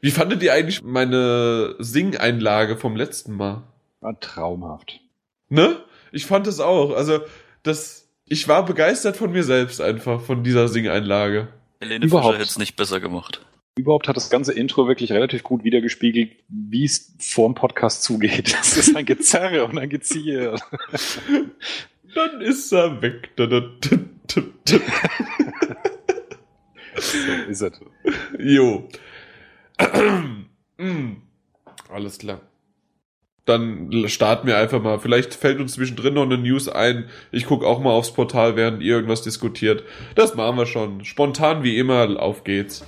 Wie fandet ihr eigentlich meine Sing-Einlage vom letzten Mal? War traumhaft. Ne? Ich fand es auch. Also, ich war begeistert von mir selbst einfach, von dieser Sing-Einlage. Helene Fischer hätte es nicht besser gemacht. Überhaupt hat das ganze Intro wirklich relativ gut wiedergespiegelt, wie es vor dem Podcast zugeht. Das ist ein Gezerre und ein Geziehe. Dann ist er weg. So ist es. Jo. Alles klar. Dann starten wir einfach mal. Vielleicht fällt uns zwischendrin noch eine News ein. Ich gucke auch mal aufs Portal, während ihr irgendwas diskutiert. Das machen wir schon. Spontan wie immer, auf geht's.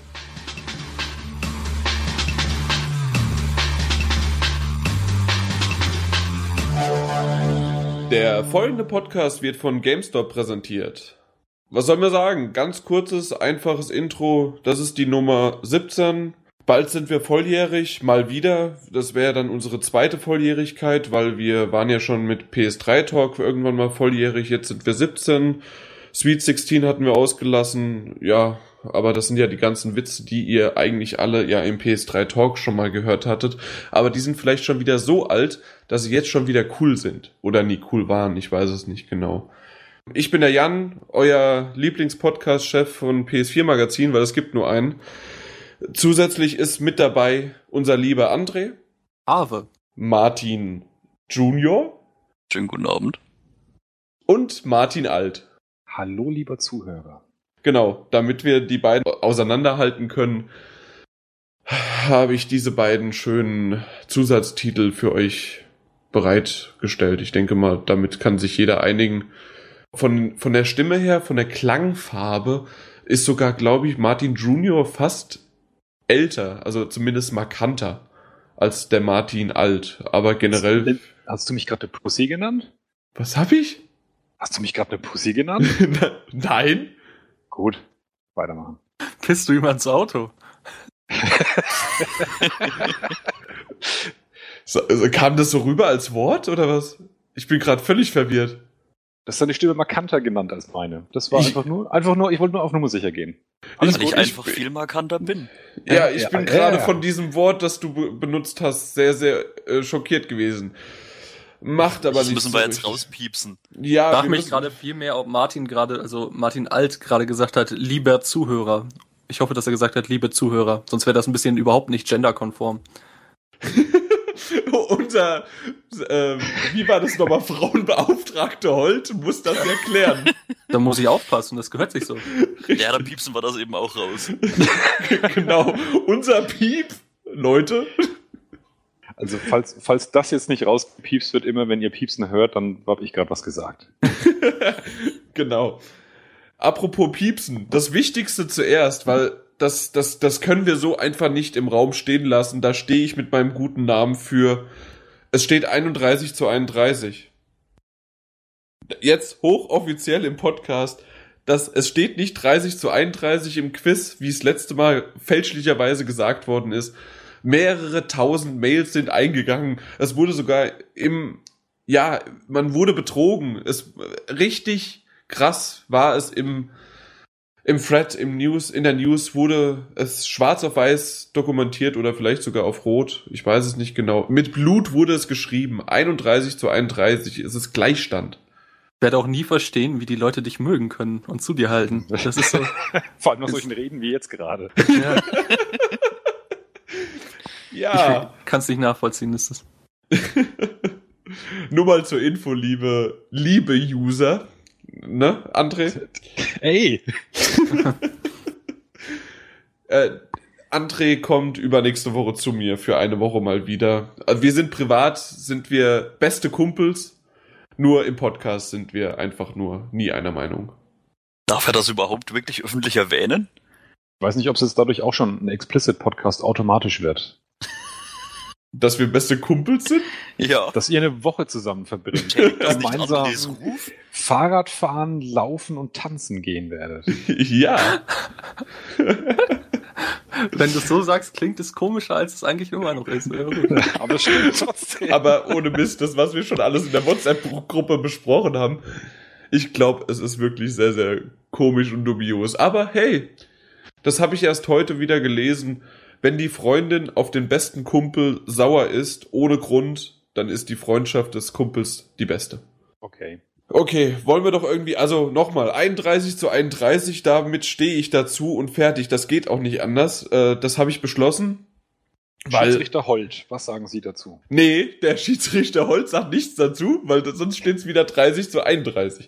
Der folgende Podcast wird von GameStop präsentiert. Was soll man sagen? Ganz kurzes, einfaches Intro. Das ist die Nummer 17. Bald sind wir volljährig, mal wieder. Das wäre dann unsere zweite Volljährigkeit, weil wir waren ja schon mit PS3 Talk irgendwann mal volljährig. Jetzt sind wir 17. Sweet 16 hatten wir ausgelassen. Ja, aber das sind ja die ganzen Witze, die ihr eigentlich alle ja im PS3 Talk schon mal gehört hattet. Aber die sind vielleicht schon wieder so alt, dass sie jetzt schon wieder cool sind. Oder nie cool waren, ich weiß es nicht genau. Ich bin der Jan, euer Lieblingspodcast-Chef von PS4 Magazin, weil es gibt nur einen. Zusätzlich ist mit dabei unser lieber André. Ave. Martin Junior. Schönen guten Abend. Und Martin Alt. Hallo, lieber Zuhörer. Genau, damit wir die beiden auseinanderhalten können, habe ich diese beiden schönen Zusatztitel für euch bereitgestellt. Ich denke mal, damit kann sich jeder einigen. Von der Stimme her, von der Klangfarbe ist sogar, glaube ich, Martin Junior fast älter, also zumindest markanter als der Martin Alt. Aber generell... Hast du mich gerade eine Pussy genannt? Was hab ich? Hast du mich gerade eine Pussy genannt? Nein. Gut, weitermachen. Pisst du ihm ans Auto? Kam das so rüber als Wort, oder was? Ich bin gerade völlig verwirrt. Das ist deine Stimme markanter genannt als meine. Das war einfach nur, ich wollte nur auf Nummer sicher gehen. Weil ich einfach viel markanter bin. Ja, ich bin gerade von diesem Wort, das du benutzt hast, sehr, sehr schockiert gewesen. Macht aber das nicht müssen so wir jetzt richtig. rauspiepsen. Ja, Ich frage mich gerade viel mehr, ob Martin Alt gerade gesagt hat, lieber Zuhörer. Ich hoffe, dass er gesagt hat, liebe Zuhörer. Sonst wäre das ein bisschen überhaupt nicht genderkonform. Unser, wie war das nochmal, Frauenbeauftragte Holt muss das erklären. Da muss ich aufpassen, das gehört sich so. Ja, dann piepsen wir das eben auch raus. Genau, unser Piep, Leute. Also falls das jetzt nicht rausgepiepst wird, immer wenn ihr Piepsen hört, dann habe ich gerade was gesagt. Genau. Apropos Piepsen, das Wichtigste zuerst, weil das können wir so einfach nicht im Raum stehen lassen. Da stehe ich mit meinem guten Namen für. Es steht 31:31. Jetzt hochoffiziell im Podcast, es steht nicht 30:31 im Quiz, wie es letzte Mal fälschlicherweise gesagt worden ist. Mehrere tausend Mails sind eingegangen. Es wurde sogar man wurde betrogen. Richtig krass war es im Thread, in der News wurde es schwarz auf weiß dokumentiert oder vielleicht sogar auf rot. Ich weiß es nicht genau. Mit Blut wurde es geschrieben. 31:31. Es ist Gleichstand. Ich werde auch nie verstehen, wie die Leute dich mögen können und zu dir halten. Das ist so. Vor allem nach solchen Reden wie jetzt gerade. Ja. Ja. Ich kann es nicht nachvollziehen, ist das. Nur mal zur Info, liebe User. Ne, André? Ey! André kommt übernächste Woche zu mir für eine Woche mal wieder. Also wir sind beste Kumpels. Nur im Podcast sind wir einfach nur nie einer Meinung. Darf er das überhaupt wirklich öffentlich erwähnen? Ich weiß nicht, ob es jetzt dadurch auch schon ein Explicit-Podcast automatisch wird. Dass wir beste Kumpels sind? Ja. Dass ihr eine Woche zusammen verbringt. Das nicht Gemeinsam Andres Ruf? Fahrradfahren, laufen und tanzen gehen werdet. Ja. Wenn du es so sagst, klingt es komischer, als es eigentlich immer noch ist. Ja, aber es stimmt trotzdem. Aber ohne Mist, das, was wir schon alles in der WhatsApp-Gruppe besprochen haben, ich glaube, es ist wirklich sehr, sehr komisch und dubios. Aber hey, das habe ich erst heute wieder gelesen. wenn die Freundin auf den besten Kumpel sauer ist, ohne Grund, dann ist die Freundschaft des Kumpels die beste. Okay. Okay, wollen wir doch irgendwie, also nochmal, 31:31, damit stehe ich dazu und fertig. Das geht auch nicht anders. Das habe ich beschlossen. Schiedsrichter Holt, was sagen Sie dazu? Nee, der Schiedsrichter Holt sagt nichts dazu, weil sonst steht es wieder 30:31.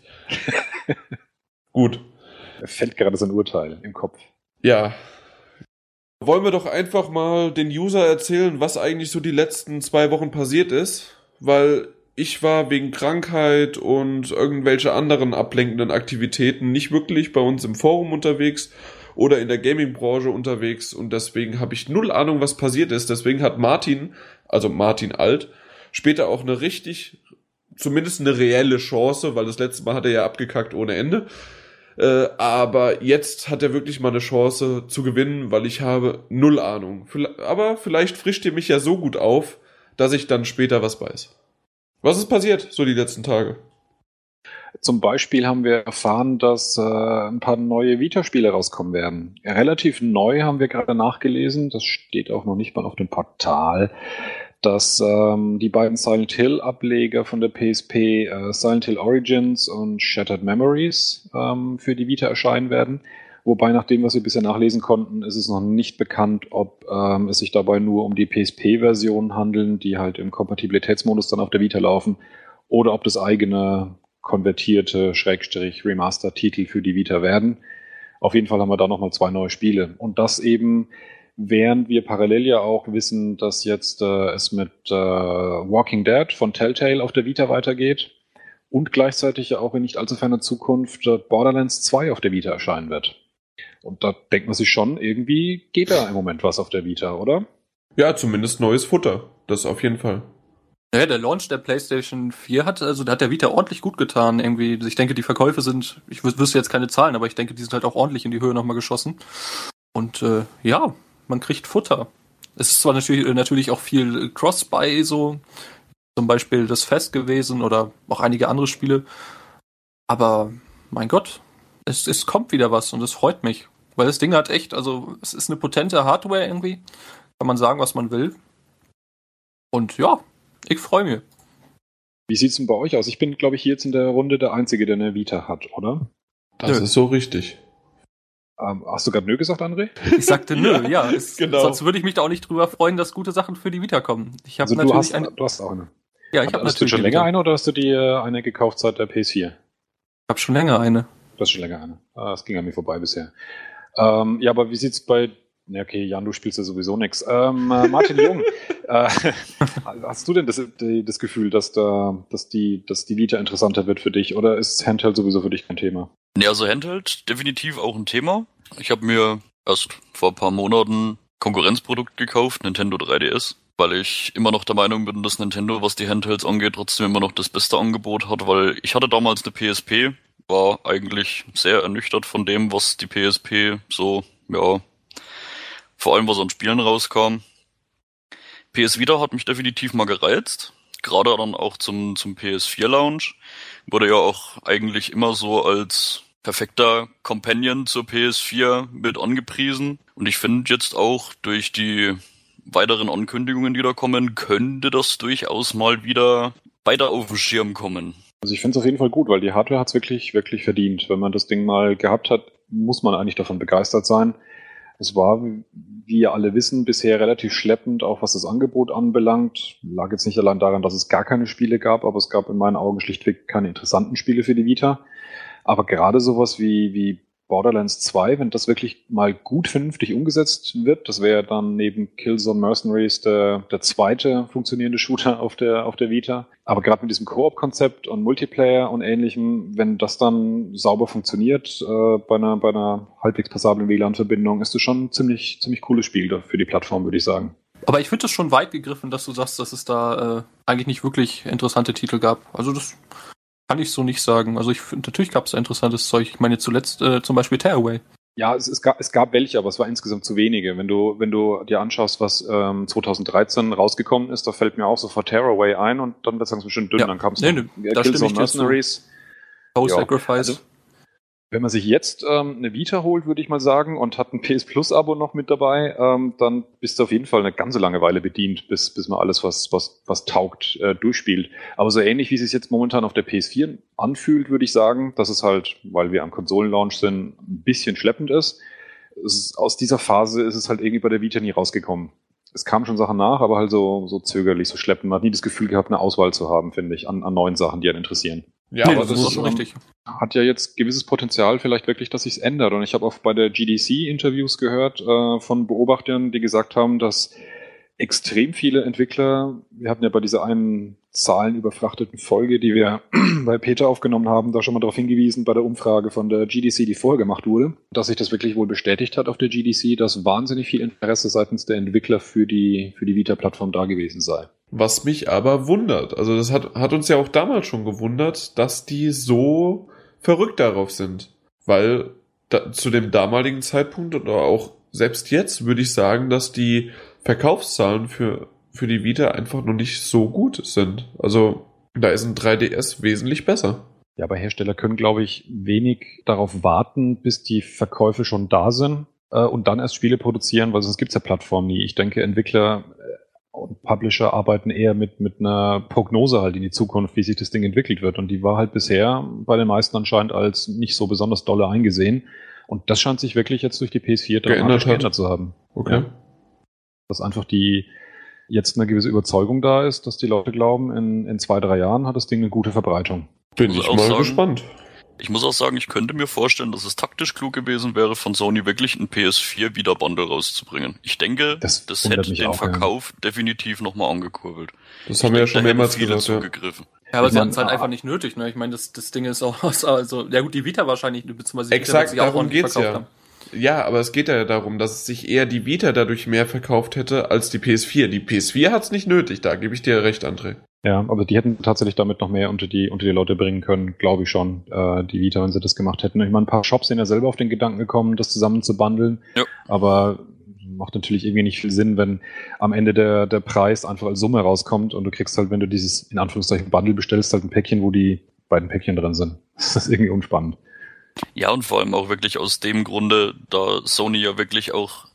Gut. Er fällt gerade sein Urteil im Kopf. Ja. Wollen wir doch einfach mal den User erzählen, was eigentlich so die letzten 2 Wochen passiert ist? Weil ich war wegen Krankheit und irgendwelche anderen ablenkenden Aktivitäten nicht wirklich bei uns im Forum unterwegs oder in der Gaming-Branche unterwegs und deswegen habe ich null Ahnung, was passiert ist. Deswegen hat Martin, also Martin Alt, später auch zumindest eine reelle Chance, weil das letzte Mal hat er ja abgekackt ohne Ende. Aber jetzt hat er wirklich mal eine Chance zu gewinnen, weil ich habe null Ahnung. Aber vielleicht frischt ihr mich ja so gut auf, dass ich dann später was weiß. Was ist passiert so die letzten Tage? Zum Beispiel haben wir erfahren, dass ein paar neue Vita-Spiele rauskommen werden. Relativ neu haben wir gerade nachgelesen, das steht auch noch nicht mal auf dem Portal, dass die beiden Silent Hill-Ableger von der PSP, Silent Hill Origins und Shattered Memories, für die Vita erscheinen werden. Wobei, nach dem, was wir bisher nachlesen konnten, ist es noch nicht bekannt, ob es sich dabei nur um die PSP-Versionen handeln, die halt im Kompatibilitätsmodus dann auf der Vita laufen, oder ob das eigene konvertierte Remaster-Titel für die Vita werden. Auf jeden Fall haben wir da nochmal 2 neue Spiele. Und das eben, während wir parallel ja auch wissen, dass jetzt es mit Walking Dead von Telltale auf der Vita weitergeht und gleichzeitig ja auch in nicht allzu ferner Zukunft Borderlands 2 auf der Vita erscheinen wird. Und da denkt man sich schon, irgendwie geht da im Moment was auf der Vita, oder? Ja, zumindest neues Futter. Das auf jeden Fall. Ja, der Launch der PlayStation 4 da hat der Vita ordentlich gut getan. Irgendwie, ich denke, die Verkäufe sind, ich wüsste jetzt keine Zahlen, aber ich denke, die sind halt auch ordentlich in die Höhe nochmal geschossen. Und ja, man kriegt Futter. Es ist zwar natürlich auch viel Cross-Buy, so zum Beispiel das Fest gewesen oder auch einige andere Spiele. Aber mein Gott, es kommt wieder was und es freut mich. Weil das Ding hat echt, also es ist eine potente Hardware irgendwie. Kann man sagen, was man will. Und ja, ich freue mich. Wie sieht's denn bei euch aus? Ich bin, glaube ich, hier jetzt in der Runde der Einzige, der eine Vita hat, oder? Das ist so richtig. Hast du gerade nö gesagt, André? Ich sagte nö, ja. Genau. Sonst würde ich mich da auch nicht drüber freuen, dass gute Sachen für die Vita kommen. Ich habe Also natürlich du hast auch eine. Ja, ich habe Hast du schon länger eine oder hast du dir eine gekauft seit der PS4? Ich habe schon länger eine. Du hast schon länger eine. Das ging an mir vorbei bisher. Ja, aber wie sieht's bei... Ja, okay, Jan, du spielst ja sowieso nix. Martin Jung, hast du denn das Gefühl, dass die Vita interessanter wird für dich oder ist Handheld sowieso für dich kein Thema? Ne, also Handheld definitiv auch ein Thema. Ich habe mir erst vor ein paar Monaten Konkurrenzprodukt gekauft, Nintendo 3DS, weil ich immer noch der Meinung bin, dass Nintendo, was die Handhelds angeht, trotzdem immer noch das beste Angebot hat, weil ich hatte damals eine PSP, war eigentlich sehr ernüchtert von dem, was die PSP so, ja, vor allem was an Spielen rauskam. PS Vita hat mich definitiv mal gereizt, gerade dann auch zum PS4-Launch. Wurde ja auch eigentlich immer so als perfekter Companion zur PS4 mit angepriesen. Und ich finde jetzt auch durch die weiteren Ankündigungen, die da kommen, könnte das durchaus mal wieder weiter auf den Schirm kommen. Also ich finde es auf jeden Fall gut, weil die Hardware hat es wirklich, wirklich verdient. Wenn man das Ding mal gehabt hat, muss man eigentlich davon begeistert sein. Es war, wie ihr alle wissen, bisher relativ schleppend, auch was das Angebot anbelangt. Lag jetzt nicht allein daran, dass es gar keine Spiele gab, aber es gab in meinen Augen schlichtweg keine interessanten Spiele für die Vita. Aber gerade sowas wie Borderlands 2, wenn das wirklich mal gut vernünftig umgesetzt wird, das wäre dann neben Killzone Mercenaries der zweite funktionierende Shooter auf der Vita. Aber gerade mit diesem Koop-Konzept und Multiplayer und Ähnlichem, wenn das dann sauber funktioniert bei einer halbwegs passablen WLAN-Verbindung, ist das schon ein ziemlich cooles Spiel für die Plattform, würde ich sagen. Aber ich finde es schon weit gegriffen, dass du sagst, dass es da eigentlich nicht wirklich interessante Titel gab. Also das kann ich so nicht sagen. Also ich finde, natürlich gab es da interessantes Zeug. Ich meine zuletzt zum Beispiel Tearaway. Ja, es gab welche, aber es war insgesamt zu wenige. Wenn du dir anschaust, was 2013 rausgekommen ist, da fällt mir auch sofort Tearaway ein und dann wird es langsam schön dünn. Ja. Dann kam es Killzone Mercenaries, ja, Sacrifice. also Wenn man sich jetzt eine Vita holt, würde ich mal sagen, und hat ein PS Plus Abo noch mit dabei, dann bist du auf jeden Fall eine ganze Langeweile bedient, bis man alles, was taugt, durchspielt. Aber so ähnlich, wie es sich jetzt momentan auf der PS4 anfühlt, würde ich sagen, dass es halt, weil wir am Konsolenlaunch sind, ein bisschen schleppend ist. Aus dieser Phase ist es halt irgendwie bei der Vita nie rausgekommen. Es kamen schon Sachen nach, aber halt so zögerlich, so schleppend. Man hat nie das Gefühl gehabt, eine Auswahl zu haben, finde ich, an neuen Sachen, die einen interessieren. Ja, Nee, aber das ist schon richtig. Hat ja jetzt gewisses Potenzial vielleicht wirklich, dass sich's ändert. Und ich habe auch bei der GDC Interviews gehört von Beobachtern, die gesagt haben, dass extrem viele Entwickler, wir hatten ja bei dieser einen zahlenüberfrachteten Folge, die wir bei Peter aufgenommen haben, da schon mal darauf hingewiesen, bei der Umfrage von der GDC, die vorher gemacht wurde, dass sich das wirklich wohl bestätigt hat auf der GDC, dass wahnsinnig viel Interesse seitens der Entwickler für die Vita-Plattform da gewesen sei. was mich aber wundert, also das hat uns ja auch damals schon gewundert, dass die so verrückt darauf sind. Weil zu dem damaligen Zeitpunkt oder auch selbst jetzt würde ich sagen, dass die Verkaufszahlen für die Vita einfach noch nicht so gut sind. Also da ist ein 3DS wesentlich besser. Ja, aber Hersteller können, glaube ich, wenig darauf warten, bis die Verkäufe schon da sind und dann erst Spiele produzieren, weil sonst gibt's ja Plattformen nie. Ich denke, Entwickler und Publisher arbeiten eher mit einer Prognose halt in die Zukunft, wie sich das Ding entwickelt wird. Und die war halt bisher bei den meisten anscheinend als nicht so besonders dolle eingesehen. Und das scheint sich wirklich jetzt durch die PS4 geändert zu haben. Okay. Ja. Dass einfach jetzt eine gewisse Überzeugung da ist, dass die Leute glauben, in 2-3 Jahren hat das Ding eine gute Verbreitung. Bin Also ich auch mal sagen- gespannt. Ich muss auch sagen, ich könnte mir vorstellen, dass es taktisch klug gewesen wäre, von Sony wirklich ein PS4 wieder Bundle rauszubringen. Ich denke, Das das wundert hätte mich den auch, Verkauf definitiv nochmal angekurbelt. Das haben wir ja schon Da hätten mehrmals viele gesagt. Ja. zugegriffen. Ja, aber Ich sie mein, hatten es halt einfach nicht nötig, ne? Ich meine, das Ding ist auch, also, ja gut, die Vita wahrscheinlich, beziehungsweise die Vita Exakt, wird sich auch darum ordentlich geht's verkauft ja. haben. Ja, aber es geht ja darum, dass sich eher die Vita dadurch mehr verkauft hätte als die PS4. Die PS4 hat's nicht nötig, da gebe ich dir recht, André. Ja, aber die hätten tatsächlich damit noch mehr unter die Leute bringen können, glaube ich schon, die Vita, wenn sie das gemacht hätten. Ich meine, ein paar Shops sind ja selber auf den Gedanken gekommen, das zusammen zu bundeln. Ja. Aber macht natürlich irgendwie nicht viel Sinn, wenn am Ende der Preis einfach als Summe rauskommt und du kriegst halt, wenn du dieses, in Anführungszeichen, Bundle bestellst, halt ein Päckchen, wo die beiden Päckchen drin sind. Das ist irgendwie unspannend. Ja, und vor allem auch wirklich aus dem Grunde, da Sony ja wirklich auch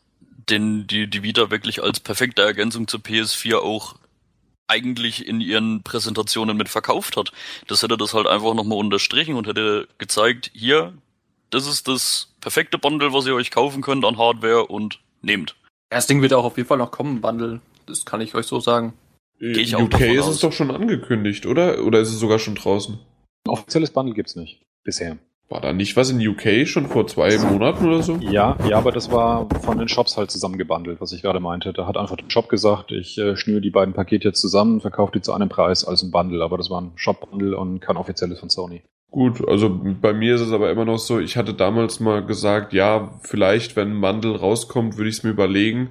die Vita wirklich als perfekte Ergänzung zur PS4 auch eigentlich in ihren Präsentationen mit verkauft hat. Das hätte das halt einfach nochmal unterstrichen und hätte gezeigt, hier, das ist das perfekte Bundle, was ihr euch kaufen könnt an Hardware und nehmt. Ja, das Ding wird auch auf jeden Fall noch kommen, Bundle. Das kann ich euch so sagen. Gehe ich auch UK davon ist aus. es doch schon angekündigt, oder? Oder ist es sogar schon draußen? Ein offizielles Bundle gibt's nicht. Bisher. War da nicht was in UK schon vor 2 Monaten oder so? Ja, aber das war von den Shops halt zusammengebundelt, was ich gerade meinte. Da hat einfach der Shop gesagt, ich schnüre die beiden Pakete jetzt zusammen, verkaufe die zu einem Preis als ein Bundle. Aber das war ein Shop-Bundle und kein offizielles von Sony. Gut, also bei mir ist es aber immer noch so, ich hatte damals mal gesagt, ja, vielleicht, wenn ein Bundle rauskommt, würde ich es mir überlegen.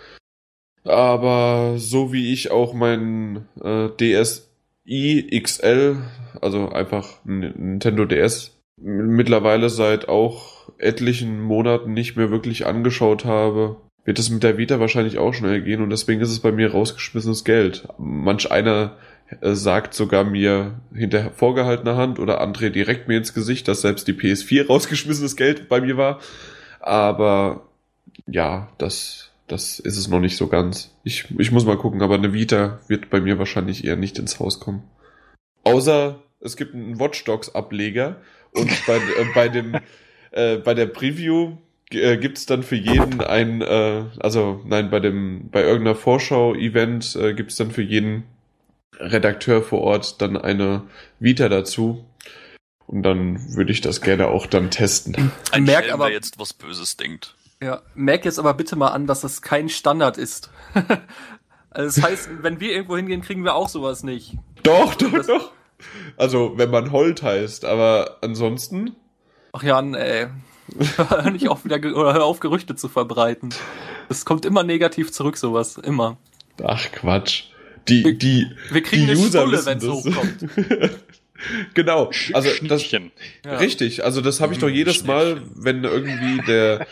Aber so wie ich auch mein DSi XL, also einfach ein Nintendo DS, mittlerweile seit auch etlichen Monaten nicht mehr wirklich angeschaut habe, wird es mit der Vita wahrscheinlich auch schnell gehen und deswegen ist es bei mir rausgeschmissenes Geld. Manch einer sagt sogar mir hinter vorgehaltener Hand oder André direkt mir ins Gesicht, dass selbst die PS4 rausgeschmissenes Geld bei mir war. Aber ja, das ist es noch nicht so ganz. Ich muss mal gucken, aber eine Vita wird bei mir wahrscheinlich eher nicht ins Haus kommen. Außer es gibt einen Watch Dogs Ableger und bei der Preview gibt's dann für jeden bei irgendeiner Vorschau-Event gibt's dann für jeden Redakteur vor Ort dann eine Vita dazu. Und dann würde ich das gerne auch dann testen. Ein Merk Schelm, aber- wer jetzt was Böses denkt. Ja, merk jetzt aber bitte mal an, dass das kein Standard ist. Also das heißt, wenn wir irgendwo hingehen, kriegen wir auch sowas nicht. Doch. Also, wenn man Holt heißt, aber ansonsten... Ach Jan, ey. Hör nicht auf, hör auf, Gerüchte zu verbreiten. Es kommt immer negativ zurück, sowas. Immer. Ach, Quatsch. Wir Wir kriegen eine Stulle, wenn es hochkommt. Genau, also das, Schnittchen. Ja. richtig, also das habe ich doch jedes Mal, wenn irgendwie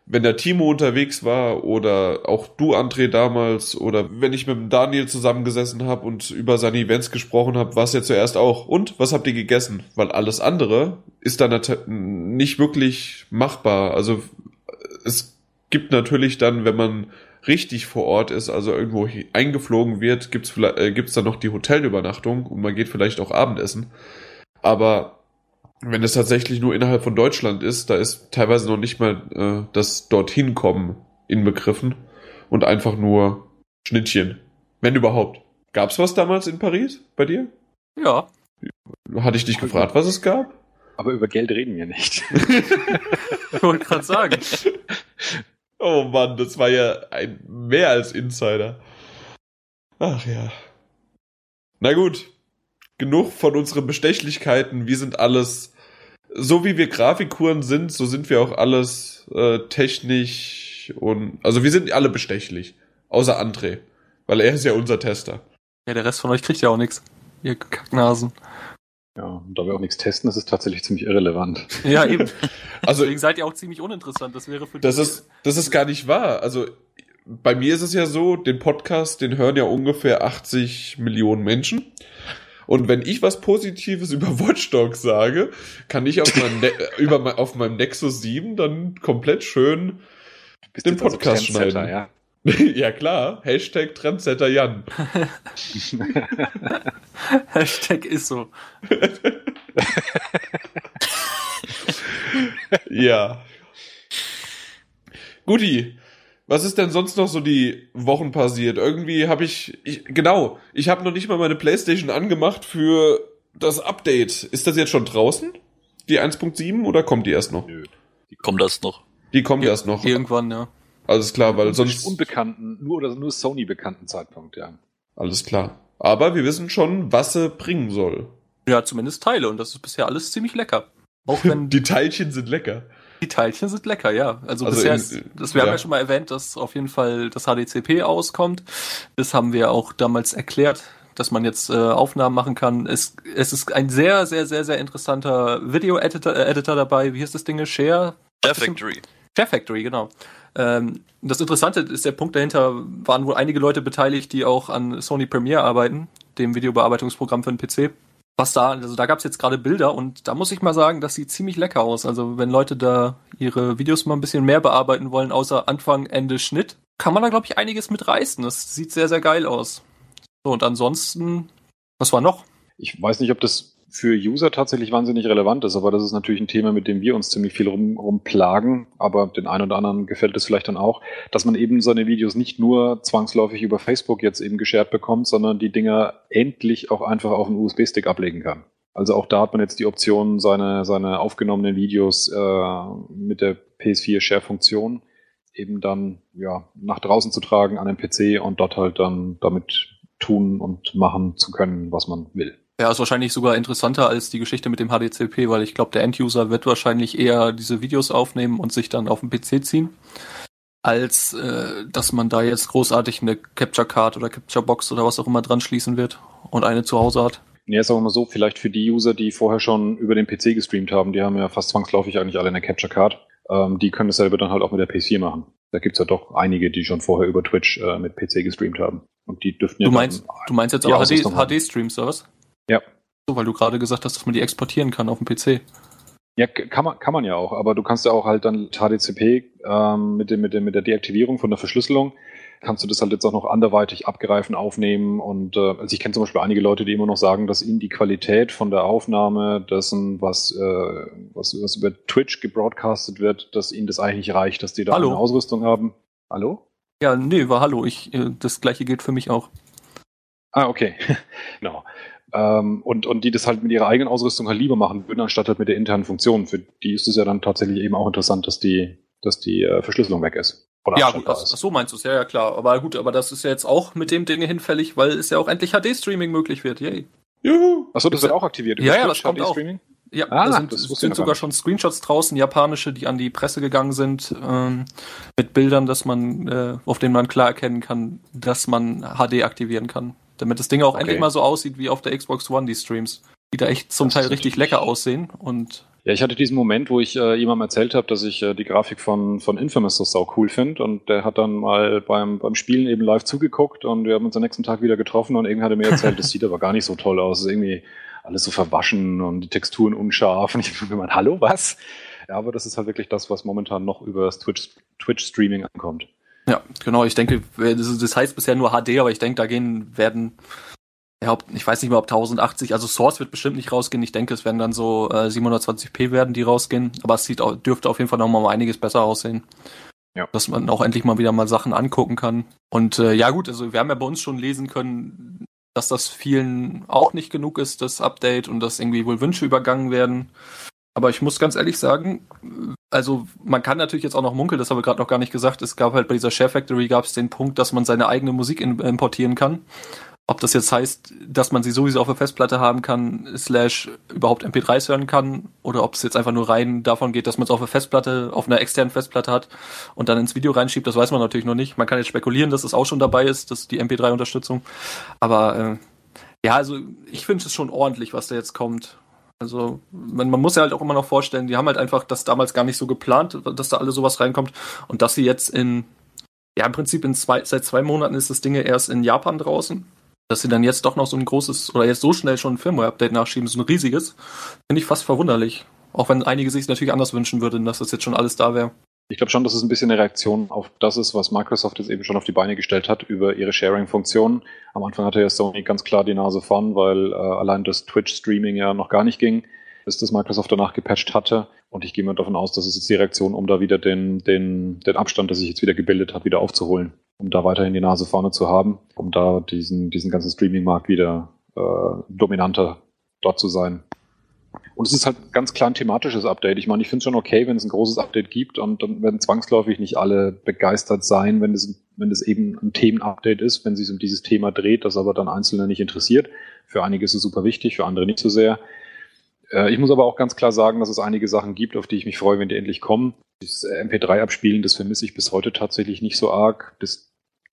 wenn der Timo unterwegs war oder auch du, André, damals oder wenn ich mit dem Daniel zusammengesessen habe und über seine Events gesprochen habe, war es ja zuerst auch, und was habt ihr gegessen? Weil alles andere ist dann nicht wirklich machbar. Also es gibt natürlich dann, wenn man richtig vor Ort ist, also irgendwo eingeflogen wird, gibt's dann noch die Hotelübernachtung und man geht vielleicht auch Abendessen. Aber wenn es tatsächlich nur innerhalb von Deutschland ist, da ist teilweise noch nicht mal das dorthin kommen inbegriffen und einfach nur Schnittchen. Wenn überhaupt. Gab's was damals in Paris bei dir? Ja. Hatte ich dich gefragt, was es gab? Aber über Geld reden wir nicht. Ich wollte gerade sagen. Oh Mann, das war ja ein mehr als Insider. Ach ja. Na gut. Genug von unseren Bestechlichkeiten. Wir sind alles, so wie wir Grafikkuren sind, so sind wir auch alles technisch und, also wir sind alle bestechlich. Außer André. Weil er ist ja unser Tester. Ja, der Rest von euch kriegt ja auch nichts. Ihr Kacknasen. Ja, und da wir auch nichts testen, das ist tatsächlich ziemlich irrelevant. Ja, eben. Also, Deswegen seid ihr auch ziemlich uninteressant. Das wäre für das ist gar nicht wahr. Also, bei mir ist es ja so, den Podcast, den hören ja ungefähr 80 Millionen Menschen. Und wenn ich was Positives über Watch Dogs sage, kann ich auf meinem Nexus 7 dann komplett schön den Podcast also schneiden. Ja. Ja klar, Hashtag Trendsetter Jan. Hashtag ist so. Ja. Guti, was ist denn sonst noch so die Wochen passiert? Irgendwie habe ich habe noch nicht mal meine PlayStation angemacht für das Update. Ist das jetzt schon draußen? Die 1.7 oder kommt die erst noch? Nö, die kommt erst noch. Die kommt erst noch. Irgendwann, ja. Alles klar, weil sonst... nur Sony-bekannten Zeitpunkt, ja. Alles klar. Aber wir wissen schon, was sie bringen soll. Ja, zumindest Teile. Und das ist bisher alles ziemlich lecker. Auch wenn Die Teilchen sind lecker. die Teilchen sind lecker, ja. Also Also bisher wir haben ja ja schon mal erwähnt, dass auf jeden Fall das HDCP auskommt. Das haben wir auch damals erklärt, dass man jetzt Aufnahmen machen kann. Es ist ein sehr, sehr, sehr, sehr interessanter Video-Editor dabei. Wie heißt das Ding? Share Factory, genau. Das Interessante ist, der Punkt dahinter waren wohl einige Leute beteiligt, die auch an Sony Premiere arbeiten, dem Videobearbeitungsprogramm für den PC. Da gab es jetzt gerade Bilder und da muss ich mal sagen, das sieht ziemlich lecker aus. Also wenn Leute da ihre Videos mal ein bisschen mehr bearbeiten wollen, außer Anfang, Ende, Schnitt, kann man da, glaube ich, einiges mitreißen. Das sieht sehr, sehr geil aus. So, und ansonsten, was war noch? Ich weiß nicht, ob das für User tatsächlich wahnsinnig relevant ist, aber das ist natürlich ein Thema, mit dem wir uns ziemlich viel rumplagen, aber den einen oder anderen gefällt es vielleicht dann auch, dass man eben seine Videos nicht nur zwangsläufig über Facebook jetzt eben geshared bekommt, sondern die Dinger endlich auch einfach auf einen USB-Stick ablegen kann. Also auch da hat man jetzt die Option, seine aufgenommenen Videos mit der PS4-Share-Funktion eben dann ja nach draußen zu tragen an den PC und dort halt dann damit tun und machen zu können, was man will. Ja, ist wahrscheinlich sogar interessanter als die Geschichte mit dem HDCP, weil ich glaube, der End-User wird wahrscheinlich eher diese Videos aufnehmen und sich dann auf den PC ziehen, als dass man da jetzt großartig eine Capture Card oder Capture Box oder was auch immer dran schließen wird und eine zu Hause hat. Ja, sagen wir mal so, vielleicht für die User, die vorher schon über den PC gestreamt haben, die haben ja fast zwangsläufig eigentlich alle eine Capture Card, die können dasselbe dann halt auch mit der PS4 machen. Da gibt's ja doch einige, die schon vorher über Twitch mit PC gestreamt haben. Und die dürften ja Du meinst jetzt aber HD-Streams oder was? Ja. So, weil du gerade gesagt hast, dass man die exportieren kann auf dem PC. Ja, kann man ja auch, aber du kannst ja auch halt dann HDCP mit der Deaktivierung von der Verschlüsselung kannst du das halt jetzt auch noch anderweitig abgreifen, aufnehmen und also ich kenne zum Beispiel einige Leute, die immer noch sagen, dass ihnen die Qualität von der Aufnahme dessen, was über Twitch gebroadcastet wird, dass ihnen das eigentlich reicht, dass die da eine Ausrüstung haben. Hallo? Ja, nee, war Hallo. Das gleiche gilt für mich auch. Ah, okay. Genau. Und die das halt mit ihrer eigenen Ausrüstung halt lieber machen würden, anstatt halt mit der internen Funktion. Für die ist es ja dann tatsächlich eben auch interessant, dass die Verschlüsselung weg ist. Oder ja, gut, ach so meinst du es, ja, klar. Aber gut, aber das ist ja jetzt auch mit dem Ding hinfällig, weil es ja auch endlich HD-Streaming möglich wird. Yay. Juhu. Achso, das wird auch aktiviert. Ja, das kommt auch. Ja, da sind sogar nicht. schon Screenshots draußen, japanische, die an die Presse gegangen sind, mit Bildern, dass man, auf denen man klar erkennen kann, dass man HD aktivieren kann. Damit das Ding auch endlich mal so aussieht wie auf der Xbox One, die Streams. die da echt zum Teil richtig lecker aussehen. Und ja, ich hatte diesen Moment, wo ich jemandem erzählt habe, dass ich die Grafik von Infamous so sau cool finde, und der hat dann mal beim Spielen eben live zugeguckt und wir haben uns am nächsten Tag wieder getroffen und irgendwie hat er mir erzählt, das sieht aber gar nicht so toll aus, es ist irgendwie alles so verwaschen und die Texturen unscharf, und ich habe gemeint, hallo, was? Ja, aber das ist halt wirklich das, was momentan noch über das Twitch-Streaming ankommt. ja, genau, ich denke, das heißt bisher nur HD, aber ich denke, werden ja, ich weiß nicht mehr, ob 1080, also Source wird bestimmt nicht rausgehen. Ich denke, es werden dann so 720p werden, die rausgehen. Aber es dürfte auf jeden Fall noch mal einiges besser aussehen. Ja. Dass man auch endlich mal wieder mal Sachen angucken kann. Und ja gut, also wir haben ja bei uns schon lesen können, dass das vielen auch nicht genug ist, das Update, und dass irgendwie wohl Wünsche übergangen werden. Aber ich muss ganz ehrlich sagen, also man kann natürlich jetzt auch noch munkeln, das haben wir gerade noch gar nicht gesagt. Es gab halt bei dieser Share Factory gab es den Punkt, dass man seine eigene Musik importieren kann. Ob das jetzt heißt, dass man sie sowieso auf der Festplatte haben kann, / überhaupt MP3s hören kann, oder ob es jetzt einfach nur rein davon geht, dass man es auf der Festplatte, auf einer externen Festplatte hat und dann ins Video reinschiebt, das weiß man natürlich noch nicht. Man kann jetzt spekulieren, dass es auch schon dabei ist, dass die MP3-Unterstützung. Aber ja, also ich finde es schon ordentlich, was da jetzt kommt. Also man muss ja halt auch immer noch vorstellen, die haben halt einfach das damals gar nicht so geplant, dass da alles sowas reinkommt, und dass sie jetzt im Prinzip seit 2 Monaten ist das Ding erst in Japan draußen. Dass sie dann jetzt doch noch so ein großes, oder jetzt so schnell schon ein Firmware-Update nachschieben, so ein riesiges, finde ich fast verwunderlich. Auch wenn einige sich natürlich anders wünschen würden, dass das jetzt schon alles da wäre. Ich glaube schon, dass es ein bisschen eine Reaktion auf das ist, was Microsoft jetzt eben schon auf die Beine gestellt hat über ihre Sharing-Funktionen. Am Anfang hatte ja Sony ganz klar die Nase vorn, weil allein das Twitch-Streaming ja noch gar nicht ging, bis das Microsoft danach gepatcht hatte. Und ich gehe mal davon aus, dass es jetzt die Reaktion, um da wieder den Abstand, der sich jetzt wieder gebildet hat, wieder aufzuholen, um da weiterhin die Nase vorne zu haben, um da diesen ganzen Streaming-Markt wieder dominanter dort zu sein. Und es ist halt ganz klar ein thematisches Update. Ich meine, ich finde es schon okay, wenn es ein großes Update gibt, und dann werden zwangsläufig nicht alle begeistert sein, wenn es eben ein Themen-Update ist, wenn es sich um dieses Thema dreht, das aber dann Einzelne nicht interessiert. Für einige ist es super wichtig, für andere nicht so sehr. Ich muss aber auch ganz klar sagen, dass es einige Sachen gibt, auf die ich mich freue, wenn die endlich kommen. Das MP3-Abspielen, das vermisse ich bis heute tatsächlich nicht so arg. Das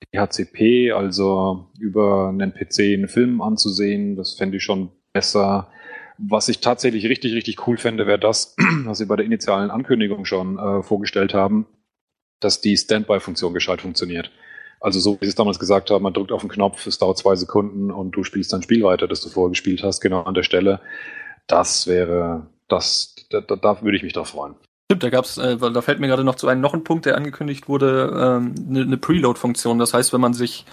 DHCP, also über einen PC einen Film anzusehen, das fände ich schon besser. Was ich tatsächlich richtig, richtig cool fände, wäre das, was sie bei der initialen Ankündigung schon vorgestellt haben, dass die Standby-Funktion gescheit funktioniert. Also so wie sie es damals gesagt haben, man drückt auf den Knopf, es dauert 2 Sekunden und du spielst dein Spiel weiter, das du vorher gespielt hast, genau an der Stelle. Das wäre, da würde ich mich drauf freuen. Stimmt, da fällt mir gerade noch ein Punkt, der angekündigt wurde, eine Preload-Funktion. Das heißt, wenn man sich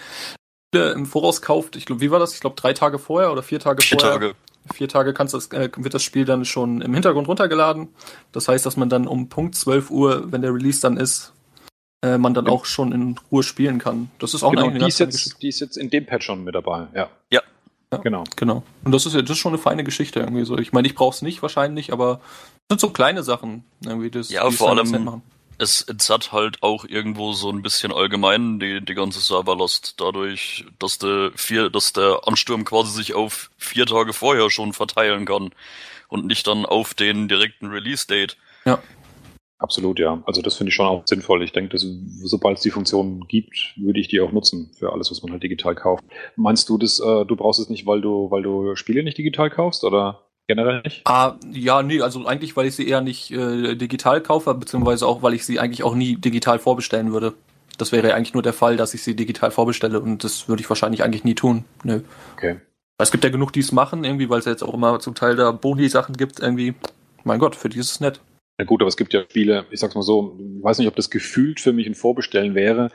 im Voraus kauft, ich glaube, wie war das? Ich glaube 3 Tage vorher oder 4 Tage vorher. 4 Tage wird das Spiel dann schon im Hintergrund runtergeladen. Das heißt, dass man dann um Punkt 12 Uhr, wenn der Release dann ist, man dann auch schon in Ruhe spielen kann. Das ist auch genau, eine die ist jetzt in dem Patch schon mit dabei, ja. Ja. Ja, genau. Und das ist schon eine feine Geschichte irgendwie so. Ich meine, ich brauche es nicht wahrscheinlich, aber es sind so kleine Sachen irgendwie, die vor allem machen. Es hat halt auch irgendwo so ein bisschen allgemein die ganze Serverlast dadurch, dass der Ansturm quasi sich auf 4 Tage vorher schon verteilen kann und nicht dann auf den direkten Release-Date. Ja. Absolut, ja. Also das finde ich schon auch sinnvoll. Ich denke, dass sobald es die Funktion gibt, würde ich die auch nutzen für alles, was man halt digital kauft. Meinst du, du brauchst es nicht, weil du Spiele nicht digital kaufst, oder generell nicht? Ja, nee, also eigentlich, weil ich sie eher nicht digital kaufe, beziehungsweise auch, weil ich sie eigentlich auch nie digital vorbestellen würde. Das wäre ja eigentlich nur der Fall, dass ich sie digital vorbestelle, und das würde ich wahrscheinlich eigentlich nie tun. Nö. Okay. Es gibt ja genug, die es machen, irgendwie, weil es ja jetzt auch immer zum Teil da Boni-Sachen gibt, irgendwie. Mein Gott, für die ist es nett. Ja gut, aber es gibt ja Spiele, ich sag's mal so, ich weiß nicht, ob das gefühlt für mich ein Vorbestellen wäre,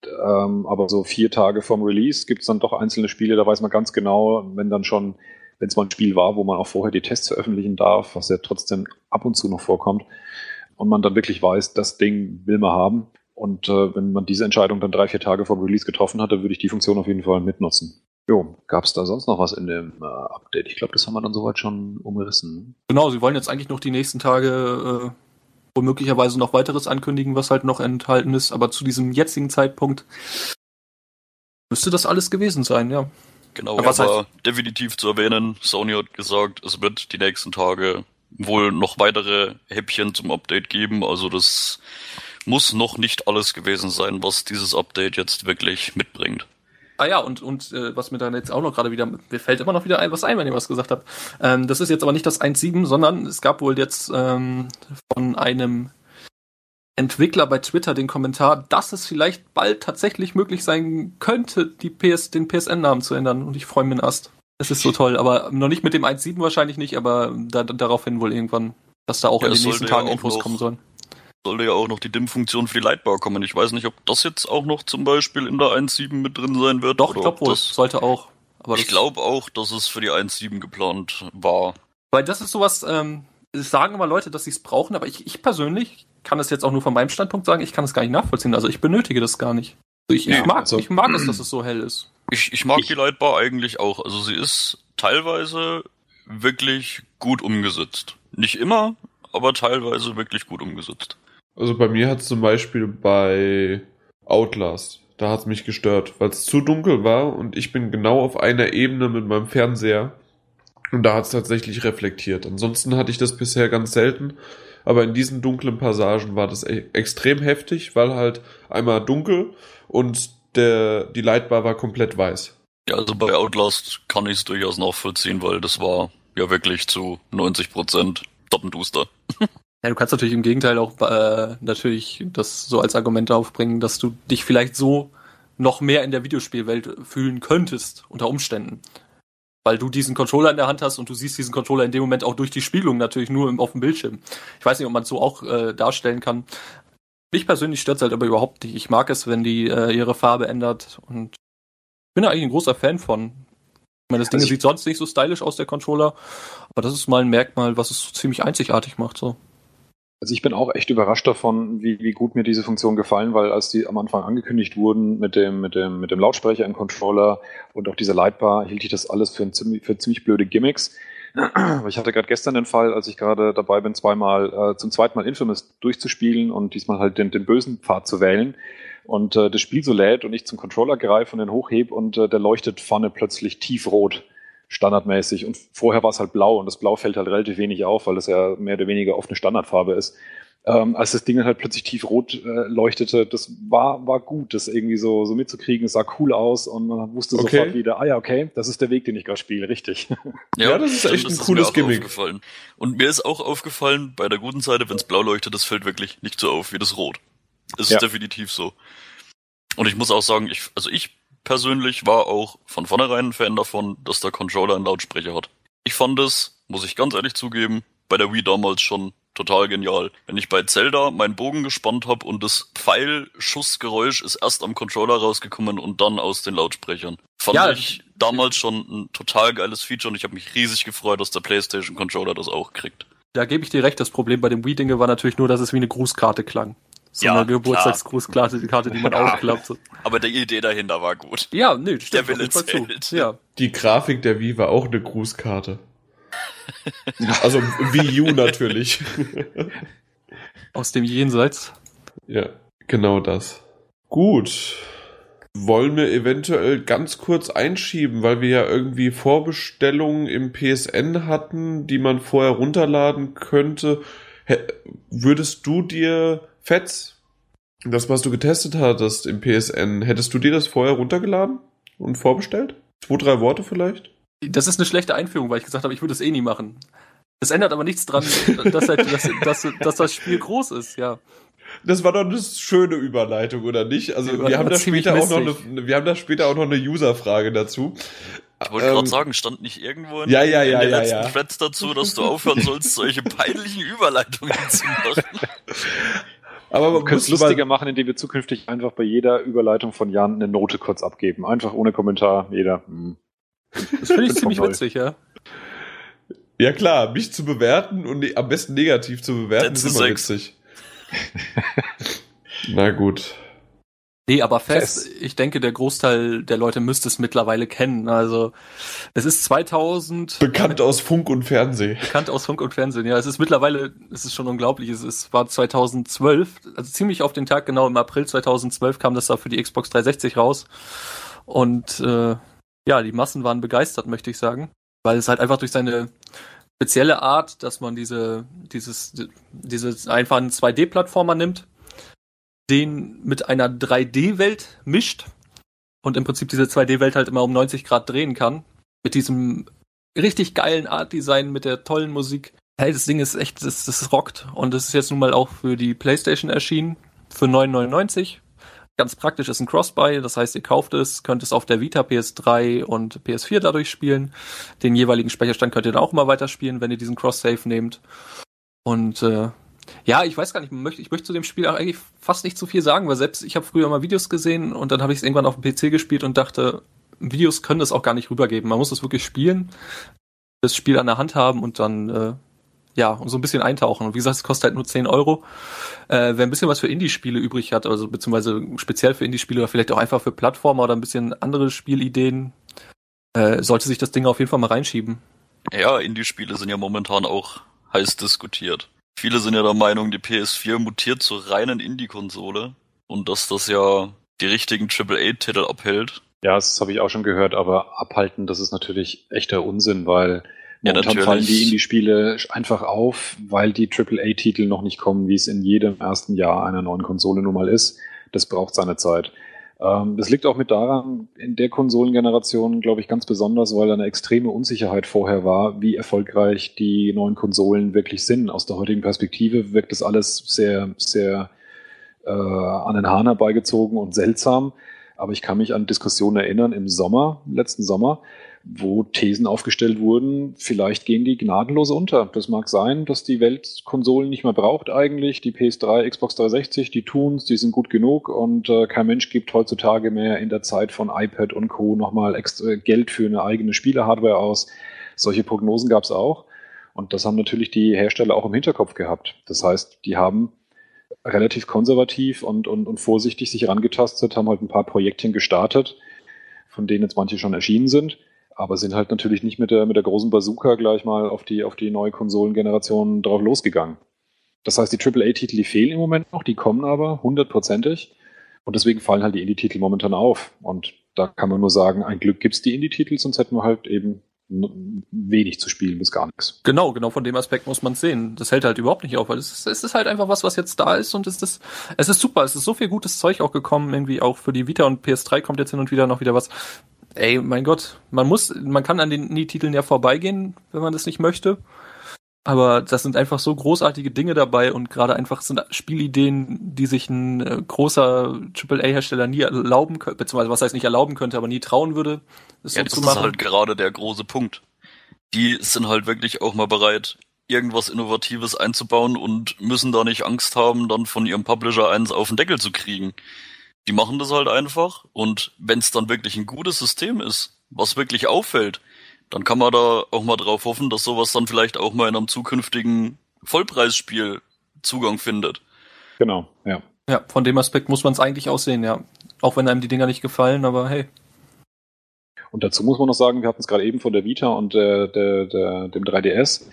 aber so 4 Tage vorm Release gibt es dann doch einzelne Spiele, da weiß man ganz genau, wenn es mal ein Spiel war, wo man auch vorher die Tests veröffentlichen darf, was ja trotzdem ab und zu noch vorkommt, und man dann wirklich weiß, das Ding will man haben. Und wenn man diese Entscheidung dann 3-4 Tage vor Release getroffen hat, dann würde ich die Funktion auf jeden Fall mitnutzen. Jo, gab es da sonst noch was in dem Update? Ich glaube, das haben wir dann soweit schon umrissen. Genau, sie wollen jetzt eigentlich noch die nächsten Tage wohl möglicherweise noch weiteres ankündigen, was halt noch enthalten ist, aber zu diesem jetzigen Zeitpunkt müsste das alles gewesen sein, ja. Genau, aber definitiv zu erwähnen, Sony hat gesagt, es wird die nächsten Tage wohl noch weitere Häppchen zum Update geben, also das muss noch nicht alles gewesen sein, was dieses Update jetzt wirklich mitbringt. Ah ja, und was mir dann jetzt auch noch gerade wieder, mir fällt immer noch wieder was ein, wenn ihr was gesagt habt. Das ist jetzt aber nicht das 1.7, sondern es gab wohl jetzt von einem Entwickler bei Twitter den Kommentar, dass es vielleicht bald tatsächlich möglich sein könnte, den PSN-Namen zu ändern. Und ich freue mich einen Ast. Es ist so toll, aber noch nicht mit dem 1.7 wahrscheinlich nicht, aber daraufhin wohl irgendwann, dass da auch in den nächsten Tagen Infos kommen sollen. Sollte ja auch noch die DIM-Funktion für die Lightbar kommen. Ich weiß nicht, ob das jetzt auch noch zum Beispiel in der 1.7 mit drin sein wird. Doch, ich glaube wohl, sollte auch. Aber ich glaube auch, dass es für die 1.7 geplant war. Weil das ist sowas, es sagen immer Leute, dass sie es brauchen, aber ich persönlich kann es jetzt auch nur von meinem Standpunkt sagen, ich kann es gar nicht nachvollziehen. Also ich benötige das gar nicht. Ich mag es, dass es so hell ist. Ich mag die Lightbar eigentlich auch. Also sie ist teilweise wirklich gut umgesetzt. Nicht immer, aber teilweise wirklich gut umgesetzt. Also bei mir hat es zum Beispiel bei Outlast, da hat es mich gestört, weil es zu dunkel war und ich bin genau auf einer Ebene mit meinem Fernseher und da hat es tatsächlich reflektiert. Ansonsten hatte ich das bisher ganz selten, aber in diesen dunklen Passagen war das extrem heftig, weil halt einmal dunkel und die Lightbar war komplett weiß. Ja, also bei Outlast kann ich es durchaus nachvollziehen, weil das war ja wirklich zu 90% doppenduster. Ja, du kannst natürlich im Gegenteil auch natürlich das so als Argument aufbringen, dass du dich vielleicht so noch mehr in der Videospielwelt fühlen könntest, unter Umständen. Weil du diesen Controller in der Hand hast und du siehst diesen Controller in dem Moment auch durch die Spiegelung natürlich nur auf dem Bildschirm. Ich weiß nicht, ob man es so auch darstellen kann. Mich persönlich stört es halt aber überhaupt nicht. Ich mag es, wenn die ihre Farbe ändert und ich bin da eigentlich ein großer Fan von. Ich meine, das Ding sieht sonst nicht so stylisch aus, der Controller, aber das ist mal ein Merkmal, was es so ziemlich einzigartig macht, so. Also ich bin auch echt überrascht davon, wie gut mir diese Funktion gefallen, weil als die am Anfang angekündigt wurden mit dem Lautsprecher im Controller und auch dieser Lightbar, hielt ich das alles für ziemlich blöde Gimmicks. Ich hatte gerade gestern den Fall, als ich gerade dabei bin, zum zweiten Mal Infamous durchzuspielen und diesmal halt den bösen Pfad zu wählen und das Spiel so lädt und ich zum Controller greife und den hochhebe und der leuchtet vorne plötzlich tiefrot. Standardmäßig. Und vorher war es halt blau und das Blau fällt halt relativ wenig auf, weil das ja mehr oder weniger oft eine Standardfarbe ist. Als das Ding dann halt plötzlich tiefrot leuchtete, das war gut, das irgendwie so mitzukriegen. Es sah cool aus und man wusste sofort wieder, okay, das ist der Weg, den ich gerade spiele, richtig. Ja, das ist echt ein cooles Gimmick. Aufgefallen. Und mir ist auch aufgefallen, bei der guten Seite, wenn es blau leuchtet, das fällt wirklich nicht so auf wie das Rot. Es ist definitiv so. Und ich muss auch sagen, ich persönlich war auch von vornherein ein Fan davon, dass der Controller einen Lautsprecher hat. Ich fand es, muss ich ganz ehrlich zugeben, bei der Wii damals schon total genial. Wenn ich bei Zelda meinen Bogen gespannt habe und das Pfeilschussgeräusch ist erst am Controller rausgekommen und dann aus den Lautsprechern. Fand ich damals schon ein total geiles Feature und ich habe mich riesig gefreut, dass der PlayStation Controller das auch kriegt. Da gebe ich dir recht, das Problem bei dem Wii-Dinge war natürlich nur, dass es wie eine Grußkarte klang. So eine Geburtstagsgrußkarte, die man aufklappt. Aber die Idee dahinter war gut. Ja, nee, stimmt. Der Wille zählt. Ja. Die Grafik der Wii war auch eine Grußkarte. Also Wii U natürlich. Aus dem Jenseits. Ja, genau das. Gut. Wollen wir eventuell ganz kurz einschieben, weil wir ja irgendwie Vorbestellungen im PSN hatten, die man vorher runterladen könnte. Würdest du dir Fetz, das, was du getestet hattest im PSN, hättest du dir das vorher runtergeladen und vorbestellt? 2-3 Worte vielleicht? Das ist eine schlechte Einführung, weil ich gesagt habe, ich würde es eh nie machen. Das ändert aber nichts dran, dass das Spiel groß ist, ja. Das war doch eine schöne Überleitung, oder nicht? Also wir haben da später auch noch eine User-Frage dazu. Ich wollte gerade sagen, stand nicht irgendwo in den letzten Threads dazu, dass du aufhören sollst, solche peinlichen Überleitungen zu machen. Aber wir können es lustiger machen, indem wir zukünftig einfach bei jeder Überleitung von Jan eine Note kurz abgeben. Einfach ohne Kommentar, jeder. Das finde ich ziemlich witzig, ja. Ja klar, mich zu bewerten und am besten negativ zu bewerten, ist immer witzig. Na gut. Nee, aber fest, ich denke, der Großteil der Leute müsste es mittlerweile kennen. Also, es ist 2000... Bekannt aus Funk und Fernsehen. Bekannt aus Funk und Fernsehen, ja. Es ist schon unglaublich. Es war 2012, also ziemlich auf den Tag genau, im April 2012 kam das da für die Xbox 360 raus. Und die Massen waren begeistert, möchte ich sagen. Weil es halt einfach durch seine spezielle Art, dass man diese einfachen 2D-Plattformer nimmt, den mit einer 3D-Welt mischt und im Prinzip diese 2D-Welt halt immer um 90 Grad drehen kann. Mit diesem richtig geilen Art-Design, mit der tollen Musik. Hey, das Ding ist echt, das rockt. Und es ist jetzt nun mal auch für die PlayStation erschienen. Für 9,99. Ganz praktisch ist ein Cross-Buy. Das heißt, ihr kauft es, könnt es auf der Vita, PS3 und PS4 dadurch spielen. Den jeweiligen Speicherstand könnt ihr dann auch immer weiterspielen, wenn ihr diesen Cross-Save nehmt. Und ja, ich weiß gar nicht, ich möchte zu dem Spiel eigentlich fast nicht zu viel sagen, weil selbst ich habe früher mal Videos gesehen und dann habe ich es irgendwann auf dem PC gespielt und dachte, Videos können das auch gar nicht rübergeben. Man muss es wirklich spielen, das Spiel an der Hand haben und dann und so ein bisschen eintauchen. Und wie gesagt, es kostet halt nur 10 Euro. Wer ein bisschen was für Indie-Spiele übrig hat, also beziehungsweise speziell für Indie-Spiele oder vielleicht auch einfach für Plattformer oder ein bisschen andere Spielideen, sollte sich das Ding auf jeden Fall mal reinschieben. Ja, Indie-Spiele sind ja momentan auch heiß diskutiert. Viele sind ja der Meinung, die PS4 mutiert zur reinen Indie-Konsole und dass das ja die richtigen AAA-Titel abhält. Ja, das habe ich auch schon gehört, aber abhalten, das ist natürlich echter Unsinn, weil momentan fallen die Indie-Spiele einfach auf, weil die AAA-Titel noch nicht kommen, wie es in jedem ersten Jahr einer neuen Konsole nun mal ist. Das braucht seine Zeit. Das liegt auch mit daran, in der Konsolengeneration, glaube ich, ganz besonders, weil da eine extreme Unsicherheit vorher war, wie erfolgreich die neuen Konsolen wirklich sind. Aus der heutigen Perspektive wirkt das alles sehr, sehr an den Haaren herbeigezogen und seltsam. Aber ich kann mich an Diskussionen erinnern im letzten Sommer, wo Thesen aufgestellt wurden, vielleicht gehen die gnadenlos unter. Das mag sein, dass die Welt Konsolen nicht mehr braucht eigentlich. Die PS3, Xbox 360, die tun's, die sind gut genug und kein Mensch gibt heutzutage mehr in der Zeit von iPad und Co. nochmal extra Geld für eine eigene Spielehardware aus. Solche Prognosen gab's auch. Und das haben natürlich die Hersteller auch im Hinterkopf gehabt. Das heißt, die haben relativ konservativ und vorsichtig sich herangetastet, haben halt ein paar Projektchen gestartet, von denen jetzt manche schon erschienen sind. Aber sind halt natürlich nicht mit der großen Bazooka gleich mal auf die neue Konsolengeneration drauf losgegangen. Das heißt, die AAA-Titel, die fehlen im Moment noch, die kommen aber 100%ig. Und deswegen fallen halt die Indie-Titel momentan auf. Und da kann man nur sagen, ein Glück gibt's die Indie-Titel, sonst hätten wir halt eben wenig zu spielen, bis gar nichts. Genau von dem Aspekt muss man es sehen. Das hält halt überhaupt nicht auf, weil es ist halt einfach was jetzt da ist und es ist super. Es ist so viel gutes Zeug auch gekommen, irgendwie auch für die Vita und PS3 kommt jetzt hin und wieder noch wieder was. Ey, mein Gott, man kann an den Indie-Titeln ja vorbeigehen, wenn man das nicht möchte. Aber das sind einfach so großartige Dinge dabei und gerade einfach sind Spielideen, die sich ein großer AAA-Hersteller nie erlauben könnte, beziehungsweise was heißt nicht erlauben könnte, aber nie trauen würde, das so zu machen. Das ist halt gerade der große Punkt. Die sind halt wirklich auch mal bereit, irgendwas Innovatives einzubauen und müssen da nicht Angst haben, dann von ihrem Publisher eins auf den Deckel zu kriegen. Die machen das halt einfach und wenn es dann wirklich ein gutes System ist, was wirklich auffällt, dann kann man da auch mal drauf hoffen, dass sowas dann vielleicht auch mal in einem zukünftigen Vollpreisspiel Zugang findet. Genau, ja. Ja, von dem Aspekt muss man es eigentlich aussehen, ja. Auch wenn einem die Dinger nicht gefallen, aber hey. Und dazu muss man noch sagen, wir hatten es gerade eben von der Vita und dem 3DS.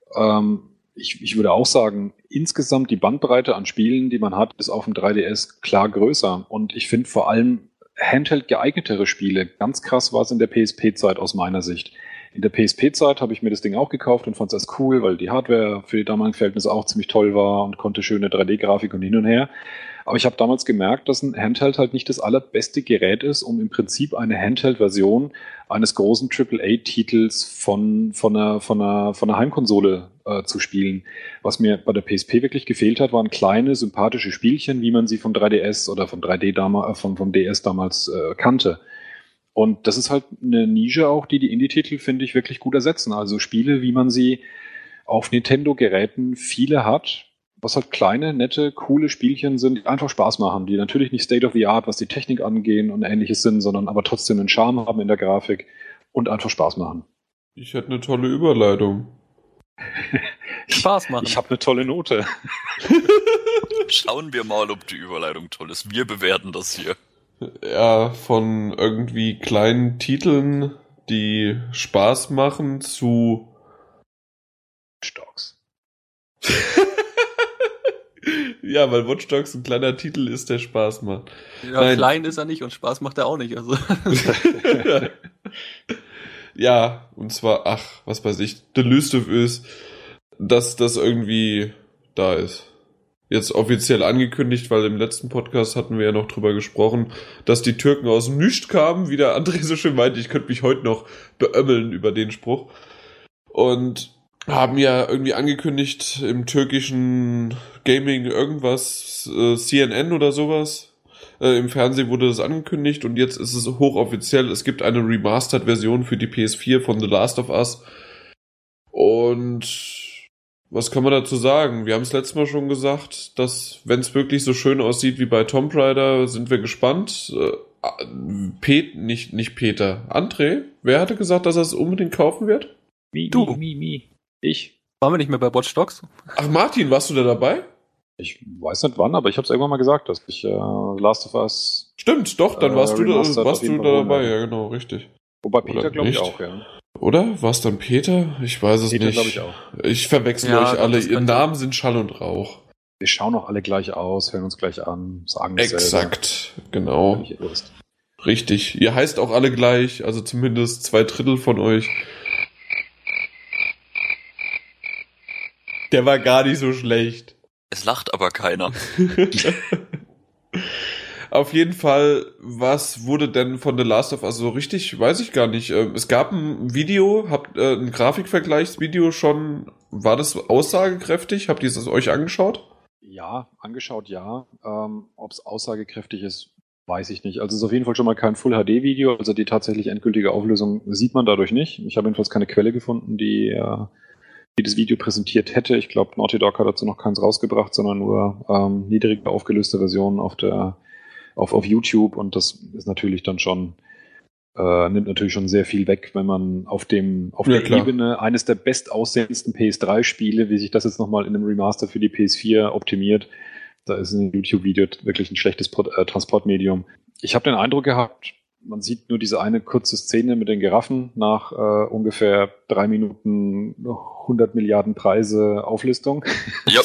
Ich würde auch sagen, insgesamt die Bandbreite an Spielen, die man hat, ist auf dem 3DS klar größer. Und ich finde vor allem Handheld geeignetere Spiele. Ganz krass war es in der PSP-Zeit aus meiner Sicht. In der PSP-Zeit habe ich mir das Ding auch gekauft und fand es erst cool, weil die Hardware für die damaligen Verhältnisse auch ziemlich toll war und konnte schöne 3D-Grafik und hin und her. Aber ich habe damals gemerkt, dass ein Handheld halt nicht das allerbeste Gerät ist, um im Prinzip eine Handheld-Version eines großen AAA-Titels von einer Heimkonsole zu spielen. Was mir bei der PSP wirklich gefehlt hat, waren kleine, sympathische Spielchen, wie man sie vom 3DS oder vom 3D vom DS damals kannte. Und das ist halt eine Nische auch, die Indie-Titel, finde ich, wirklich gut ersetzen. Also Spiele, wie man sie auf Nintendo-Geräten viele hat, was halt kleine, nette, coole Spielchen sind, die einfach Spaß machen, die natürlich nicht State of the Art, was die Technik angehen und ähnliches sind, sondern aber trotzdem einen Charme haben in der Grafik und einfach Spaß machen. Ich hätte eine tolle Überleitung. Spaß machen. Ich habe eine tolle Note. Schauen wir mal, ob die Überleitung toll ist. Wir bewerten das hier. Ja, von irgendwie kleinen Titeln, die Spaß machen, zu Watch Dogs. Ja, weil Watch Dogs ein kleiner Titel ist, der Spaß macht. Ja, nein. Klein ist er nicht und Spaß macht er auch nicht. Also. Ja, und zwar, was weiß ich, The Last of Us, dass das irgendwie da ist. jetzt offiziell angekündigt, weil im letzten Podcast hatten wir ja noch drüber gesprochen, dass die Türken aus dem Nichts kamen, wie der André so schön meinte, ich könnte mich heute noch beömmeln über den Spruch. Und haben ja irgendwie angekündigt im türkischen Gaming irgendwas, CNN oder sowas. Im Fernsehen wurde das angekündigt und jetzt ist es hochoffiziell. Es gibt eine Remastered-Version für die PS4 von The Last of Us. Und was kann man dazu sagen? Wir haben es letztes Mal schon gesagt, dass, wenn es wirklich so schön aussieht wie bei Tomb Raider, sind wir gespannt. Nicht Peter. André, wer hatte gesagt, dass er es unbedingt kaufen wird? Du. Ich. Waren wir nicht mehr bei Watch Dogs? Ach, Martin, warst du da dabei? Ich weiß nicht wann, aber ich habe es irgendwann mal gesagt, dass ich Last of Us... Stimmt, doch, dann warst du da dabei, ja. Ja, genau, richtig. Wobei Peter, glaube ich, auch, ja. Oder? War es dann Peter? Ich weiß es Peter, nicht. glaube ich auch. Ich verwechsel euch alle. Ihr Namen sind Schall und Rauch. Wir schauen auch alle gleich aus, hören uns gleich an, sagen es Exakt, genau. Völlig Wurst. Richtig. Ihr heißt auch alle gleich, also zumindest 2/3 von euch. Der war gar nicht so schlecht. Es lacht aber keiner. Auf jeden Fall, was wurde denn von The Last of Us so richtig? Weiß ich gar nicht. Es gab ein Video, ein Grafikvergleichsvideo schon. War das aussagekräftig? Habt ihr es euch angeschaut? Ja, angeschaut, ja. Ob es aussagekräftig ist, weiß ich nicht. Also es ist auf jeden Fall schon mal kein Full-HD-Video. Also die tatsächlich endgültige Auflösung sieht man dadurch nicht. Ich habe jedenfalls keine Quelle gefunden, die das Video präsentiert hätte. Ich glaube, Naughty Dog hat dazu noch keins rausgebracht, sondern nur niedrig aufgelöste Versionen auf YouTube, und das ist natürlich dann schon, nimmt natürlich schon sehr viel weg, wenn man auf der Ebene eines der bestaussehendsten PS3-Spiele, wie sich das jetzt nochmal in einem Remaster für die PS4 optimiert, da ist ein YouTube-Video wirklich ein schlechtes Transportmedium. Ich habe den Eindruck gehabt, man sieht nur diese eine kurze Szene mit den Giraffen nach ungefähr 3 Minuten 100 Milliarden Preise Auflistung. Ja.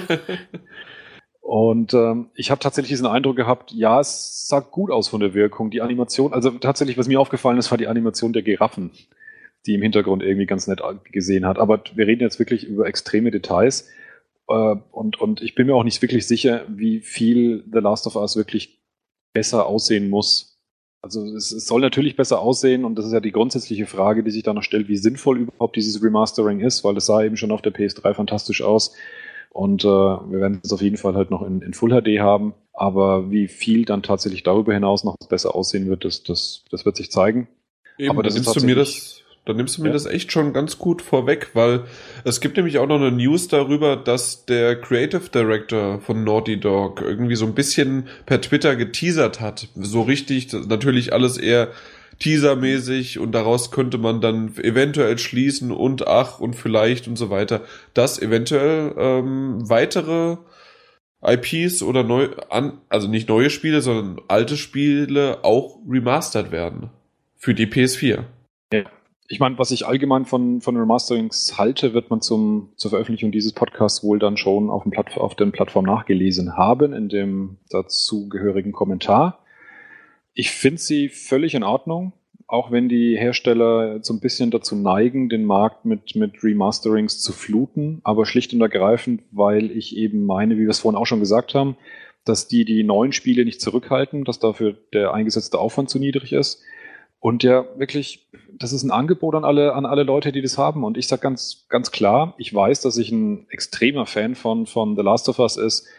Und ich habe tatsächlich diesen Eindruck gehabt, ja, es sah gut aus von der Wirkung. Die Animation, also tatsächlich, was mir aufgefallen ist, war die Animation der Giraffen, die im Hintergrund irgendwie ganz nett gesehen hat. Aber wir reden jetzt wirklich über extreme Details. Und ich bin mir auch nicht wirklich sicher, wie viel The Last of Us wirklich besser aussehen muss. Also es soll natürlich besser aussehen, und das ist ja die grundsätzliche Frage, die sich da noch stellt, wie sinnvoll überhaupt dieses Remastering ist, weil es sah eben schon auf der PS3 fantastisch aus. Und wir werden es auf jeden Fall halt noch in Full HD haben. Aber wie viel dann tatsächlich darüber hinaus noch besser aussehen wird, das wird sich zeigen. Eben, aber dann nimmst du mir das echt schon ganz gut vorweg, weil es gibt nämlich auch noch eine News darüber, dass der Creative Director von Naughty Dog irgendwie so ein bisschen per Twitter geteasert hat. So richtig, natürlich alles eher teasermäßig, und daraus könnte man dann eventuell schließen und vielleicht und so weiter, dass eventuell weitere IPs oder also nicht neue Spiele, sondern alte Spiele auch remastert werden für die PS4. Ja. Ich meine, was ich allgemein von Remasterings halte, wird man zur Veröffentlichung dieses Podcasts wohl dann schon auf den Plattformen nachgelesen haben, in dem dazugehörigen Kommentar. Ich finde sie völlig in Ordnung, auch wenn die Hersteller so ein bisschen dazu neigen, den Markt mit Remasterings zu fluten, aber schlicht und ergreifend, weil ich eben meine, wie wir es vorhin auch schon gesagt haben, dass die neuen Spiele nicht zurückhalten, dass dafür der eingesetzte Aufwand zu niedrig ist. Und ja, wirklich, das ist ein Angebot an alle Leute, die das haben. Und ich sage ganz klar, ich weiß, dass ich ein extremer Fan von The Last of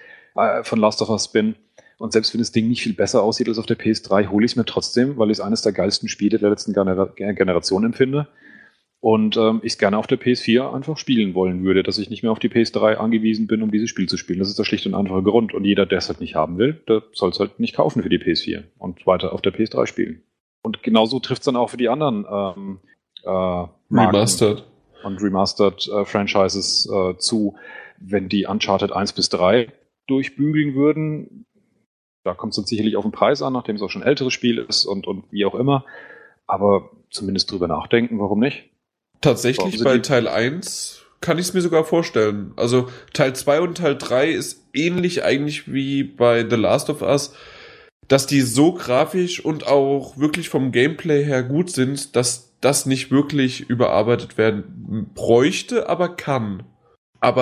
Us bin. Und selbst wenn das Ding nicht viel besser aussieht als auf der PS3, hole ich es mir trotzdem, weil ich es eines der geilsten Spiele der letzten Generation empfinde. Und ich es gerne auf der PS4 einfach spielen wollen würde, dass ich nicht mehr auf die PS3 angewiesen bin, um dieses Spiel zu spielen. Das ist der schlicht und einfache Grund. Und jeder, der es halt nicht haben will, der soll es halt nicht kaufen für die PS4 und weiter auf der PS3 spielen. Und genauso trifft es dann auch für die anderen Remastered und Remastered Franchises zu. Wenn die Uncharted 1 bis 3 durchbügeln würden, da kommt es dann sicherlich auf den Preis an, nachdem es auch schon ein älteres Spiel ist und wie auch immer. Aber zumindest drüber nachdenken, warum nicht? Tatsächlich bei Teil 1 kann ich es mir sogar vorstellen. Also Teil 2 und Teil 3 ist ähnlich eigentlich wie bei The Last of Us, dass die so grafisch und auch wirklich vom Gameplay her gut sind, dass das nicht wirklich überarbeitet werden bräuchte, aber kann. Aber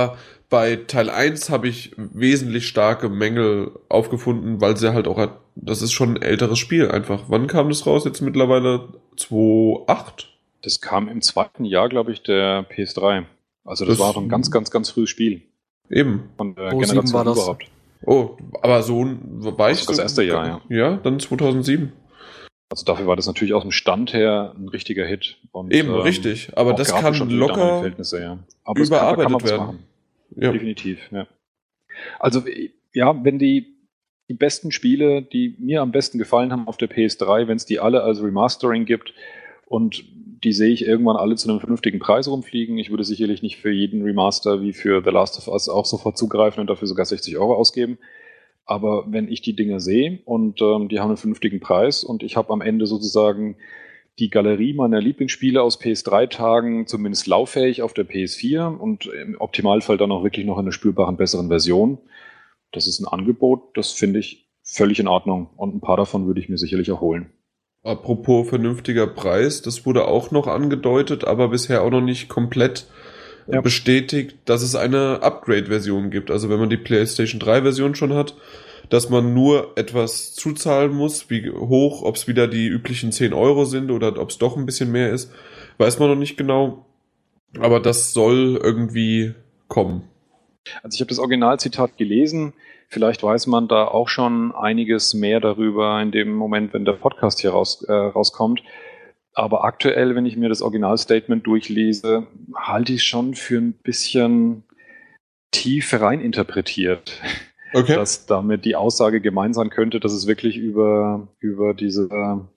Bei Teil 1 habe ich wesentlich starke Mängel aufgefunden, weil sie halt auch, das ist schon ein älteres Spiel einfach. Wann kam das raus? Jetzt mittlerweile 2008? Das kam im zweiten Jahr, glaube ich, der PS3. Also das war doch ein ganz, ganz, ganz frühes Spiel. Eben. Von der 2007 Generation war das. überhaupt. Oh, aber so war ich Also das erste Jahr, ja. Ja, dann 2007. Also dafür war das natürlich aus dem Stand her ein richtiger Hit. Und, Eben, richtig. Aber auch das grafisch kann schon für die damaligen locker Verhältnisse, ja. Aber da überarbeitet kann man was werden. machen. Ja. Definitiv, ja. Also, ja, wenn die besten Spiele, die mir am besten gefallen haben auf der PS3, wenn es die alle als Remastering gibt und die sehe ich irgendwann alle zu einem vernünftigen Preis rumfliegen. Ich würde sicherlich nicht für jeden Remaster wie für The Last of Us auch sofort zugreifen und dafür sogar 60 Euro ausgeben. Aber wenn ich die Dinger sehe und die haben einen vernünftigen Preis und ich habe am Ende sozusagen die Galerie meiner Lieblingsspiele aus PS3-Tagen zumindest lauffähig auf der PS4 und im Optimalfall dann auch wirklich noch in einer spürbaren, besseren Version. Das ist ein Angebot, das finde ich völlig in Ordnung und ein paar davon würde ich mir sicherlich auch holen. Apropos vernünftiger Preis, das wurde auch noch angedeutet, aber bisher auch noch nicht komplett bestätigt, dass es eine Upgrade-Version gibt. Also wenn man die PlayStation 3-Version schon hat, dass man nur etwas zuzahlen muss, wie hoch, ob es wieder die üblichen 10 Euro sind oder ob es doch ein bisschen mehr ist, weiß man noch nicht genau. Aber das soll irgendwie kommen. Also ich habe das Originalzitat gelesen. Vielleicht weiß man da auch schon einiges mehr darüber in dem Moment, wenn der Podcast hier rauskommt. Aber aktuell, wenn ich mir das Originalstatement durchlese, halte ich schon für ein bisschen tief reininterpretiert. Okay. Dass damit die Aussage gemeint sein könnte, dass es wirklich über dieses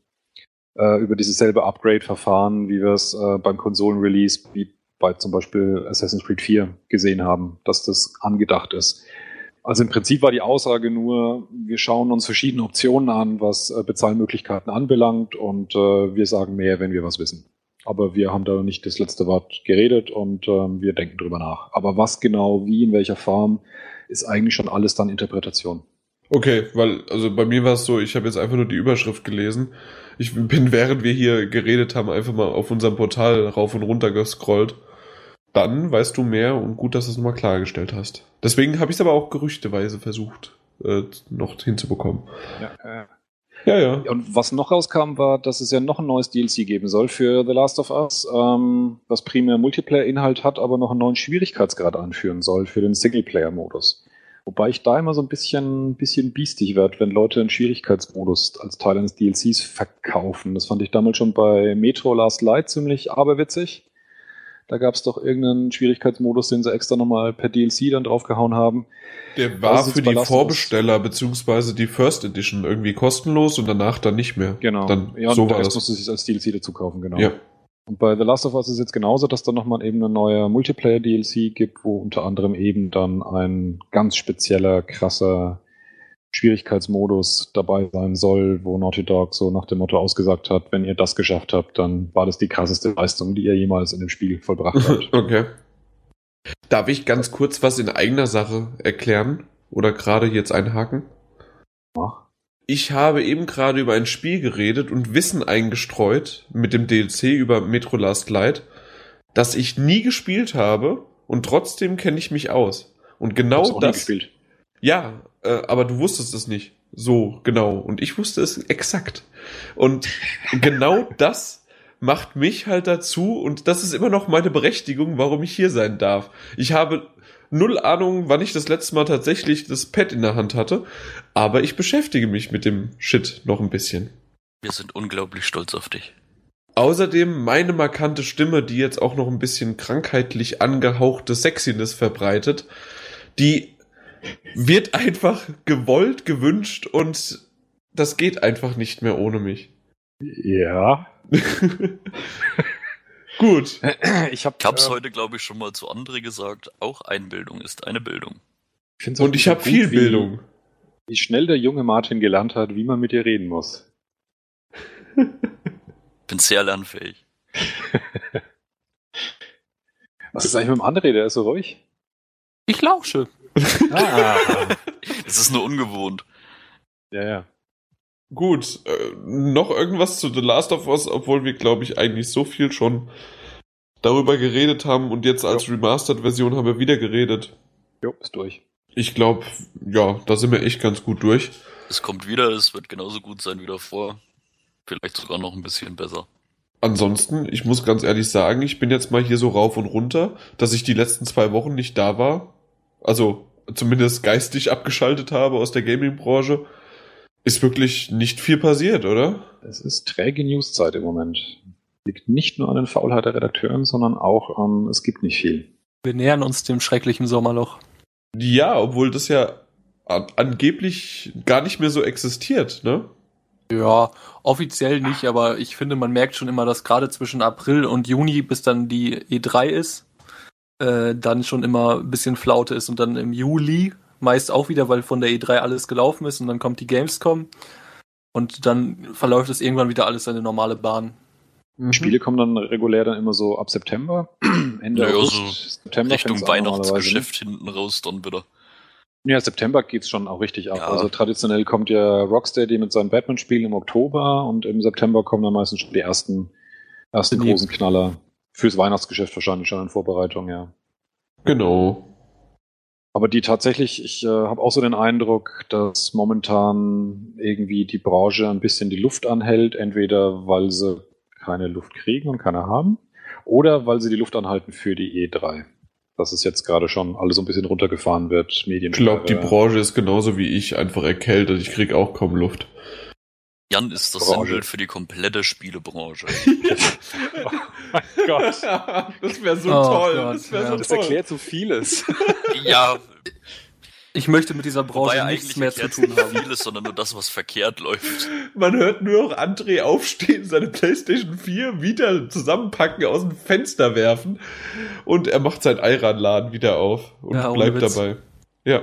selbe Upgrade-Verfahren, wie wir es beim Konsolen-Release, wie bei zum Beispiel Assassin's Creed 4 gesehen haben, dass das angedacht ist. Also im Prinzip war die Aussage nur, wir schauen uns verschiedene Optionen an, was Bezahlmöglichkeiten anbelangt und wir sagen mehr, wenn wir was wissen. Aber wir haben da nicht das letzte Wort geredet und wir denken drüber nach. Aber was genau, wie, in welcher Form, ist eigentlich schon alles dann Interpretation. Okay, weil, also bei mir war es so, ich habe jetzt einfach nur die Überschrift gelesen. Ich bin, während wir hier geredet haben, einfach mal auf unserem Portal rauf und runter gescrollt. Dann weißt du mehr und gut, dass du es nochmal klargestellt hast. Deswegen habe ich es aber auch gerüchteweise versucht, noch hinzubekommen. Ja. Und was noch rauskam, war, dass es ja noch ein neues DLC geben soll für The Last of Us, was primär Multiplayer-Inhalt hat, aber noch einen neuen Schwierigkeitsgrad anführen soll für den Singleplayer-Modus. Wobei ich da immer so ein bisschen biestig werde, wenn Leute einen Schwierigkeitsmodus als Teil eines DLCs verkaufen. Das fand ich damals schon bei Metro Last Light ziemlich aberwitzig. Da gab es doch irgendeinen Schwierigkeitsmodus, den sie extra nochmal per DLC dann draufgehauen haben. Der war für die Vorbesteller beziehungsweise die First Edition irgendwie kostenlos und danach dann nicht mehr. Genau. Dann, ja, so und war der das. Rest musste sich als DLC dazu kaufen, genau. Ja. Und bei The Last of Us ist jetzt genauso, dass da nochmal eben ein neuer Multiplayer-DLC gibt, wo unter anderem eben dann ein ganz spezieller, krasser Schwierigkeitsmodus dabei sein soll, wo Naughty Dog so nach dem Motto ausgesagt hat, wenn ihr das geschafft habt, dann war das die krasseste Leistung, die ihr jemals in dem Spiel vollbracht habt. Okay. Darf ich ganz kurz was in eigener Sache erklären? Oder gerade jetzt einhaken? Ach. Ich habe eben gerade über ein Spiel geredet und Wissen eingestreut mit dem DLC über Metro Last Light, das ich nie gespielt habe und trotzdem kenne ich mich aus. Und genau Hab's auch nie gespielt. Ja, aber du wusstest es nicht. So, genau. Und ich wusste es exakt. Und genau das macht mich halt dazu, und das ist immer noch meine Berechtigung, warum ich hier sein darf. Ich habe null Ahnung, wann ich das letzte Mal tatsächlich das Pad in der Hand hatte, aber ich beschäftige mich mit dem Shit noch ein bisschen. Wir sind unglaublich stolz auf dich. Außerdem meine markante Stimme, die jetzt auch noch ein bisschen krankheitlich angehauchte Sexiness verbreitet, die wird einfach gewollt, gewünscht und das geht einfach nicht mehr ohne mich. Ja. Gut. Ich hab's heute, glaube ich, schon mal zu André gesagt, auch Einbildung ist eine Bildung. Und ich habe viel Bildung. Wie schnell der junge Martin gelernt hat, wie man mit dir reden muss. Bin sehr lernfähig. Was ist eigentlich mit dem André? Der ist so ruhig. Ich lausche. Das ist nur ungewohnt. Ja. Gut, noch irgendwas zu The Last of Us, obwohl wir, glaube ich, eigentlich so viel schon darüber geredet haben und jetzt als Remastered-Version haben wir wieder geredet. Jo, ist durch. Ich glaube, ja, da sind wir echt ganz gut durch. Es kommt wieder, es wird genauso gut sein wie davor. Vielleicht sogar noch ein bisschen besser. Ansonsten, ich muss ganz ehrlich sagen, ich bin jetzt mal hier so rauf und runter, dass ich die letzten 2 Wochen nicht da war. Also zumindest geistig abgeschaltet habe aus der Gaming-Branche. Ist wirklich nicht viel passiert, oder? Es ist träge Newszeit im Moment. Liegt nicht nur an den Faulheit der Redakteuren, sondern auch an, es gibt nicht viel. Wir nähern uns dem schrecklichen Sommerloch. Ja, obwohl das ja angeblich gar nicht mehr so existiert, ne? Ja, offiziell nicht, aber ich finde, man merkt schon immer, dass gerade zwischen April und Juni, bis dann die E3 ist, dann schon immer ein bisschen Flaute ist und dann im Juli meist auch wieder, weil von der E3 alles gelaufen ist und dann kommt die Gamescom und dann verläuft es irgendwann wieder alles seine normale Bahn. Spiele kommen dann regulär dann immer so ab September, Ende August, so September Richtung Weihnachtsgeschäft hinten raus dann wieder. Ja, September geht's schon auch richtig ab. Ja. Also traditionell kommt ja Rocksteady mit seinen Batman-Spielen im Oktober und im September kommen dann meistens schon die ersten großen Knaller. Fürs Weihnachtsgeschäft wahrscheinlich schon in Vorbereitung, ja. Genau. Aber die tatsächlich, ich habe auch so den Eindruck, dass momentan irgendwie die Branche ein bisschen die Luft anhält, entweder weil sie keine Luft kriegen und keine haben, oder weil sie die Luft anhalten für die E3. Dass es jetzt gerade schon alles so ein bisschen runtergefahren wird, Medien. Ich glaube, die Branche ist genauso wie ich einfach erkältet. Ich krieg auch kaum Luft. Jan ist das Branche. Sinnbild für die komplette Spielebranche. Oh mein Gott. Das wäre so Oh toll. Gott, Das wäre ja. so Das toll. erklärt so vieles. Ja, Ich möchte mit dieser wobei Branche nichts eigentlich mehr zu erklärt tun nicht haben. vieles, sondern nur das, was verkehrt läuft. Man hört nur noch André aufstehen, seine PlayStation 4 wieder zusammenpacken, aus dem Fenster werfen und er macht seinen Eiranladen wieder auf und Ja, ohne bleibt Witz. dabei. Ja.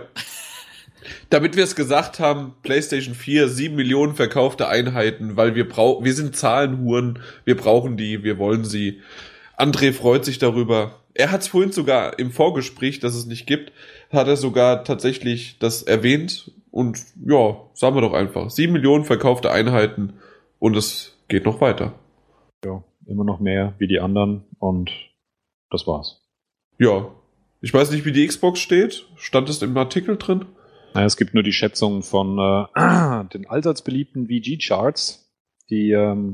Damit wir es gesagt haben, PlayStation 4, 7 Millionen verkaufte Einheiten, weil wir sind Zahlenhuren, wir brauchen die, wir wollen sie. André freut sich darüber. Er hat es vorhin sogar im Vorgespräch, dass es nicht gibt, hat er sogar tatsächlich das erwähnt. Und ja, sagen wir doch einfach, 7 Millionen verkaufte Einheiten und es geht noch weiter. Ja, immer noch mehr wie die anderen und das war's. Ja, ich weiß nicht, wie die Xbox steht. Stand es im Artikel drin? Naja, es gibt nur die Schätzungen von den allseits beliebten VG-Charts, die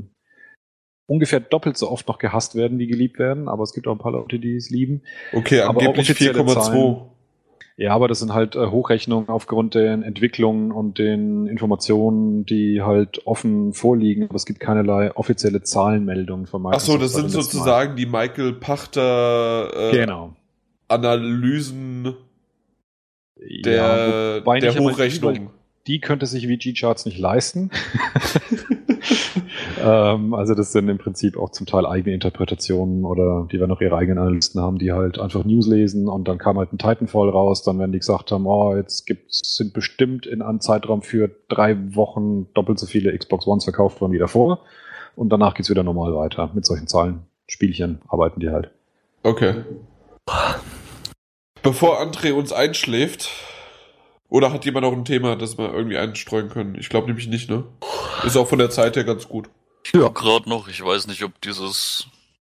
ungefähr doppelt so oft noch gehasst werden, wie geliebt werden, aber es gibt auch ein paar Leute, die es lieben. Okay, Aber angeblich auch offizielle 4,2. Ja, aber das sind halt Hochrechnungen aufgrund der Entwicklungen und den Informationen, die halt offen vorliegen. Aber es gibt keinerlei offizielle Zahlenmeldungen von Ach so, Microsoft. das sind sozusagen die Michael Pachter Genau. Analysen Ja, der wobei nicht einmal Hochrechnung. die könnte sich VG-Charts nicht leisten. Also das sind im Prinzip auch zum Teil eigene Interpretationen oder die werden auch ihre eigenen Analysten haben, die halt einfach News lesen und dann kam halt ein Titanfall raus, dann werden die gesagt haben, oh, jetzt sind bestimmt in einem Zeitraum für 3 Wochen doppelt so viele Xbox Ones verkauft worden wie davor und danach geht's wieder normal weiter. Mit solchen Zahlen, Spielchen arbeiten die halt. Okay. Bevor André uns einschläft, oder hat jemand noch ein Thema, das wir irgendwie einstreuen können? Ich glaube nämlich nicht, ne? Ist auch von der Zeit her ganz gut. Ja. Gerade noch, ich weiß nicht, ob dieses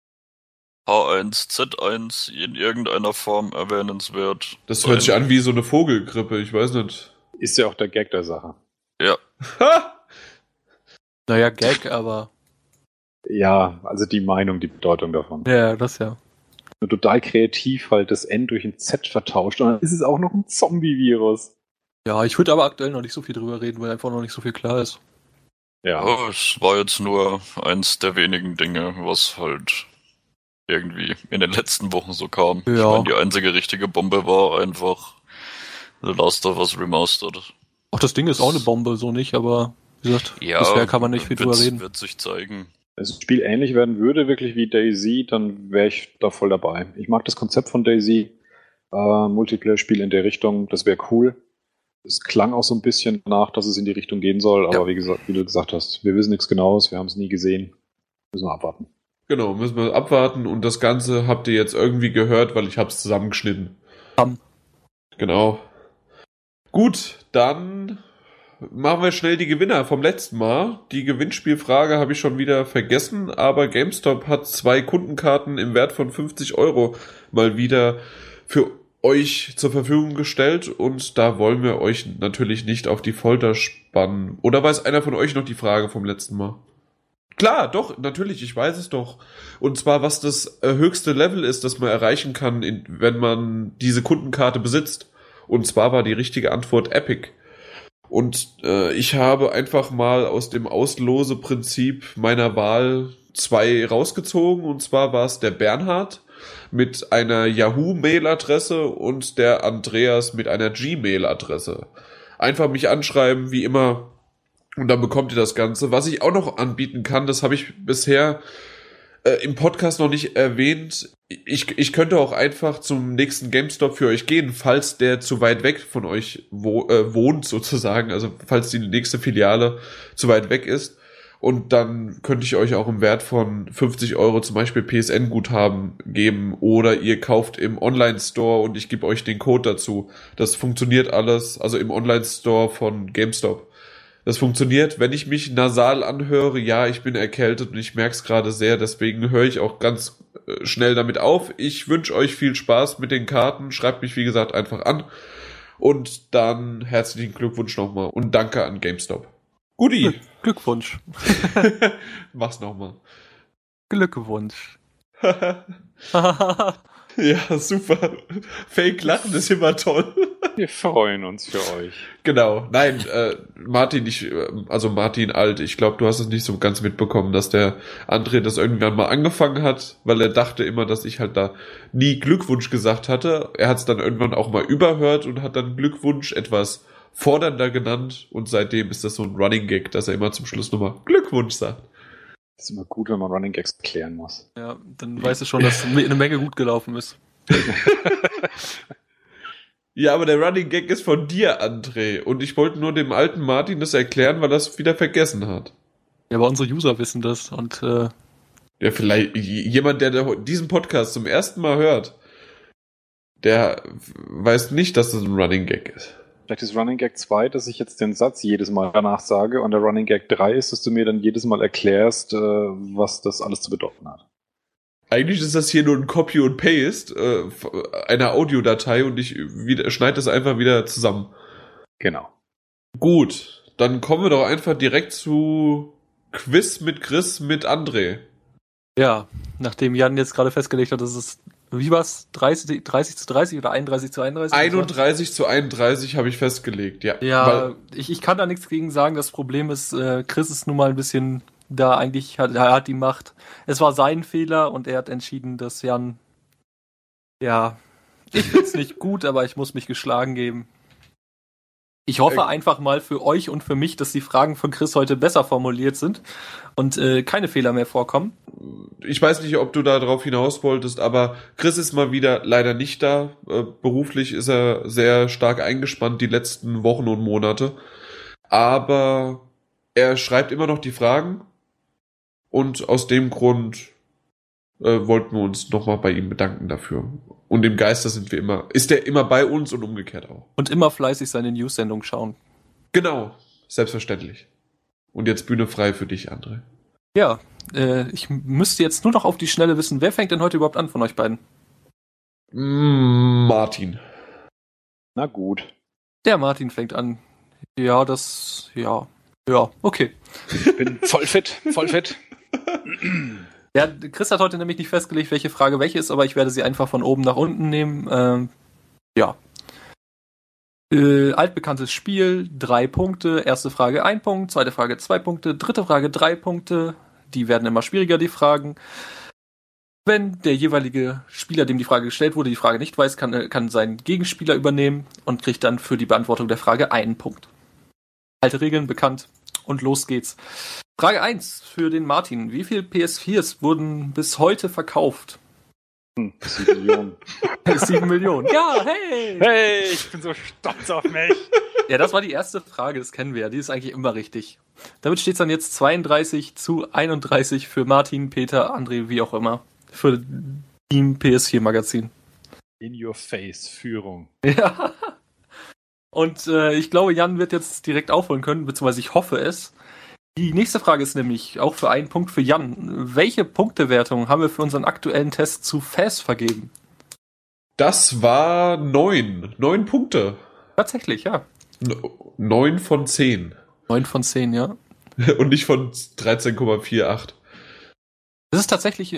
H1Z1 in irgendeiner Form erwähnenswert. Das hört sich an wie so eine Vogelgrippe, ich weiß nicht. Ist ja auch der Gag der Sache. Ja, Ha! Naja, Gag, aber Ja, also die Meinung, die Bedeutung davon. ja, das ja. Nur total kreativ halt das N durch ein Z vertauscht und dann ist es auch noch ein Zombie-Virus. Ja, ich würde aber aktuell noch nicht so viel drüber reden, weil einfach noch nicht so viel klar ist. Ja. oh, es war jetzt nur eins der wenigen Dinge, was halt irgendwie in den letzten Wochen so kam. Ja. Ich meine, die einzige richtige Bombe war einfach The Last of Us Remastered. Auch das Ding ist auch eine Bombe, so nicht, aber wie gesagt, Ja, bisher kann man nicht viel drüber reden. Wird sich zeigen. Wenn das Spiel ähnlich werden würde, wirklich wie DayZ, dann wäre ich da voll dabei. Ich mag das Konzept von DayZ. Multiplayer-Spiel in der Richtung, das wäre cool. Es klang auch so ein bisschen danach, dass es in die Richtung gehen soll, aber Ja. wie du gesagt hast, wir wissen nichts Genaues, wir haben es nie gesehen. Müssen wir abwarten. Genau, müssen wir abwarten und das Ganze habt ihr jetzt irgendwie gehört, weil ich hab's zusammengeschnitten. Genau. Gut, dann machen wir schnell die Gewinner vom letzten Mal. Die Gewinnspielfrage habe ich schon wieder vergessen, aber GameStop hat 2 Kundenkarten im Wert von 50 € mal wieder für euch zur Verfügung gestellt und da wollen wir euch natürlich nicht auf die Folter spannen. Oder weiß einer von euch noch die Frage vom letzten Mal? Klar, doch, natürlich, ich weiß es doch. Und zwar, was das höchste Level ist, das man erreichen kann, wenn man diese Kundenkarte besitzt. Und zwar war die richtige Antwort Epic. Und ich habe einfach mal aus dem Ausloseprinzip meiner Wahl 2 rausgezogen. Und zwar war es der Bernhard mit einer Yahoo-Mail-Adresse und der Andreas mit einer Gmail-Adresse. Einfach mich anschreiben, wie immer, und dann bekommt ihr das Ganze. Was ich auch noch anbieten kann, das habe ich bisher im Podcast noch nicht erwähnt. Ich könnte auch einfach zum nächsten GameStop für euch gehen, falls der zu weit weg von euch wohnt sozusagen, also falls die nächste Filiale zu weit weg ist. Und dann könnte ich euch auch im Wert von 50 € zum Beispiel PSN-Guthaben geben oder ihr kauft im Online-Store und ich gebe euch den Code dazu. Das funktioniert alles, also im Online-Store von GameStop. Das funktioniert, wenn ich mich nasal anhöre. Ja, ich bin erkältet und ich merke es gerade sehr, deswegen höre ich auch ganz schnell damit auf. Ich wünsche euch viel Spaß mit den Karten. Schreibt mich, wie gesagt, einfach an. Und dann herzlichen Glückwunsch nochmal und danke an GameStop. Guti. Glückwunsch. Mach's nochmal. Glückwunsch. Ja, super. Fake-Lachen ist immer toll. Wir freuen uns für euch. Genau. Nein, Martin, Martin Alt, ich glaube, du hast es nicht so ganz mitbekommen, dass der André das irgendwann mal angefangen hat, weil er dachte immer, dass ich halt da nie Glückwunsch gesagt hatte. Er hat es dann irgendwann auch mal überhört und hat dann Glückwunsch etwas fordernder genannt und seitdem ist das so ein Running Gag, dass er immer zum Schluss nochmal Glückwunsch sagt. Das ist immer gut, wenn man Running Gags erklären muss. Ja, dann weißt du schon, dass eine Menge gut gelaufen ist. Ja, aber der Running Gag ist von dir, André. Und ich wollte nur dem alten Martin das erklären, weil er es wieder vergessen hat. Ja, aber unsere User wissen das und ja, vielleicht jemand, der diesen Podcast zum ersten Mal hört, der weiß nicht, dass das ein Running Gag ist. Vielleicht ist Running Gag 2, dass ich jetzt den Satz jedes Mal danach sage und der Running Gag 3 ist, dass du mir dann jedes Mal erklärst, was das alles zu bedeuten hat. Eigentlich ist das hier nur ein Copy und Paste einer Audiodatei und ich schneide das einfach wieder zusammen. Genau. Gut, dann kommen wir doch einfach direkt zu Quiz mit Chris mit André. ja, nachdem Jan jetzt gerade festgelegt hat, dass es, wie war's, 30:30 oder 31:31? 31:31 habe ich festgelegt, ja. Ja, ich kann da nichts gegen sagen. Das Problem ist, Chris ist nun mal ein bisschen da eigentlich, er hat die Macht. Es war sein Fehler und er hat entschieden, dass Jan, ja, ich find's nicht gut, aber ich muss mich geschlagen geben. Ich hoffe einfach mal für euch und für mich, dass die Fragen von Chris heute besser formuliert sind und keine Fehler mehr vorkommen. Ich weiß nicht, ob du da drauf hinaus wolltest, aber Chris ist mal wieder leider nicht da. Beruflich ist er sehr stark eingespannt die letzten Wochen und Monate. Aber er schreibt immer noch die Fragen und aus dem Grund wollten wir uns nochmal bei ihm bedanken dafür. Und im Geiste ist er immer bei uns und umgekehrt auch. Und immer fleißig seine News-Sendung schauen. Genau, selbstverständlich. Und jetzt Bühne frei für dich, André. Ja, ich müsste jetzt nur noch auf die Schnelle wissen, wer fängt denn heute überhaupt an von euch beiden? Martin. Na gut. Der Martin fängt an. Ja, okay. Ich bin voll fit. Ja, Chris hat heute nämlich nicht festgelegt, welche Frage welche ist, aber ich werde sie einfach von oben nach unten nehmen. Ja. Altbekanntes Spiel, 3 Punkte. Erste Frage 1 Punkt, zweite Frage 2 Punkte, dritte Frage 3 Punkte. Die werden immer schwieriger, die Fragen. Wenn der jeweilige Spieler, dem die Frage gestellt wurde, die Frage nicht weiß, kann sein Gegenspieler übernehmen und kriegt dann für die Beantwortung der Frage 1 Punkt. Alte Regeln, bekannt. Und los geht's. Frage 1 für den Martin. Wie viele PS4s wurden bis heute verkauft? 7 Millionen. 7 Millionen. Ja, hey! Hey, ich bin so stolz auf mich. Ja, das war die erste Frage, das kennen wir ja. Die ist eigentlich immer richtig. Damit steht es dann jetzt 32:31 für Martin, Peter, André, wie auch immer. Für Team PS4 Magazin. In your face, Führung. Ja. Und ich glaube, Jan wird jetzt direkt aufholen können, beziehungsweise ich hoffe es. Die nächste Frage ist nämlich auch für 1 Punkt für Jan. Welche Punktewertung haben wir für unseren aktuellen Test zu FAS vergeben? Das war 9. 9 Punkte. Tatsächlich, ja. 9 von 10. 9 von 10, ja. Und nicht von 13,48. Das ist tatsächlich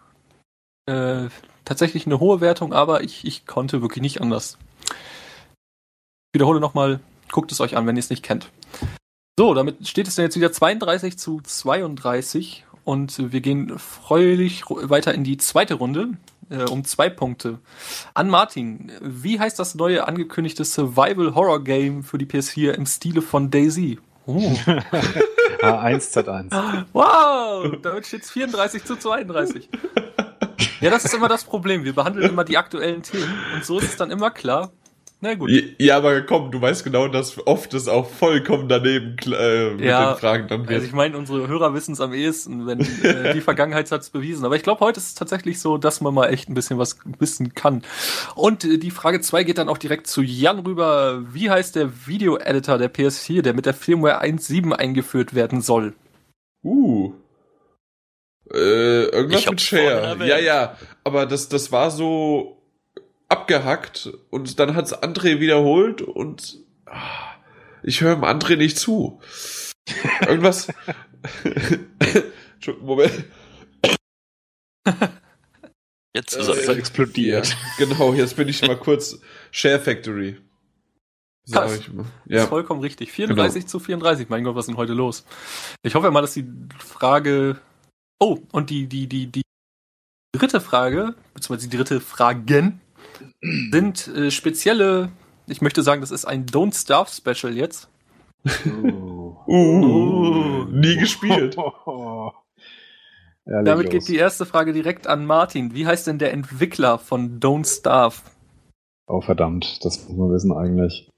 eine hohe Wertung, aber ich konnte wirklich nicht anders. Ich wiederhole nochmal, guckt es euch an, wenn ihr es nicht kennt. So, damit steht es dann jetzt wieder 32-32 und wir gehen fröhlich weiter in die zweite Runde um 2 Punkte. An Martin, wie heißt das neue angekündigte Survival-Horror-Game für die PS4 im Stile von DayZ? A1Z1. Wow, damit steht es 34-32. Ja, das ist immer das Problem. Wir behandeln immer die aktuellen Themen und so ist es dann immer klar. Na gut. Ja, aber komm, du weißt genau, dass oft es auch vollkommen daneben mit den Fragen dann wird. Also ich meine, unsere Hörer wissen es am ehesten, wenn die Vergangenheit hat es bewiesen. Aber ich glaube, heute ist es tatsächlich so, dass man mal echt ein bisschen was wissen kann. Und die Frage 2 geht dann auch direkt zu Jan rüber. Wie heißt der Video-Editor der PS4, der mit der Firmware 1.7 eingeführt werden soll? Irgendwas Ich mit hab's Share. vorhin Ja, erwähnt. ja. Aber das war so abgehackt und dann hat's André wiederholt und ich höre dem André nicht zu. Irgendwas. Moment. Jetzt ist Ist er. er explodiert. Ja, genau, jetzt bin ich mal kurz Share Factory. Sag Das ich mal. ist Ja. vollkommen richtig. 34-34. Mein Gott, was ist denn heute los? Ich hoffe mal, dass die Frage... Oh, und die dritte Frage, beziehungsweise die dritte Fragen, sind spezielle... Ich möchte sagen, das ist ein Don't Starve Special jetzt. Nie gespielt. Damit geht die erste Frage direkt an Martin. Wie heißt denn der Entwickler von Don't Starve? Oh verdammt, das muss man wissen eigentlich.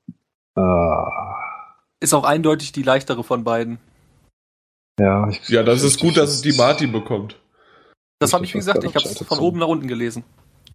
Ist auch eindeutig die leichtere von beiden. Ja, Ja, das ist gut, dass es die Martin bekommt. Das habe ich, wie gesagt, ich habe es von oben nach unten gelesen.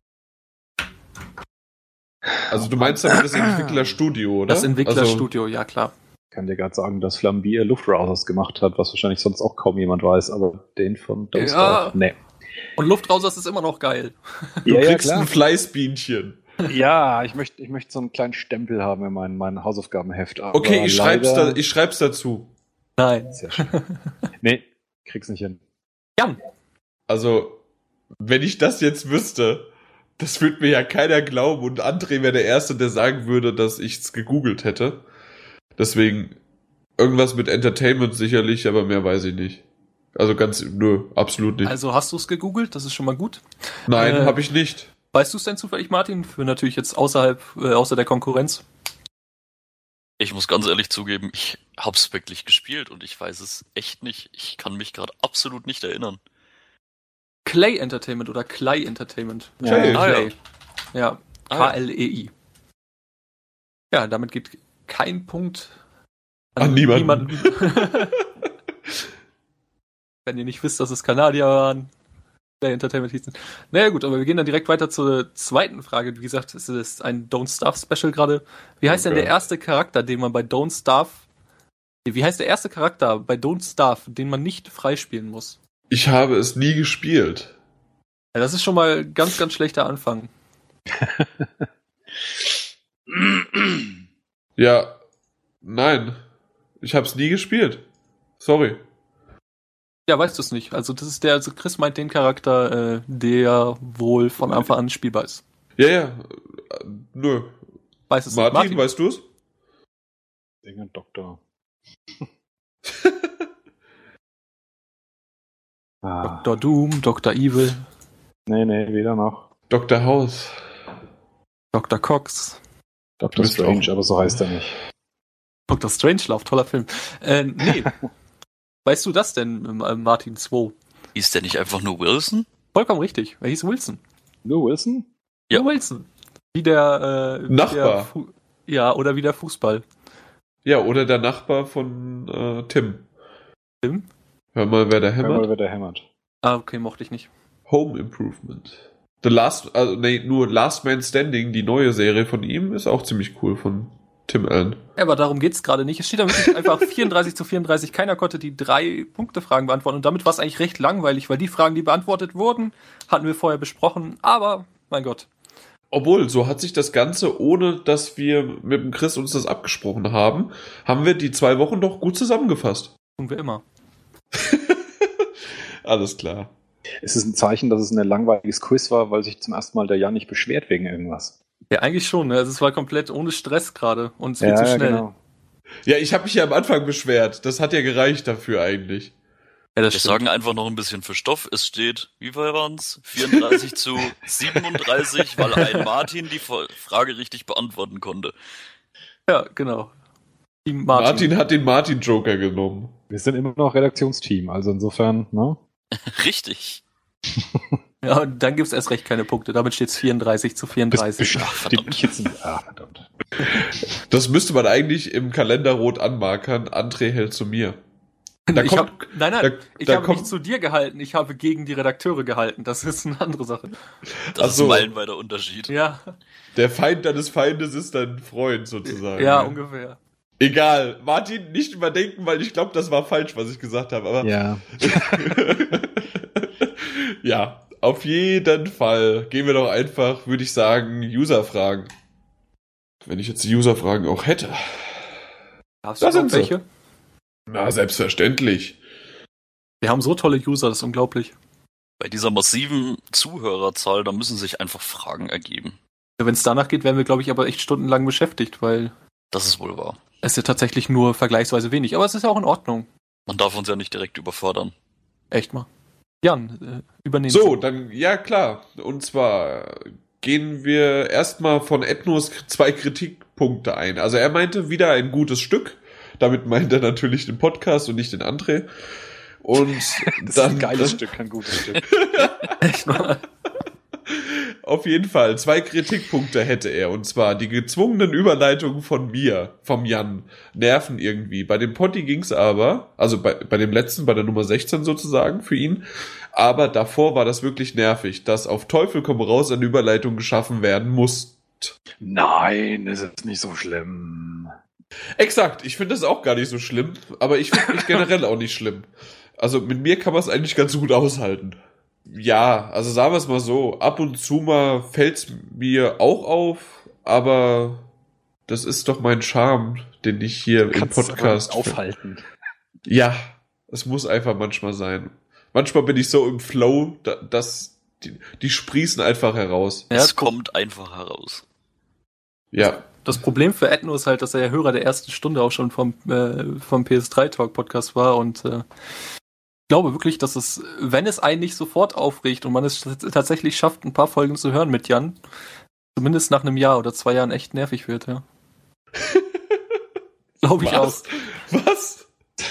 Also du meinst damit das Entwicklerstudio, oder? Das Entwicklerstudio, ja klar. Ich kann dir gerade sagen, dass Flambier Luftrousers gemacht hat, was wahrscheinlich sonst auch kaum jemand weiß, aber den von Don't Starve, nee. Und Luftrausers ist immer noch geil. Du kriegst ein Fleißbienchen. Ja, ich möchte so einen kleinen Stempel haben in mein Hausaufgabenheft. Aber Okay, ich leider- schreib's dazu. Nein. Sehr schön. Nee, krieg's nicht hin. Jan. Also, wenn ich das jetzt wüsste, das würde mir ja keiner glauben und André wäre der Erste, der sagen würde, dass ich's gegoogelt hätte. Deswegen irgendwas mit Entertainment sicherlich, aber mehr weiß ich nicht. Also absolut nicht. Also hast du es gegoogelt? Das ist schon mal gut. Nein, habe ich nicht. Weißt du es denn zufällig, Martin? Für natürlich jetzt außer der Konkurrenz. Ich muss ganz ehrlich zugeben, ich hab's wirklich gespielt und ich weiß es echt nicht. Ich kann mich gerade absolut nicht erinnern. Clay Entertainment oder Clay Entertainment. Clay. Clay. Ja, Ah, ja. Klei. Ja, damit geht kein Punkt An niemanden. Wenn ihr nicht wisst, dass es Kanadier waren. Clay Entertainment hießen. Naja gut, aber wir gehen dann direkt weiter zur zweiten Frage. Wie gesagt, es ist ein Don't Starve Special gerade. Wie heißt denn der erste Charakter, den man bei Don't Starve... Wie heißt der erste Charakter bei Don't Starve, den man nicht freispielen muss? Ich habe es nie gespielt. Ja, das ist schon mal ganz, ganz schlechter Anfang. Ja, nein. Ich habe es nie gespielt. Sorry. Ja, weißt du es nicht. Also das ist also Chris meint den Charakter, der wohl von Anfang an spielbar ist. Ja. Nö. Weiß es Martin, nicht. weißt du es? Irgendein Doktor. Dr. Doom, Dr. Evil, Nee, weder noch. Dr. House. Dr. Cox, Dr. bist Strange, auch- aber so heißt er nicht. Dr. Strangelove, toller Film. Nee. Weißt du das denn, Martin 2? Hieß der nicht einfach nur Wilson? Vollkommen richtig. Er hieß Wilson. Nur Wilson? Ja. Nur Wilson. Wie der Nachbar. Ja, oder wie der Fußball. Ja, oder der Nachbar von Tim. Tim? Hör mal, wer da Hör mal, hämmert. wer der hämmert. Ah, okay, mochte ich nicht. Home Improvement. Nur Last Man Standing, die neue Serie von ihm, ist auch ziemlich cool von Tim Allen. Ja, aber darum geht's gerade nicht. Es steht da wirklich einfach 34-34. Keiner konnte die 3-Punkte-Fragen beantworten. Und damit war es eigentlich recht langweilig, weil die Fragen, die beantwortet wurden, hatten wir vorher besprochen. Aber, mein Gott, Obwohl, so hat sich das Ganze, ohne dass wir mit dem Chris uns das abgesprochen haben, haben wir die 2 Wochen doch gut zusammengefasst. Tun wir immer. Alles klar. Ist es ein Zeichen, dass es ein langweiliges Quiz war, weil sich zum ersten Mal der Jan nicht beschwert wegen irgendwas? Ja, eigentlich schon. Ne? Also es war komplett ohne Stress gerade und es wird zu schnell. Genau. Ja, ich habe mich ja am Anfang beschwert. Das hat ja gereicht dafür eigentlich. Ja, das Wir stimmt. sorgen einfach noch ein bisschen für Stoff. Es steht, wie viel waren's? 34 zu 37, weil ein Martin die Frage richtig beantworten konnte. Ja, genau. Team Martin hat den Martin-Joker genommen. Wir sind immer noch Redaktionsteam, also insofern, ne? Richtig. Ja, und dann gibt's erst recht keine Punkte. Damit steht's 34 zu 34. Ach, verdammt. Verdammt. Das müsste man eigentlich im Kalender rot anmarkern. André hält zu mir. Da Ich kommt, habe nicht zu dir gehalten, ich habe gegen die Redakteure gehalten. Das ist eine andere Sache. Das Ach so. ist ein meilenweiter Unterschied. Ja, der Feind deines Feindes ist dein Freund sozusagen. ja, ungefähr. Egal. Martin, nicht überdenken, weil ich glaube, das war falsch, was ich gesagt habe. Aber Ja. ja, auf jeden Fall gehen wir doch einfach, würde ich sagen, User-Fragen. Wenn ich jetzt die User-Fragen auch hätte. Hast Da du sind noch sie. welche? Na, selbstverständlich. Wir haben so tolle User, das ist unglaublich. Bei dieser massiven Zuhörerzahl, da müssen sich einfach Fragen ergeben. Wenn es danach geht, werden wir, glaube ich, aber echt stundenlang beschäftigt, weil Das ist wohl wahr. es ist ja tatsächlich nur vergleichsweise wenig. Aber es ist ja auch in Ordnung. Man darf uns ja nicht direkt überfordern. Echt mal. Jan, übernehmen So, Sie. dann, ja klar. Und zwar gehen wir erstmal von Ethnos 2 Kritikpunkte ein. Also er meinte wieder ein gutes Stück. Damit meint er natürlich den Podcast und nicht den André. Und Das dann, ist ein geiles Stück, kein gutes Stück. Echt mal. Auf jeden Fall 2 Kritikpunkte hätte er. Und zwar die gezwungenen Überleitungen von mir, vom Jan, nerven irgendwie. Bei dem Potti ging's aber, also bei dem letzten, bei der Nummer 16 sozusagen für ihn. Aber davor war das wirklich nervig, dass auf Teufel komm raus eine Überleitung geschaffen werden muss. Nein, es ist nicht so schlimm. Exakt, ich finde das auch gar nicht so schlimm, aber ich finde mich generell auch nicht schlimm. Also mit mir kann man es eigentlich ganz gut aushalten. Ja, also sagen wir es mal so, ab und zu mal fällt's mir auch auf, aber das ist doch mein Charme, den ich hier im Kannst es aber Podcast nicht aufhalten. Ja, es muss einfach manchmal sein. Manchmal bin ich so im Flow, dass die sprießen einfach heraus. Ja, Es kommt einfach heraus. Ja, Das Problem für Edno ist halt, dass er ja Hörer der ersten Stunde auch schon vom PS3-Talk-Podcast war und ich glaube wirklich, dass es, wenn es einen nicht sofort aufregt und man es tatsächlich schafft, ein paar Folgen zu hören mit Jan, zumindest nach einem Jahr oder 2 Jahren echt nervig wird, ja. Glaube ich auch. Was?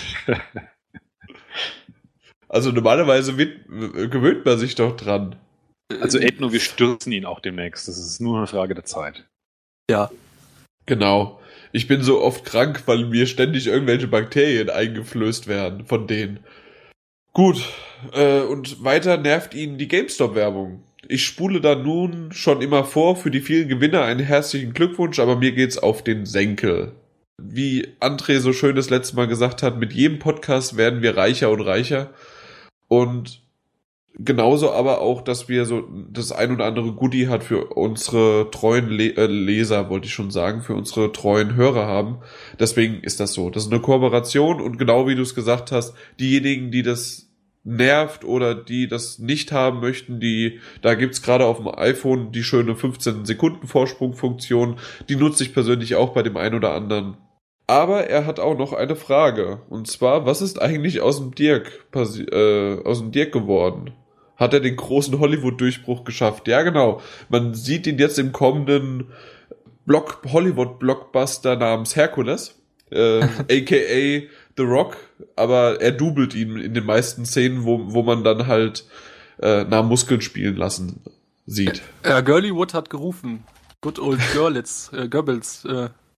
Also normalerweise gewöhnt man sich doch dran. Also Ethno, wir stürzen ihn auch demnächst. Das ist nur eine Frage der Zeit. Ja. Genau. Ich bin so oft krank, weil mir ständig irgendwelche Bakterien eingeflößt werden von denen. Gut. Und weiter nervt ihn die GameStop-Werbung. Ich spule da nun schon immer vor, für die vielen Gewinner einen herzlichen Glückwunsch, aber mir geht's auf den Senkel. Wie André so schön das letzte Mal gesagt hat, mit jedem Podcast werden wir reicher und reicher. Und genauso aber auch, dass wir so das ein oder andere Goodie hat für unsere treuen Leser, wollte ich schon sagen, für unsere treuen Hörer haben. Deswegen ist das so. Das ist eine Kooperation und genau wie du es gesagt hast, diejenigen, die das nervt oder die das nicht haben möchten, da gibt's gerade auf dem iPhone die schöne 15-Sekunden-Vorsprung-Funktion. Die nutze ich persönlich auch bei dem einen oder anderen. Aber er hat auch noch eine Frage. Und zwar, was ist eigentlich aus dem Dirk geworden? Hat er den großen Hollywood-Durchbruch geschafft? Ja, genau. Man sieht ihn jetzt im kommenden Hollywood-Blockbuster namens Hercules, aka The Rock, aber er doubelt ihn in den meisten Szenen, wo man dann halt Muskeln spielen lassen sieht. Girlywood hat gerufen. Good old Görlitz, Goebbels.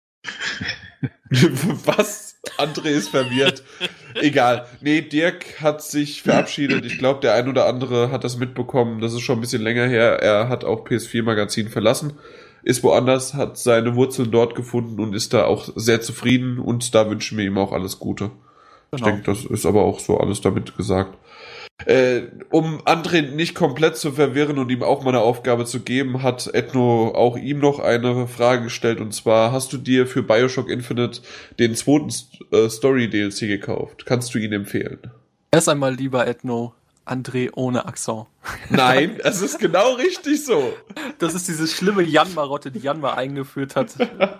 Was? André ist verwirrt. Egal. Nee, Dirk hat sich verabschiedet. Ich glaube, der ein oder andere hat das mitbekommen. Das ist schon ein bisschen länger her. Er hat auch PS4 Magazin verlassen. Ist woanders, hat seine Wurzeln dort gefunden und ist da auch sehr zufrieden. Und da wünschen wir ihm auch alles Gute. Genau. Ich denke, das ist aber auch so alles damit gesagt. Um André nicht komplett zu verwirren und ihm auch mal eine Aufgabe zu geben, hat Ethno auch ihm noch eine Frage gestellt, und zwar: Hast du dir für Bioshock Infinite den zweiten Story-DLC gekauft? Kannst du ihn empfehlen? Erst einmal, lieber Ethno, André ohne Akzent. Nein, es ist genau richtig so. Das ist diese schlimme Jan-Marotte, die Jan mal eingeführt hat.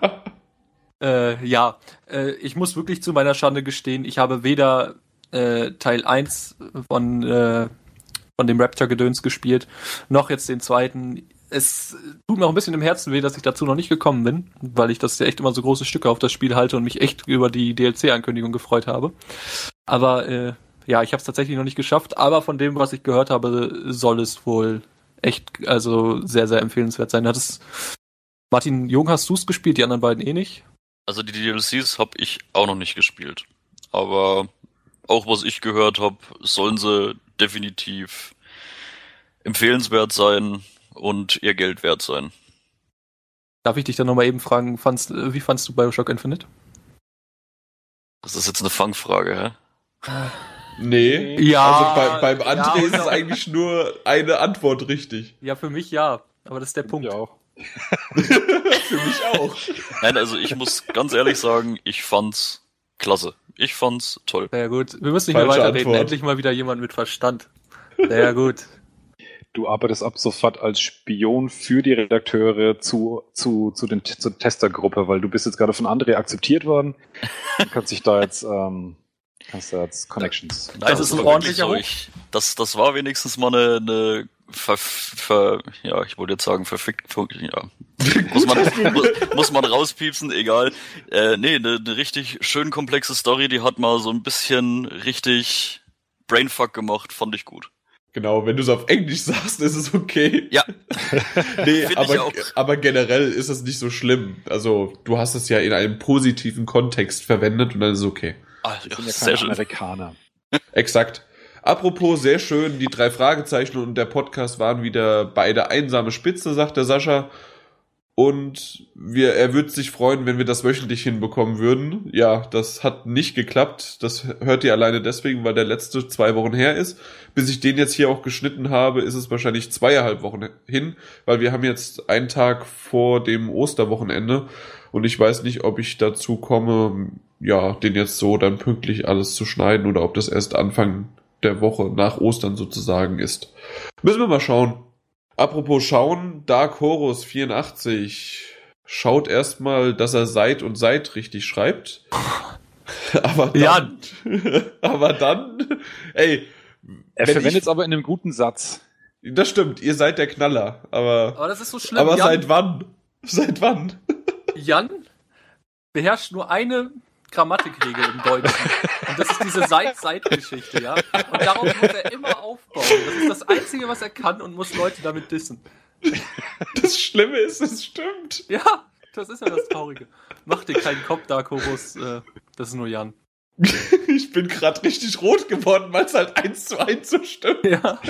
Ich muss wirklich zu meiner Schande gestehen, ich habe weder Teil 1 von dem Raptor-Gedöns gespielt, noch jetzt den zweiten. Es tut mir auch ein bisschen im Herzen weh, dass ich dazu noch nicht gekommen bin, weil ich das ja echt immer so große Stücke auf das Spiel halte und mich echt über die DLC-Ankündigung gefreut habe. Aber ich habe es tatsächlich noch nicht geschafft, aber von dem, was ich gehört habe, soll es wohl echt, also sehr, sehr empfehlenswert sein. Martin Jung, hast du es gespielt, die anderen beiden eh nicht? Also die DLCs habe ich auch noch nicht gespielt. Aber auch was ich gehört habe, sollen sie definitiv empfehlenswert sein und ihr Geld wert sein. Darf ich dich dann nochmal eben fragen, wie fandst du Bioshock Infinite? Das ist jetzt eine Fangfrage, hä? Nee. Ja. Also beim André ist es genau. eigentlich nur eine Antwort richtig. Ja, für mich ja, aber das ist der Punkt. Ja auch. Für mich auch. Nein, also ich muss ganz ehrlich sagen, ich fand's klasse. Ich fand's toll. Sehr gut. Wir müssen nicht mehr Falsche weiterreden. Antwort. Endlich mal wieder jemand mit Verstand. Sehr gut. Du arbeitest ab sofort als Spion für die Redakteure zur Testergruppe, weil du bist jetzt gerade von André akzeptiert worden. Du kannst dich da jetzt, kannst da jetzt Connections. Nein, Das ist ein war ordentlicher wirklich so. Das war wenigstens mal eine ich wollte jetzt sagen, muss man rauspiepsen, egal. Eine richtig schön komplexe Story, die hat mal so ein bisschen richtig Brainfuck gemacht, fand ich gut. Genau, wenn du es auf Englisch sagst, ist es okay. Ja. Nee, Find ich auch. aber generell ist es nicht so schlimm. Also, du hast es ja in einem positiven Kontext verwendet und dann ist es okay. Ah, Ich bin ja sehr kein schön. Amerikaner. Exakt. Apropos, sehr schön, die 3 Fragezeichen und der Podcast waren wieder beide einsame Spitze, sagt der Sascha. Und er würde sich freuen, wenn wir das wöchentlich hinbekommen würden. Ja, das hat nicht geklappt. Das hört ihr alleine deswegen, weil der letzte 2 Wochen her ist. Bis ich den jetzt hier auch geschnitten habe, ist es wahrscheinlich 2,5 Wochen hin, weil wir haben jetzt einen Tag vor dem Osterwochenende und ich weiß nicht, ob ich dazu komme, ja, den jetzt so dann pünktlich alles zu schneiden oder ob das erst Anfang der Woche nach Ostern sozusagen ist. Müssen wir mal schauen. Apropos schauen, Dark Horus 84 schaut erstmal, dass er Seit und Seit richtig schreibt. Aber dann, ey. Er verwendet es aber in einem guten Satz. Das stimmt, ihr seid der Knaller, aber das ist so schlimm. aber Jan, seit wann? Seit wann? Jan beherrscht nur eine Grammatikregel im Deutschen. Und das ist diese Seit-Seit-Geschichte, ja? Und darauf muss er immer aufbauen. Das ist das Einzige, was er kann und muss Leute damit dissen. Das Schlimme ist, es stimmt. Ja, das ist ja das Traurige. Mach dir keinen Kopf, Dark Horus. Das ist nur Jan. Ich bin gerade richtig rot geworden, weil es halt 1:1 so stimmt. Ja.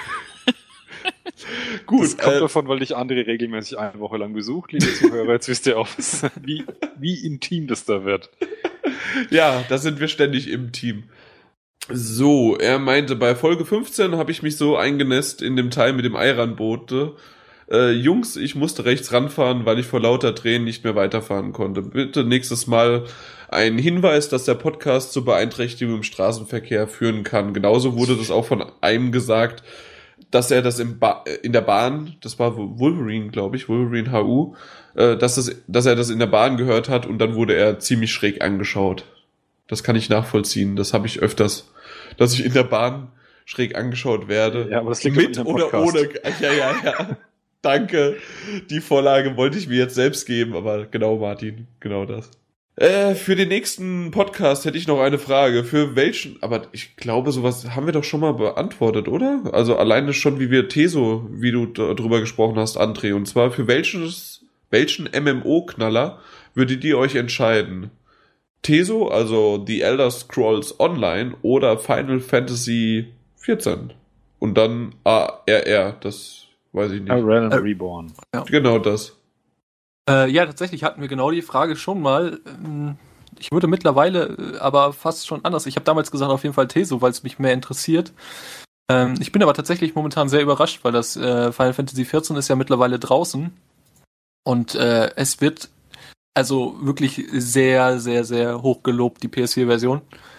Gut. Das kommt davon, weil dich André regelmäßig eine Woche lang besucht, liebe Zuhörer. Jetzt wisst ihr auch, wie intim das da wird. Ja, da sind wir ständig im Team. So, er meinte, bei Folge 15 habe ich mich so eingenässt in dem Teil mit dem Eiranboote. Jungs, ich musste rechts ranfahren, weil ich vor lauter Tränen nicht mehr weiterfahren konnte. Bitte nächstes Mal ein Hinweis, dass der Podcast zur Beeinträchtigung im Straßenverkehr führen kann. Genauso wurde das auch von einem gesagt, dass er das in der Bahn, das war Wolverine, glaube ich, Wolverine HU, dass er das in der Bahn gehört hat und dann wurde er ziemlich schräg angeschaut. Das kann ich nachvollziehen. Das habe ich öfters, dass ich in der Bahn schräg angeschaut werde. Ja, aber das liegt mit in dem oder Podcast. ohne. Ja. Danke. Die Vorlage wollte ich mir jetzt selbst geben, aber genau, Martin, genau das. Für den nächsten Podcast hätte ich noch eine Frage. Für welchen, aber ich glaube, sowas haben wir doch schon mal beantwortet, oder? Also alleine schon, wie du darüber gesprochen hast, André. Und zwar, für welchen MMO-Knaller würdet ihr euch entscheiden? Teso, also The Elder Scrolls Online oder Final Fantasy 14? Und dann ARR, das weiß ich nicht. Realm Reborn. Genau das. Ja, tatsächlich hatten wir genau die Frage schon mal. Ich würde mittlerweile aber fast schon anders. Ich habe damals gesagt, auf jeden Fall Teso, weil es mich mehr interessiert. Ich bin aber tatsächlich momentan sehr überrascht, weil das Final Fantasy XIV ist ja mittlerweile draußen und es wird also wirklich sehr, sehr, sehr hoch gelobt, die PS4-Version.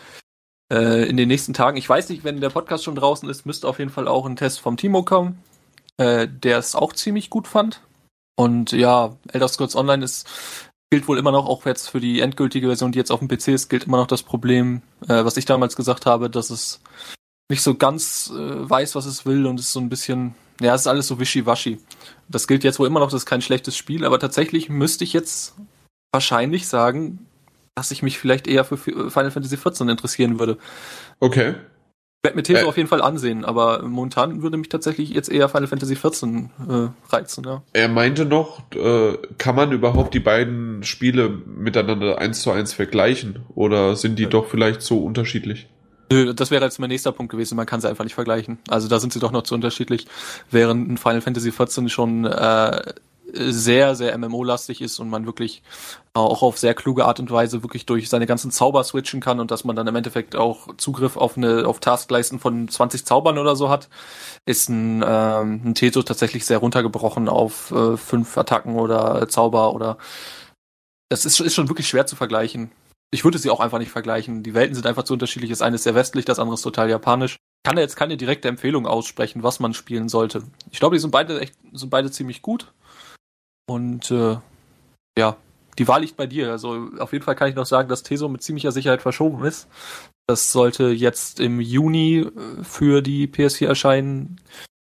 In den nächsten Tagen, ich weiß nicht, wenn der Podcast schon draußen ist, müsste auf jeden Fall auch ein Test vom Timo kommen, der es auch ziemlich gut fand. Und ja, Elder Scrolls Online gilt wohl immer noch, auch jetzt für die endgültige Version, die jetzt auf dem PC ist, gilt immer noch das Problem, was ich damals gesagt habe, dass es nicht so ganz weiß, was es will und es ist so ein bisschen, ja, es ist alles so wischiwaschi. Das gilt jetzt wohl immer noch, das ist kein schlechtes Spiel, aber tatsächlich müsste ich jetzt wahrscheinlich sagen, dass ich mich vielleicht eher für Final Fantasy XIV interessieren würde. Okay. Ich werde mir Teso auf jeden Fall ansehen, aber momentan würde mich tatsächlich jetzt eher Final Fantasy XIV reizen. Ja. Er meinte noch, kann man überhaupt die beiden Spiele miteinander 1:1 vergleichen? Oder sind die doch vielleicht so unterschiedlich? Nö, das wäre jetzt mein nächster Punkt gewesen. Man kann sie einfach nicht vergleichen. Also da sind sie doch noch zu unterschiedlich. Während ein Final Fantasy XIV schon sehr, sehr MMO-lastig ist und man wirklich auch auf sehr kluge Art und Weise wirklich durch seine ganzen Zauber switchen kann und dass man dann im Endeffekt auch Zugriff auf Taskleisten von 20 Zaubern oder so hat, ist ein Teso tatsächlich sehr runtergebrochen auf 5 Attacken oder Zauber oder das ist schon wirklich schwer zu vergleichen. Ich würde sie auch einfach nicht vergleichen. Die Welten sind einfach zu unterschiedlich. Das eine ist sehr westlich, das andere ist total japanisch. Ich kann da jetzt keine direkte Empfehlung aussprechen, was man spielen sollte. Ich glaube, die sind beide ziemlich gut. Und ja, die Wahl liegt bei dir. Also auf jeden Fall kann ich noch sagen, dass Teso mit ziemlicher Sicherheit verschoben ist. Das sollte jetzt im Juni für die PS4 erscheinen.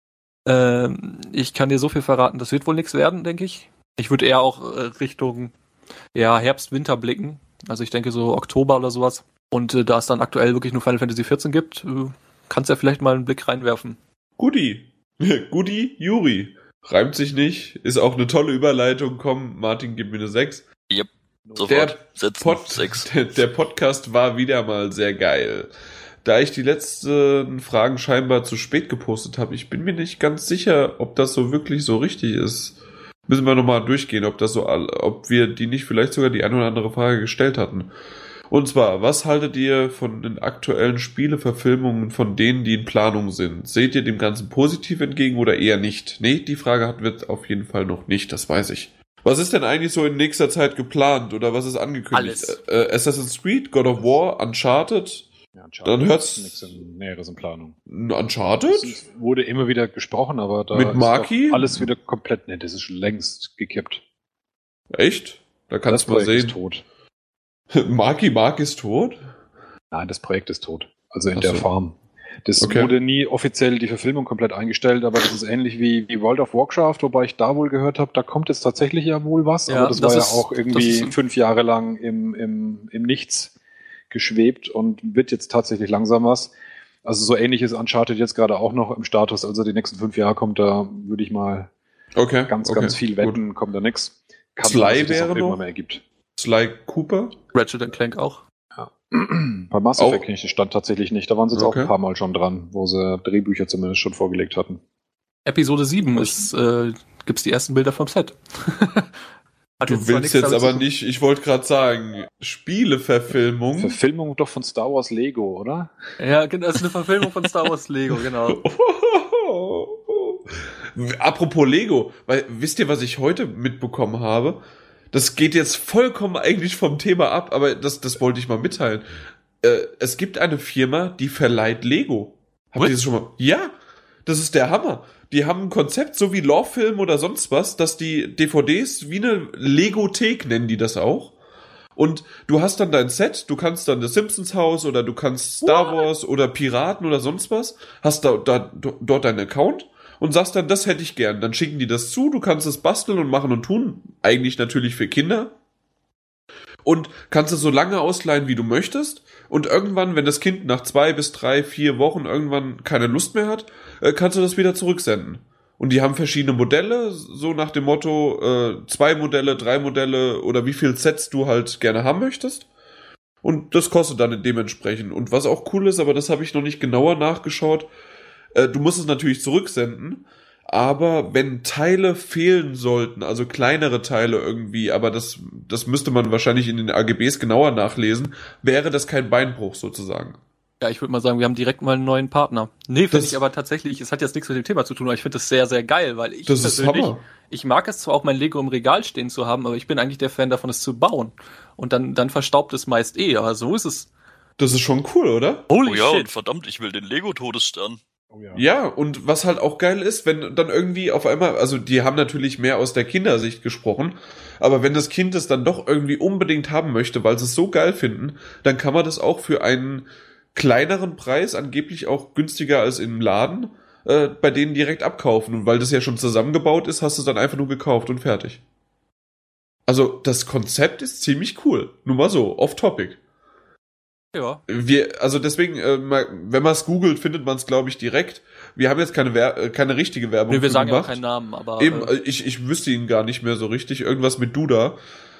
Ich kann dir so viel verraten, das wird wohl nichts werden, denke ich. Ich würde eher auch Richtung Herbst, Winter blicken. Also ich denke so Oktober oder sowas. Und da es dann aktuell wirklich nur Final Fantasy XIV gibt, kannst du ja vielleicht mal einen Blick reinwerfen. Guti. Guti, Juri. Reimt sich nicht. Ist auch eine tolle Überleitung. Komm, Martin, gib mir eine 6. Yep. Sofort. Der Podcast war wieder mal sehr geil. Da ich die letzten Fragen scheinbar zu spät gepostet habe, ich bin mir nicht ganz sicher, ob das so wirklich so richtig ist. Müssen wir nochmal durchgehen, ob wir die nicht vielleicht sogar die eine oder andere Frage gestellt hatten. Und zwar, was haltet ihr von den aktuellen Spieleverfilmungen von denen, die in Planung sind? Seht ihr dem Ganzen positiv entgegen oder eher nicht? Nee, die Frage hatten wir auf jeden Fall noch nicht, das weiß ich. Was ist denn eigentlich so in nächster Zeit geplant oder was ist angekündigt? Assassin's Creed, God of War, Uncharted? Ja, Uncharted Dann hört's nichts Näheres in Planung. Uncharted? Es wurde immer wieder gesprochen, aber da Mit ist Maki? doch alles wieder komplett, das ist schon längst gekippt. Echt? Da kannst du mal Projekt sehen. ist tot. Mark ist tot? Nein, das Projekt ist tot. Also in Ach der so. Farm. Das Okay. wurde nie offiziell die Verfilmung komplett eingestellt, aber das ist ähnlich wie World of Warcraft, wobei ich da wohl gehört habe, da kommt jetzt tatsächlich ja wohl was, Ja, aber das das war ist- ja auch das irgendwie ist- 5 Jahre lang im Nichts geschwebt und wird jetzt tatsächlich langsam was. Also so ähnlich ist Uncharted jetzt gerade auch noch im Status, also die nächsten 5 Jahre kommt da, würde ich mal Okay. ganz viel wetten, kommt da nix. Kann Sly sein, dass sich das wäre auch noch? irgendwann mehr ergibt. Sly Cooper? Ratchet & Clank auch. Bei Mass Auch- Effect kenne ich den Stand tatsächlich nicht. Da waren sie jetzt auch Okay. ein paar Mal schon dran, wo sie Drehbücher zumindest schon vorgelegt hatten. Episode 7 gibt's die ersten Bilder vom Set. Hat Du zwar willst nichts jetzt damit zu aber tun. nicht, ich wollte gerade sagen, Spieleverfilmung. Verfilmung doch von Star Wars Lego, oder? Ja, genau, das ist eine Verfilmung von Star Wars Lego, genau. Apropos Lego, weil wisst ihr, was ich heute mitbekommen habe? Das geht jetzt vollkommen eigentlich vom Thema ab, aber das wollte ich mal mitteilen. Es gibt eine Firma, die verleiht Lego. Habt What? ihr das schon mal? Ja, das ist der Hammer. Die haben ein Konzept, so wie Lore-Film oder sonst was, dass die DVDs wie eine Legothek nennen die das auch. Und du hast dann dein Set, du kannst dann das Simpsons Haus oder du kannst Star Wars oder Piraten oder sonst was, hast dort deinen Account und sagst dann, das hätte ich gern. Dann schicken die das zu, du kannst es basteln und machen und tun. Eigentlich natürlich für Kinder. Und kannst es so lange ausleihen, wie du möchtest. Und irgendwann, wenn das Kind nach 2 bis 3, 4 Wochen irgendwann keine Lust mehr hat, kannst du das wieder zurücksenden. Und die haben verschiedene Modelle, so nach dem Motto 2 Modelle, 3 Modelle oder wie viel Sets du halt gerne haben möchtest. Und das kostet dann dementsprechend. Und was auch cool ist, aber das habe ich noch nicht genauer nachgeschaut, du musst es natürlich zurücksenden, aber wenn Teile fehlen sollten, also kleinere Teile irgendwie, aber das müsste man wahrscheinlich in den AGBs genauer nachlesen, wäre das kein Beinbruch sozusagen. Ja, ich würde mal sagen, wir haben direkt mal einen neuen Partner. Nee, finde Das- ich aber tatsächlich, es hat jetzt nichts mit dem Thema zu tun, aber ich finde das sehr, sehr geil, weil ich Das ist persönlich, Hammer. ich mag es zwar auch, mein Lego im Regal stehen zu haben, aber ich bin eigentlich der Fan davon, es zu bauen. Und dann verstaubt es meist aber so ist es. Das ist schon cool, oder? Holy Oh ja, und shit. verdammt, ich will den Lego-Todesstern. Oh Ja, und was halt auch geil ist, wenn dann irgendwie auf einmal, also die haben natürlich mehr aus der Kindersicht gesprochen, aber wenn das Kind es dann doch irgendwie unbedingt haben möchte, weil sie es so geil finden, dann kann man das auch für einen kleineren Preis, angeblich auch günstiger als im Laden, bei denen direkt abkaufen. Und weil das ja schon zusammengebaut ist, hast du es dann einfach nur gekauft und fertig. Also das Konzept ist ziemlich cool. Nur mal so, off-topic. Ja. Also deswegen, wenn man es googelt, findet man es, glaube ich, direkt. Wir haben jetzt keine richtige Werbung Nee, wir für sagen ja auch gemacht. keinen Namen, aber. Eben, ich wüsste ihn gar nicht mehr so richtig. Irgendwas mit Duda.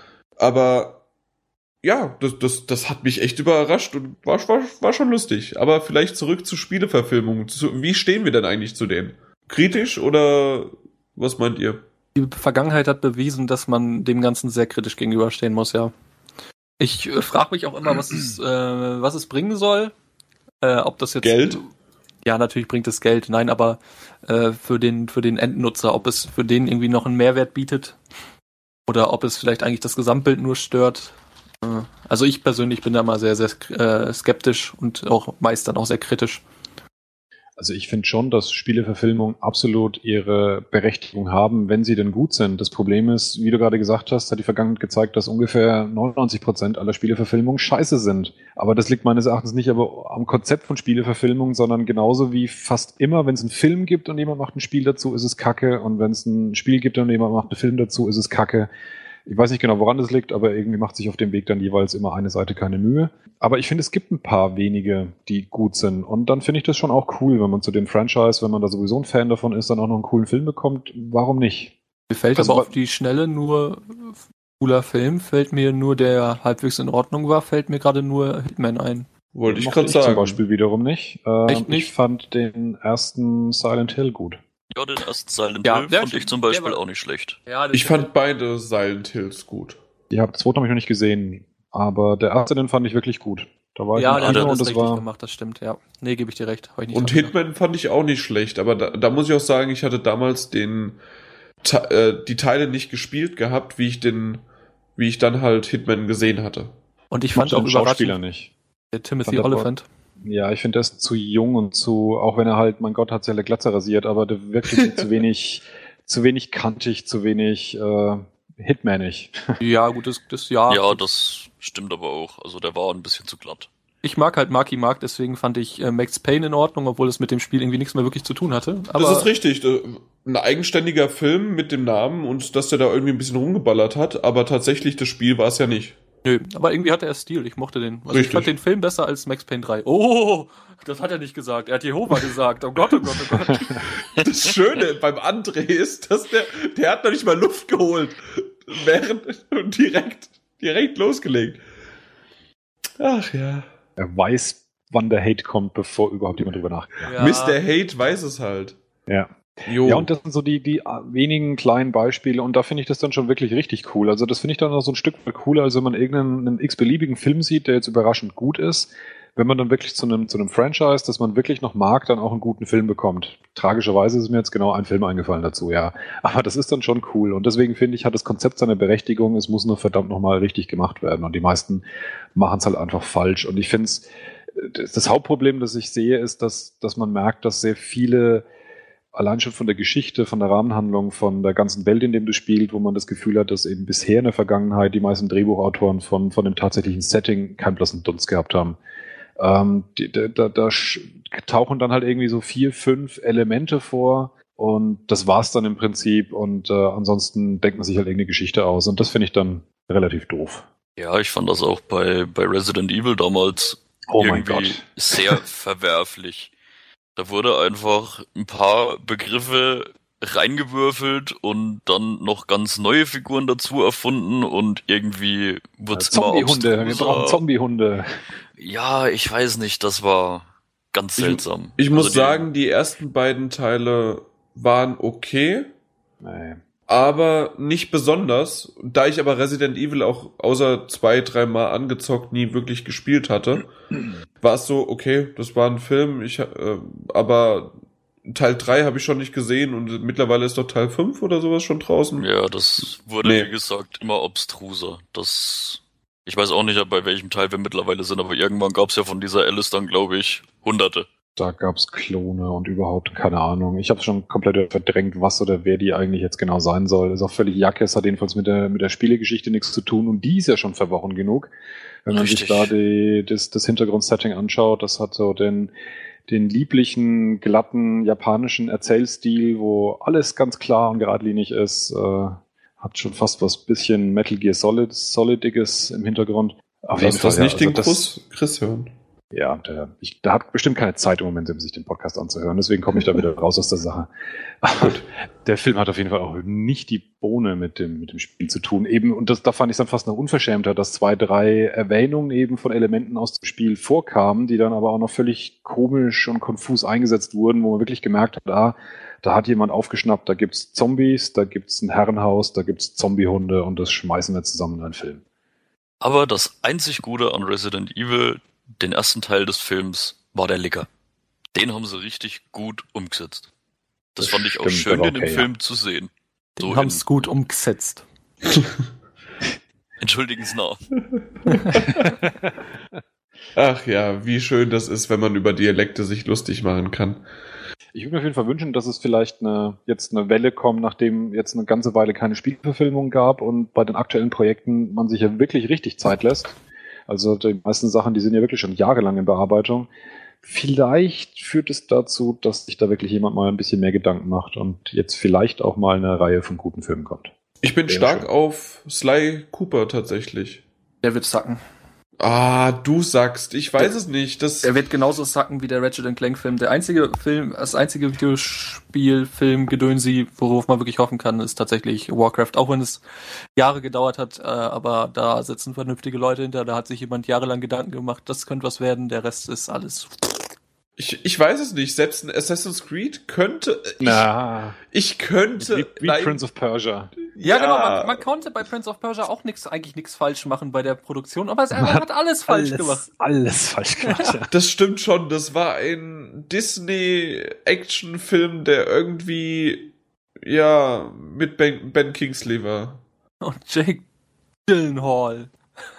Aber ja, das hat mich echt überrascht und war schon lustig. Aber vielleicht zurück zu Spieleverfilmungen. Wie stehen wir denn eigentlich zu denen? Kritisch oder was meint ihr? Die Vergangenheit hat bewiesen, dass man dem Ganzen sehr kritisch gegenüberstehen muss, ja. Ich frage mich auch immer, was es bringen soll. Ob das jetzt Geld? Ja, natürlich bringt es Geld. Nein, aber für den Endnutzer, ob es für den irgendwie noch einen Mehrwert bietet oder ob es vielleicht eigentlich das Gesamtbild nur stört. Also ich persönlich bin da mal sehr, sehr skeptisch und auch meist dann auch sehr kritisch. Also ich finde schon, dass Spieleverfilmungen absolut ihre Berechtigung haben, wenn sie denn gut sind. Das Problem ist, wie du gerade gesagt hast, hat die Vergangenheit gezeigt, dass ungefähr 99% aller Spieleverfilmungen scheiße sind. Aber das liegt meines Erachtens nicht aber am Konzept von Spieleverfilmungen, sondern genauso wie fast immer, wenn es einen Film gibt und jemand macht ein Spiel dazu, ist es Kacke. Und wenn es ein Spiel gibt und jemand macht einen Film dazu, ist es Kacke. Ich weiß nicht genau, woran das liegt, aber irgendwie macht sich auf dem Weg dann jeweils immer eine Seite keine Mühe. Aber ich finde, es gibt ein paar wenige, die gut sind. Und dann finde ich das schon auch cool, wenn man zu dem Franchise, wenn man da sowieso ein Fan davon ist, dann auch noch einen coolen Film bekommt. Warum nicht? Mir fällt Also, aber auf die Schnelle nur cooler Film, fällt mir nur, der halbwegs in Ordnung war, fällt mir gerade nur Hitman ein. Wollte ich mochte gerade sagen. zum Beispiel wiederum nicht. Echt nicht? Ich fand den ersten Silent Hill gut. Ja, den ersten Silent Ja, Hill der fand stimmt, ich zum der Beispiel war- auch nicht schlecht. Ja, Ich fand beide Silent Hills gut. Ja, das zweite habe ich noch nicht gesehen. Aber der erste, den fand ich wirklich gut. Da war ich ja, im der Kino hat und das das richtig war... gemacht, das stimmt, ja. Nee, gebe ich dir recht. Hab ich nicht Und dran gedacht. Hitman fand ich auch nicht schlecht, aber da muss ich auch sagen, ich hatte damals die Teile nicht gespielt gehabt, wie ich dann halt Hitman gesehen hatte. Und ich fand mochte auch den Schauspieler überraschend, nicht. der Timothy fand der Olyphant. Ja, ich finde, der ist zu jung und auch wenn er halt, mein Gott, hat sich ja eine Glatze rasiert, aber der wirklich zu wenig kantig, zu wenig hitmanig. Ja, gut, das ja. Ja, das stimmt aber auch. Also der war ein bisschen zu glatt. Ich mag halt Marky Mark, deswegen fand ich Max Payne in Ordnung, obwohl es mit dem Spiel irgendwie nichts mehr wirklich zu tun hatte. Aber Das ist richtig. Ein eigenständiger Film mit dem Namen und dass der da irgendwie ein bisschen rumgeballert hat, aber tatsächlich das Spiel war es ja nicht. nö, aber irgendwie hatte er Stil, ich mochte den. Also ich Richtig. fand den Film besser als Max Payne 3. Oh, das hat er nicht gesagt. Er hat Jehova gesagt. Oh Gott, oh Gott, oh Gott. Das Schöne beim André ist, dass der hat noch nicht mal Luft geholt. Und direkt losgelegt. Ach ja. Er weiß, wann der Hate kommt, bevor überhaupt jemand drüber nachdenkt. Ja, Mr. Hate weiß es halt. Ja. Jo. Ja, und das sind so die wenigen kleinen Beispiele und da finde ich das dann schon wirklich richtig cool. Also das finde ich dann noch so ein Stück weit cooler, als wenn man irgendeinen x-beliebigen Film sieht, der jetzt überraschend gut ist. Wenn man dann wirklich zu einem Franchise, das man wirklich noch mag, dann auch einen guten Film bekommt. Tragischerweise ist mir jetzt genau ein Film eingefallen dazu, ja. Aber das ist dann schon cool und deswegen finde ich, hat das Konzept seine Berechtigung, es muss nur verdammt nochmal richtig gemacht werden und die meisten machen es halt einfach falsch und ich finde es, das Hauptproblem, das ich sehe, ist, dass man merkt, dass sehr viele allein schon von der Geschichte, von der Rahmenhandlung, von der ganzen Welt, in dem du spielst, wo man das Gefühl hat, dass eben bisher in der Vergangenheit die meisten Drehbuchautoren von dem tatsächlichen Setting keinen blassen Dunst gehabt haben. Da tauchen dann halt irgendwie so 4, 5 Elemente vor und das war's dann im Prinzip und ansonsten denkt man sich halt irgendeine Geschichte aus und das finde ich dann relativ doof. Ja, ich fand das auch bei Resident Evil damals Oh mein irgendwie Gott. sehr verwerflich. Da wurde einfach ein paar Begriffe reingewürfelt und dann noch ganz neue Figuren dazu erfunden und irgendwie wird's immer Zombiehunde, wir abstruser. brauchen Zombiehunde. Ja, ich weiß nicht, das war ganz seltsam. Ich muss Also sagen, die ersten beiden Teile waren okay. Nee. aber nicht besonders. Da ich aber Resident Evil auch außer 2-3 Mal angezockt nie wirklich gespielt hatte, war es so, okay, das war ein Film, aber Teil 3 habe ich schon nicht gesehen und mittlerweile ist doch Teil 5 oder sowas schon draußen. Ja, das wurde, wie gesagt, immer obstruser. Ich weiß auch nicht, bei welchem Teil wir mittlerweile sind, aber irgendwann gab es ja von dieser Alice dann, glaube ich, Hunderte. Da gab's Klone und überhaupt keine Ahnung. Ich habe schon komplett verdrängt, was oder wer die eigentlich jetzt genau sein soll. Ist auch völlig Jacke, es hat jedenfalls mit der Spielegeschichte nichts zu tun und die ist ja schon verworren genug. Wenn man sich da das Hintergrundsetting anschaut, das hat so den lieblichen, glatten, japanischen Erzählstil, wo alles ganz klar und geradlinig ist, hat schon fast was bisschen Metal Gear Solidiges im Hintergrund. Auf jeden Fall, das nicht den Chris hören. Ja, der hat bestimmt keine Zeit im Moment, um sich den Podcast anzuhören. Deswegen komme ich da wieder raus aus der Sache. Aber der Film hat auf jeden Fall auch nicht die Bohne mit dem Spiel zu tun. Eben, und da fand ich es dann fast noch unverschämter, dass 2, 3 Erwähnungen eben von Elementen aus dem Spiel vorkamen, die dann aber auch noch völlig komisch und konfus eingesetzt wurden, wo man wirklich gemerkt hat, da hat jemand aufgeschnappt, da gibt's Zombies, da gibt's ein Herrenhaus, da gibt's Zombiehunde und das schmeißen wir zusammen in einen Film. Aber das einzig Gute an Resident Evil, den ersten Teil des Films, war der Licker. Den haben sie richtig gut umgesetzt. Das fand ich auch schön in dem Film zu sehen. Den haben es gut umgesetzt. Entschuldigen Sie noch. Ach ja, wie schön das ist, wenn man über Dialekte sich lustig machen kann. Ich würde mir auf jeden Fall wünschen, dass es vielleicht jetzt eine Welle kommt, nachdem jetzt eine ganze Weile keine Spielverfilmung gab und bei den aktuellen Projekten man sich ja wirklich richtig Zeit lässt. Also die meisten Sachen, die sind ja wirklich schon jahrelang in Bearbeitung. Vielleicht führt es dazu, dass sich da wirklich jemand mal ein bisschen mehr Gedanken macht und jetzt vielleicht auch mal eine Reihe von guten Filmen kommt. Ich bin stark auf Sly Cooper tatsächlich. Der wird sacken. Ah, du sagst, ich weiß es nicht. Der wird genauso sacken wie der Ratchet & Clank Film. Das einzige Videospielfilm Gedönsi, worauf man wirklich hoffen kann, ist tatsächlich Warcraft. Auch wenn es Jahre gedauert hat, aber da sitzen vernünftige Leute hinter. Da hat sich jemand jahrelang Gedanken gemacht, das könnte was werden. Der Rest ist alles. Ich weiß es nicht. Selbst ein Assassin's Creed könnte. Ich könnte. Wie Prince of Persia. Ja, genau. Man konnte bei Prince of Persia auch eigentlich nichts falsch machen bei der Produktion, aber er hat alles falsch gemacht. Alles falsch gemacht. Ja. Das stimmt schon. Das war ein Disney-Action-Film, der irgendwie mit Ben Kingsley war. Und Jake Gyllenhaal.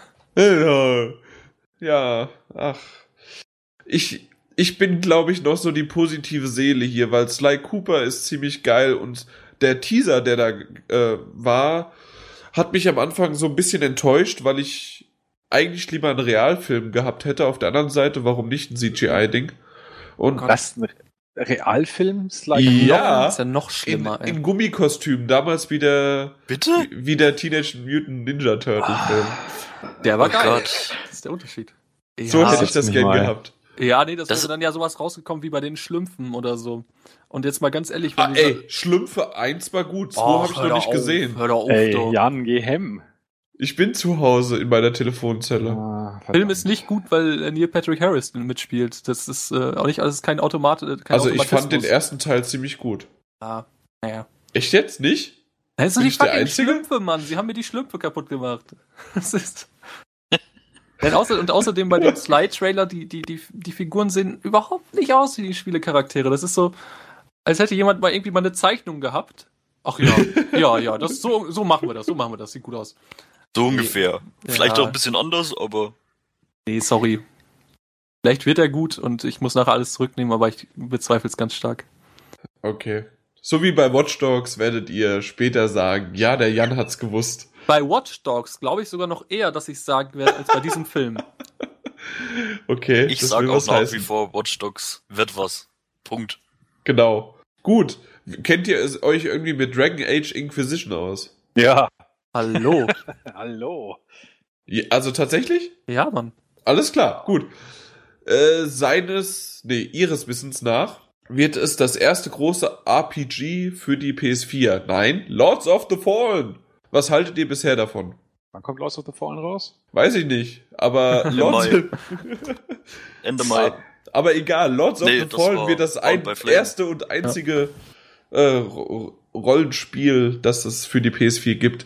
Ja, ach. Ich bin, glaube ich, noch so die positive Seele hier, weil Sly Cooper ist ziemlich geil und der Teaser, der da war, hat mich am Anfang so ein bisschen enttäuscht, weil ich eigentlich lieber einen Realfilm gehabt hätte. Auf der anderen Seite, warum nicht ein CGI-Ding? Und was, ein Realfilm? Ja, das ist ja noch schlimmer. In Gummikostüm, damals wie der Teenage Mutant Ninja Turtle Film. Der war geil. Gott. Das ist der Unterschied. So hätte ich das gern gehabt. Ja, nee, das wäre dann ja sowas rausgekommen wie bei den Schlümpfen oder so. Und jetzt mal ganz ehrlich, Schlümpfe 1 war gut, 2 habe ich noch nicht gesehen. Hör doch auf, Jan, geh hem. Ich bin zu Hause in meiner Telefonzelle. Der Film ist nicht gut, weil Neil Patrick Harris mitspielt. Das ist auch nicht alles kein Automat. Also ich fand den ersten Teil ziemlich gut. Ah, naja. Echt jetzt nicht? Das ist doch die fucking Schlümpfe, Mann. Sie haben mir die Schlümpfe kaputt gemacht. Das ist... Und außerdem bei dem Slide-Trailer, die Figuren sehen überhaupt nicht aus wie die Spielecharaktere. Das ist so, als hätte jemand mal irgendwie mal eine Zeichnung gehabt. Ach ja, so machen wir das, sieht gut aus. So ungefähr. Vielleicht auch ein bisschen anders, aber... Nee, sorry. Vielleicht wird er gut und ich muss nachher alles zurücknehmen, aber ich bezweifle es ganz stark. Okay. So wie bei Watch Dogs werdet ihr später sagen, ja, der Jan hat's gewusst. Bei Watch Dogs glaube ich sogar noch eher, dass ich es sagen werde, als bei diesem Film. Okay. Ich sage auch nach wie vor, Watch Dogs wird was. Punkt. Genau. Gut. Kennt ihr euch irgendwie mit Dragon Age Inquisition aus? Ja. Hallo. Hallo. Ja, also tatsächlich? Ja, Mann. Alles klar, gut. Ihres Wissens nach wird es das erste große RPG für die PS4. Nein, Lords of the Fallen. Was haltet ihr bisher davon? Wann kommt Lords of the Fallen raus? Weiß ich nicht, aber Ende Mai. Aber egal, Lords of the Fallen wird das erste und einzige Rollenspiel, das es für die PS4 gibt?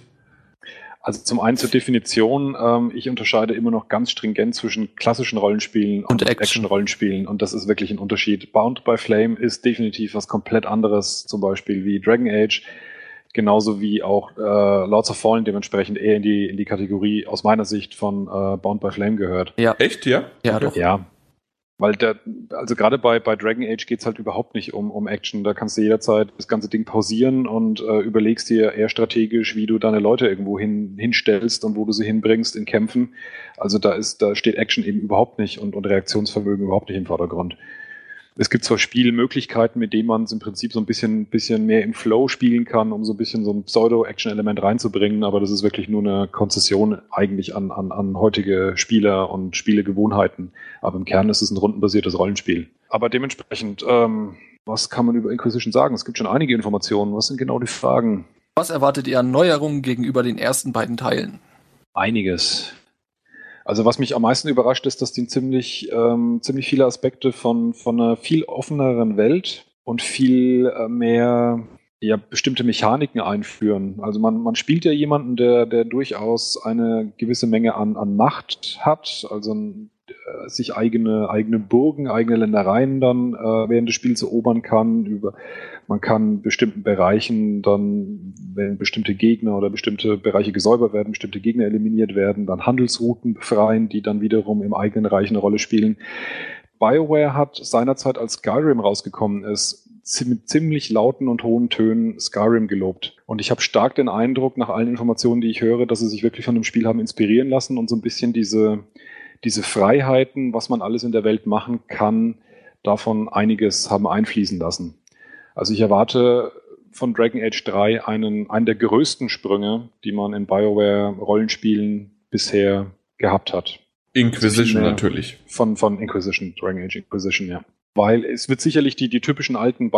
Also zum einen zur Definition, ich unterscheide immer noch ganz stringent zwischen klassischen Rollenspielen und Action-Rollenspielen und das ist wirklich ein Unterschied. Bound by Flame ist definitiv was komplett anderes, zum Beispiel wie Dragon Age, genauso wie auch Lords of Fallen dementsprechend eher in die Kategorie aus meiner Sicht von Bound by Flame gehört. Ja. Echt, ja? Ja, Okay. doch. Ja, weil also gerade bei Dragon Age geht's halt überhaupt nicht um Action. Da kannst du jederzeit das ganze Ding pausieren und überlegst dir eher strategisch, wie du deine Leute irgendwo hinstellst und wo du sie hinbringst in Kämpfen. Also da steht Action eben überhaupt nicht und Reaktionsvermögen überhaupt nicht im Vordergrund. Es gibt zwar Spielmöglichkeiten, mit denen man es im Prinzip so ein bisschen mehr im Flow spielen kann, um so ein bisschen so ein Pseudo-Action-Element reinzubringen, aber das ist wirklich nur eine Konzession eigentlich an heutige Spieler und Spielegewohnheiten. Aber im Kern ist es ein rundenbasiertes Rollenspiel. Aber dementsprechend, was kann man über Inquisition sagen? Es gibt schon einige Informationen. Was sind genau die Fragen? Was erwartet ihr an Neuerungen gegenüber den ersten beiden Teilen? Einiges. Also was mich am meisten überrascht ist, dass die ziemlich viele Aspekte von einer viel offeneren Welt und viel mehr bestimmte Mechaniken einführen. Also man spielt ja jemanden, der durchaus eine gewisse Menge an Macht hat, also sich eigene Burgen, eigene Ländereien dann während des Spiels erobern kann. Man kann bestimmten Bereichen dann, wenn bestimmte Gegner oder bestimmte Bereiche gesäubert werden, bestimmte Gegner eliminiert werden, dann Handelsrouten befreien, die dann wiederum im eigenen Reich eine Rolle spielen. BioWare hat seinerzeit, als Skyrim rausgekommen ist, mit ziemlich lauten und hohen Tönen Skyrim gelobt. Und ich habe stark den Eindruck, nach allen Informationen, die ich höre, dass sie sich wirklich von dem Spiel haben inspirieren lassen und so ein bisschen diese Freiheiten, was man alles in der Welt machen kann, davon einiges haben einfließen lassen. Also ich erwarte von Dragon Age 3 einen der größten Sprünge, die man in BioWare-Rollenspielen bisher gehabt hat. Inquisition natürlich. Von Inquisition, Dragon Age Inquisition, ja. Weil es wird sicherlich die typischen alten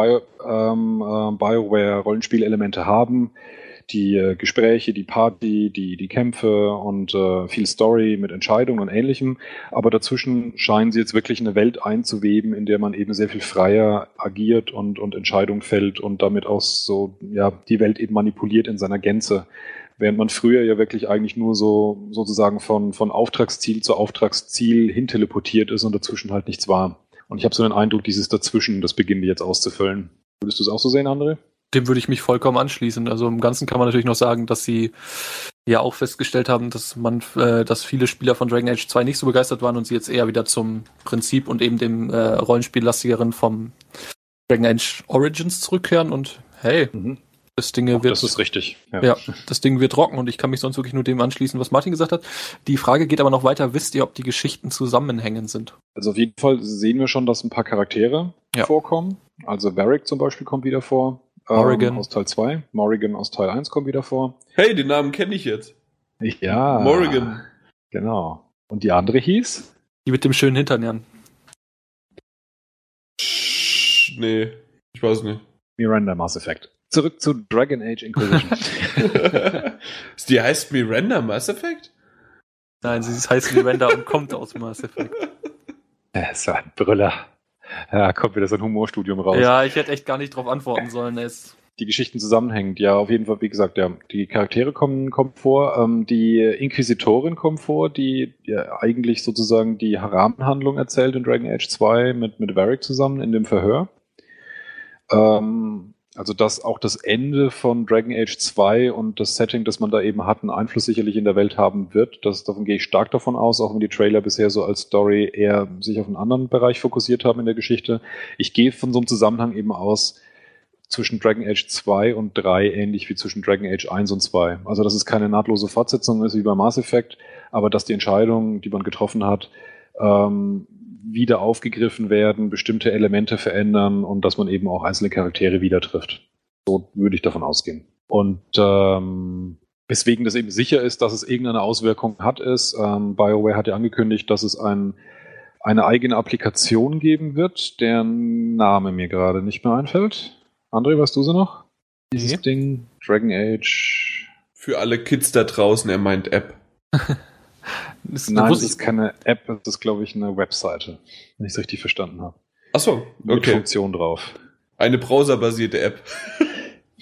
BioWare-Rollenspielelemente haben, die Gespräche, die Party, die Kämpfe und viel Story mit Entscheidungen und Ähnlichem. Aber dazwischen scheinen sie jetzt wirklich eine Welt einzuweben, in der man eben sehr viel freier agiert und Entscheidungen fällt und damit auch so die Welt eben manipuliert in seiner Gänze. Während man früher ja wirklich eigentlich nur so sozusagen von Auftragsziel zu Auftragsziel hin teleportiert ist und dazwischen halt nichts war. Und ich habe so den Eindruck, dieses Dazwischen, das beginnen die jetzt auszufüllen. Würdest du es auch so sehen, André? Dem würde ich mich vollkommen anschließen. Also im Ganzen kann man natürlich noch sagen, dass sie ja auch festgestellt haben, dass viele Spieler von Dragon Age 2 nicht so begeistert waren und sie jetzt eher wieder zum Prinzip und eben dem Rollenspiellastigeren vom Dragon Age Origins zurückkehren und hey, das Ding das ist richtig. Ja, das Ding wird rocken und ich kann mich sonst wirklich nur dem anschließen, was Martin gesagt hat. Die Frage geht aber noch weiter. Wisst ihr, ob die Geschichten zusammenhängend sind? Also auf jeden Fall sehen wir schon, dass ein paar Charaktere vorkommen. Also Varric zum Beispiel kommt wieder vor. Morrigan aus Teil 2. Morrigan aus Teil 1 kommt wieder vor. Hey, den Namen kenne ich jetzt. Ja. Morrigan. Genau. Und die andere hieß? Die mit dem schönen Hintern, Jan. Nee, ich weiß nicht. Miranda Mass Effect. Zurück zu Dragon Age Inquisition. Die heißt Miranda Mass Effect? Nein, sie heißt Miranda und kommt aus Mass Effect. So ein Brüller. Ja, kommt wieder so ein Humorstudium raus. Ja, ich hätte echt gar nicht drauf antworten sollen. Die Geschichten zusammenhängend, ja, auf jeden Fall, wie gesagt, ja, die Charaktere kommen vor, die Inquisitorin kommt vor, die eigentlich sozusagen die Rahmenhandlung erzählt in Dragon Age 2 mit Varric zusammen in dem Verhör. Also dass auch das Ende von Dragon Age 2 und das Setting, das man da eben hat, einen Einfluss sicherlich in der Welt haben wird. Davon gehe ich stark davon aus, auch wenn die Trailer bisher so als Story eher sich auf einen anderen Bereich fokussiert haben in der Geschichte. Ich gehe von so einem Zusammenhang eben aus zwischen Dragon Age 2 und 3, ähnlich wie zwischen Dragon Age 1 und 2. Also dass es keine nahtlose Fortsetzung ist wie bei Mass Effect, aber dass die Entscheidungen, die man getroffen hat, wieder aufgegriffen werden, bestimmte Elemente verändern und dass man eben auch einzelne Charaktere wieder trifft. So würde ich davon ausgehen. Und weswegen das eben sicher ist, dass es irgendeine Auswirkung hat, ist, BioWare hat ja angekündigt, dass es eine eigene Applikation geben wird, deren Name mir gerade nicht mehr einfällt. André, weißt du sie noch? Dieses Ding, Dragon Age. Für alle Kids da draußen, er meint App. Nein, das ist keine App, das ist, glaube ich, eine Webseite, wenn ich es richtig verstanden habe. Achso, okay. Mit Funktion drauf. Eine browserbasierte App.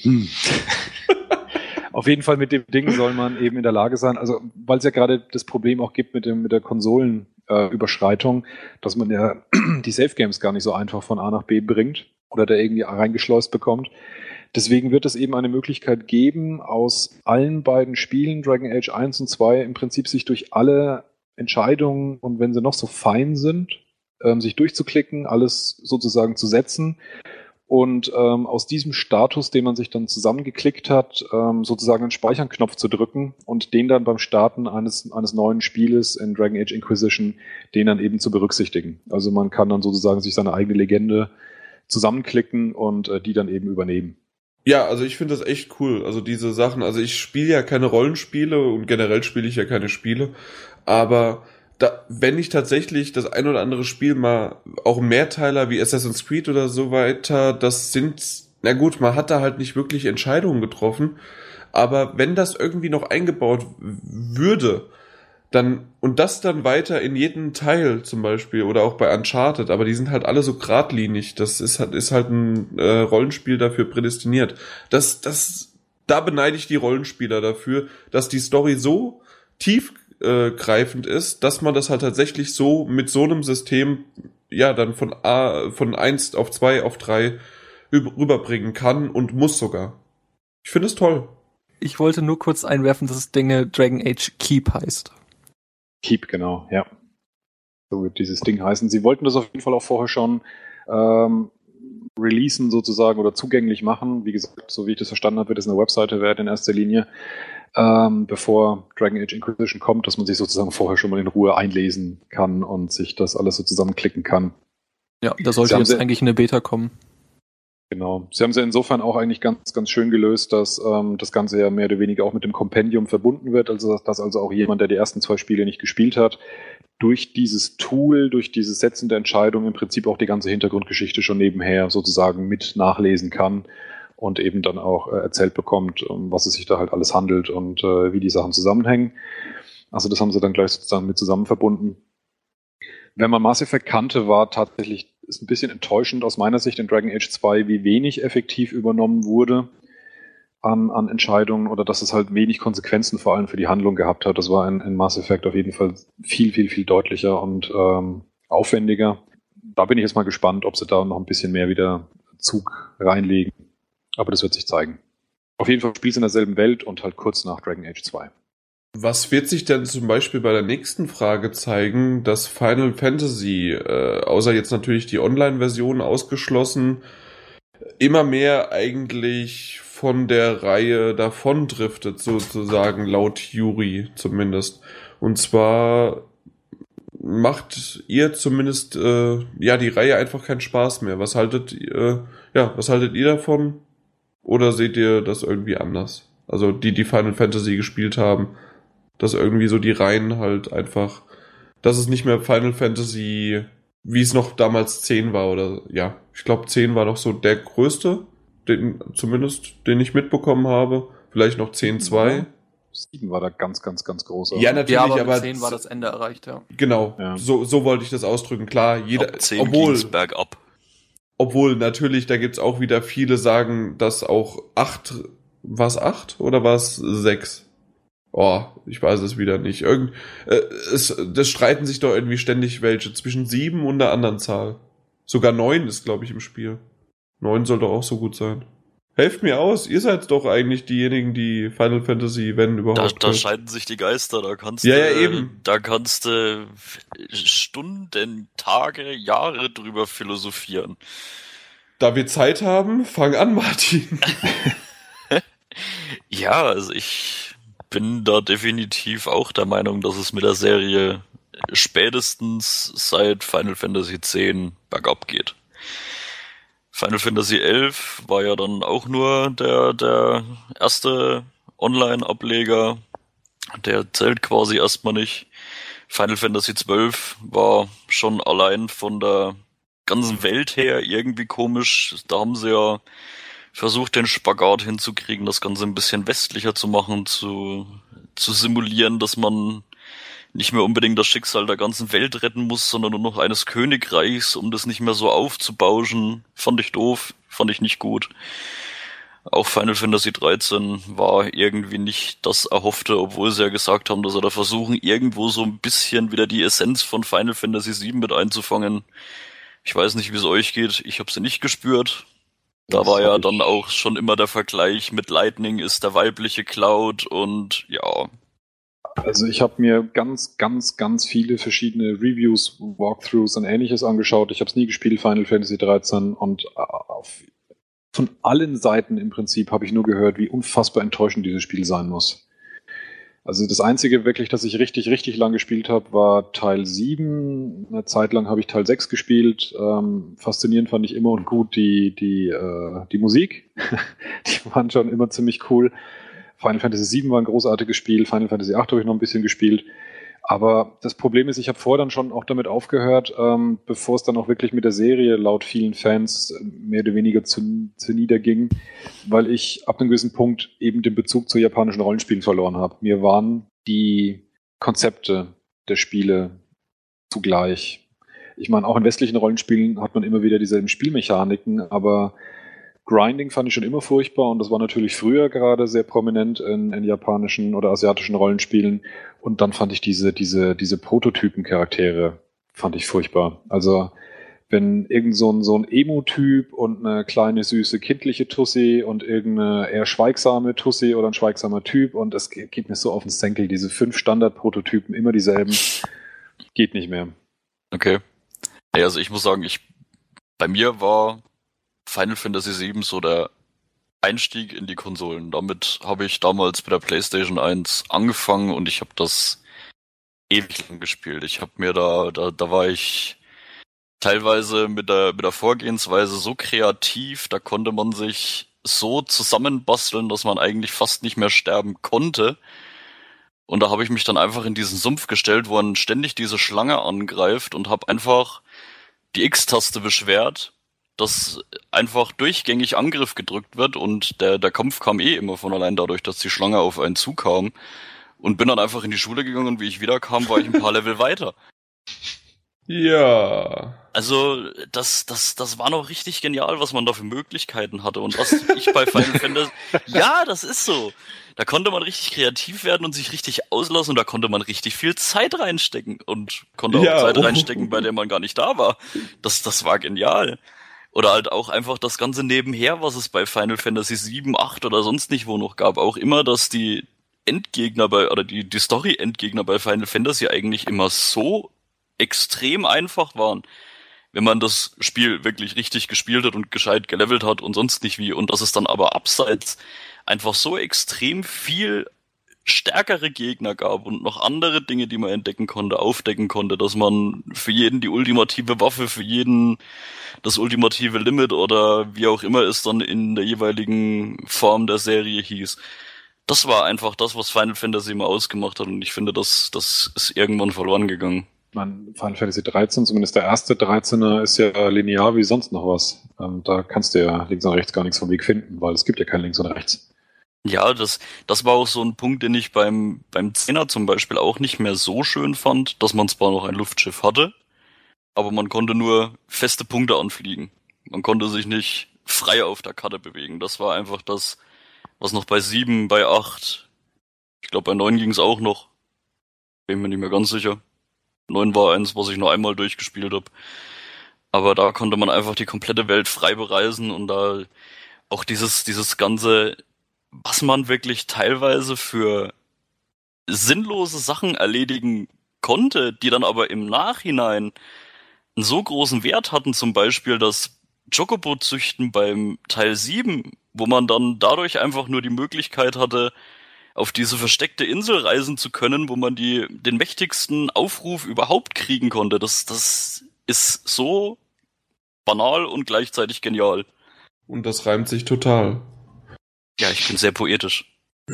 Auf jeden Fall mit dem Ding soll man eben in der Lage sein, also weil es ja gerade das Problem auch gibt mit der Konsolenüberschreitung, dass man ja die Safe Games gar nicht so einfach von A nach B bringt oder da irgendwie reingeschleust bekommt. Deswegen wird es eben eine Möglichkeit geben, aus allen beiden Spielen, Dragon Age 1 und 2, im Prinzip sich durch alle Entscheidungen und wenn sie noch so fein sind, sich durchzuklicken, alles sozusagen zu setzen und aus diesem Status, den man sich dann zusammengeklickt hat, sozusagen einen Speichern-Knopf zu drücken und den dann beim Starten eines neuen Spieles in Dragon Age Inquisition, den dann eben zu berücksichtigen. Also man kann dann sozusagen sich seine eigene Legende zusammenklicken und die dann eben übernehmen. Ja, also ich finde das echt cool. Also diese Sachen, also ich spiele ja keine Rollenspiele und generell spiele ich ja keine Spiele, aber wenn ich tatsächlich das ein oder andere Spiel mal, auch ein Mehrteiler wie Assassin's Creed oder so weiter, das sind, na gut, man hat da halt nicht wirklich Entscheidungen getroffen, aber wenn das irgendwie noch eingebaut würde, dann, und das dann weiter in jeden Teil zum Beispiel, oder auch bei Uncharted, aber die sind halt alle so geradlinig, das ist halt ein Rollenspiel dafür prädestiniert. Da beneide ich die Rollenspieler dafür, dass die Story so tiefgreifend ist, dass man das halt tatsächlich so mit so einem System ja dann von 1 auf 2 auf 3 rüberbringen kann und muss sogar. Ich finde es toll. Ich wollte nur kurz einwerfen, dass das Ding Dragon Age Keep heißt. Keep, genau, ja. So wird dieses Ding heißen. Sie wollten das auf jeden Fall auch vorher schon releasen sozusagen oder zugänglich machen. Wie gesagt, so wie ich das verstanden habe, wird es eine Webseite werden in erster Linie, bevor Dragon Age Inquisition kommt, dass man sich sozusagen vorher schon mal in Ruhe einlesen kann und sich das alles so zusammenklicken kann. Ja, da sollte jetzt eigentlich eine Beta kommen. Genau. Sie haben es ja insofern auch eigentlich ganz, ganz schön gelöst, dass das Ganze ja mehr oder weniger auch mit dem Kompendium verbunden wird, also dass also auch jemand, der die ersten 2 Spiele nicht gespielt hat, durch dieses Tool, durch dieses Setzen der Entscheidung im Prinzip auch die ganze Hintergrundgeschichte schon nebenher sozusagen mit nachlesen kann und eben dann auch erzählt bekommt, um was es sich da halt alles handelt und wie die Sachen zusammenhängen. Also das haben sie dann gleich sozusagen mit zusammen verbunden. Wenn man Mass Effect kannte, war tatsächlich, ist ein bisschen enttäuschend aus meiner Sicht in Dragon Age 2, wie wenig effektiv übernommen wurde an Entscheidungen oder dass es halt wenig Konsequenzen vor allem für die Handlung gehabt hat. Das war in Mass Effect auf jeden Fall viel, viel, viel deutlicher und aufwendiger. Da bin ich jetzt mal gespannt, ob sie da noch ein bisschen mehr wieder Zug reinlegen. Aber das wird sich zeigen. Auf jeden Fall spielt es in derselben Welt und halt kurz nach Dragon Age 2. Was wird sich denn zum Beispiel bei der nächsten Frage zeigen, dass Final Fantasy, außer jetzt natürlich die Online-Version ausgeschlossen, immer mehr eigentlich von der Reihe davondriftet, sozusagen, laut Yuri zumindest. Und zwar macht ihr zumindest die Reihe einfach keinen Spaß mehr. Was haltet ihr davon? Oder seht ihr das irgendwie anders? Also die Final Fantasy gespielt haben, dass irgendwie so die Reihen halt einfach, dass es nicht mehr Final Fantasy, wie es noch damals 10 war, oder ja, ich glaube 10 war noch so der größte, den ich mitbekommen habe. Vielleicht noch 10.2. 7 war da ganz, ganz, ganz groß. Ja, natürlich, ja, aber aber 10 war das Ende erreicht, ja. Genau, ja. So wollte ich das ausdrücken. Klar, Ab 10 ging's bergab. Obwohl, natürlich, da gibt's auch wieder viele sagen, dass auch 8, war es 8 oder war es 6? Oh, ich weiß es wieder nicht. Das streiten sich doch irgendwie ständig welche zwischen 7 und einer anderen Zahl. Sogar 9 ist, glaube ich, im Spiel. 9 soll doch auch so gut sein. Helft mir aus, ihr seid doch eigentlich diejenigen, die Final Fantasy, wenn überhaupt. Da scheiden sich die Geister, da kannst du Stunden, Tage, Jahre drüber philosophieren. Da wir Zeit haben, fang an, Martin. Ja, also ich bin da definitiv auch der Meinung, dass es mit der Serie spätestens seit Final Fantasy X bergab geht. Final Fantasy XI war ja dann auch nur der erste Online-Ableger. Der zählt quasi erstmal nicht. Final Fantasy XII war schon allein von der ganzen Welt her irgendwie komisch. Da haben sie ja versucht, den Spagat hinzukriegen, das Ganze ein bisschen westlicher zu machen, zu simulieren, dass man nicht mehr unbedingt das Schicksal der ganzen Welt retten muss, sondern nur noch eines Königreichs, um das nicht mehr so aufzubauschen. Fand ich doof, fand ich nicht gut. Auch Final Fantasy 13 war irgendwie nicht das Erhoffte, obwohl sie ja gesagt haben, dass sie da versuchen, irgendwo so ein bisschen wieder die Essenz von Final Fantasy 7 mit einzufangen. Ich weiß nicht, wie es euch geht. Ich habe sie nicht gespürt. Da war ja dann auch schon immer der Vergleich mit Lightning ist der weibliche Cloud und ja. Also ich habe mir ganz, ganz, ganz viele verschiedene Reviews, Walkthroughs und Ähnliches angeschaut. Ich habe es nie gespielt, Final Fantasy 13, und von allen Seiten im Prinzip habe ich nur gehört, wie unfassbar enttäuschend dieses Spiel sein muss. Also das Einzige wirklich, das ich richtig, richtig lang gespielt habe, war Teil 7. Eine Zeit lang habe ich Teil 6 gespielt. Faszinierend fand ich immer und gut die Musik. Die waren schon immer ziemlich cool. Final Fantasy 7 war ein großartiges Spiel. Final Fantasy 8 habe ich noch ein bisschen gespielt. Aber das Problem ist, ich habe vorher dann schon auch damit aufgehört, bevor es dann auch wirklich mit der Serie laut vielen Fans mehr oder weniger zu niederging, weil ich ab einem gewissen Punkt eben den Bezug zu japanischen Rollenspielen verloren habe. Mir waren die Konzepte der Spiele zugleich. Ich meine, auch in westlichen Rollenspielen hat man immer wieder dieselben Spielmechaniken, aber Grinding fand ich schon immer furchtbar, und das war natürlich früher gerade sehr prominent in japanischen oder asiatischen Rollenspielen, und dann fand ich diese Prototypen-Charaktere fand ich furchtbar. Also wenn irgend so ein Emo-Typ und eine kleine, süße, kindliche Tussi und irgendeine eher schweigsame Tussi oder ein schweigsamer Typ, und es geht mir so auf den Senkel, diese 5 Standard-Prototypen, immer dieselben, geht nicht mehr. Okay. Ja, also ich muss sagen, bei mir war Final Fantasy 7 so der Einstieg in die Konsolen. Damit habe ich damals bei der PlayStation 1 angefangen und ich habe das ewig lang gespielt. Ich habe mir da war ich teilweise mit der Vorgehensweise so kreativ, da konnte man sich so zusammenbasteln, dass man eigentlich fast nicht mehr sterben konnte. Und da habe ich mich dann einfach in diesen Sumpf gestellt, wo man ständig diese Schlange angreift, und habe einfach die X-Taste beschwert, dass einfach durchgängig Angriff gedrückt wird, und der Kampf kam immer von allein dadurch, dass die Schlange auf einen zukam, und bin dann einfach in die Schule gegangen, und wie ich wiederkam, war ich ein paar Level weiter. Ja. Also das war noch richtig genial, was man da für Möglichkeiten hatte, und was ich bei Final Fantasy... Ja, das ist so. Da konnte man richtig kreativ werden und sich richtig auslassen, und da konnte man richtig viel Zeit reinstecken und konnte auch Zeit reinstecken, bei der man gar nicht da war. Das war genial. Oder halt auch einfach das ganze nebenher, was es bei Final Fantasy 7, 8 oder sonst nicht wo noch gab. Auch immer, dass die Endgegner die Story-Endgegner bei Final Fantasy eigentlich immer so extrem einfach waren, wenn man das Spiel wirklich richtig gespielt hat und gescheit gelevelt hat und sonst nicht wie. Und dass es dann aber abseits einfach so extrem viel stärkere Gegner gab und noch andere Dinge, die man entdecken konnte, aufdecken konnte, dass man für jeden die ultimative Waffe, für jeden das ultimative Limit oder wie auch immer es dann in der jeweiligen Form der Serie hieß. Das war einfach das, was Final Fantasy immer ausgemacht hat, und ich finde, das ist irgendwann verloren gegangen. Final Fantasy 13, zumindest der erste 13er, ist ja linear wie sonst noch was. Da kannst du ja links und rechts gar nichts vom Weg finden, weil es gibt ja kein links und rechts. Ja, das war auch so ein Punkt, den ich beim 10er zum Beispiel auch nicht mehr so schön fand, dass man zwar noch ein Luftschiff hatte, aber man konnte nur feste Punkte anfliegen. Man konnte sich nicht frei auf der Karte bewegen. Das war einfach das, was noch bei 7, bei 8, ich glaube bei 9 ging es auch noch. Bin mir nicht mehr ganz sicher. 9 war eins, was ich nur einmal durchgespielt habe. Aber da konnte man einfach die komplette Welt frei bereisen, und da auch dieses ganze, was man wirklich teilweise für sinnlose Sachen erledigen konnte, die dann aber im Nachhinein einen so großen Wert hatten, zum Beispiel das Chocobo-Züchten beim Teil 7, wo man dann dadurch einfach nur die Möglichkeit hatte, auf diese versteckte Insel reisen zu können, wo man den mächtigsten Aufruf überhaupt kriegen konnte. Das ist so banal und gleichzeitig genial. Und das reimt sich total. Ja, ich bin sehr poetisch.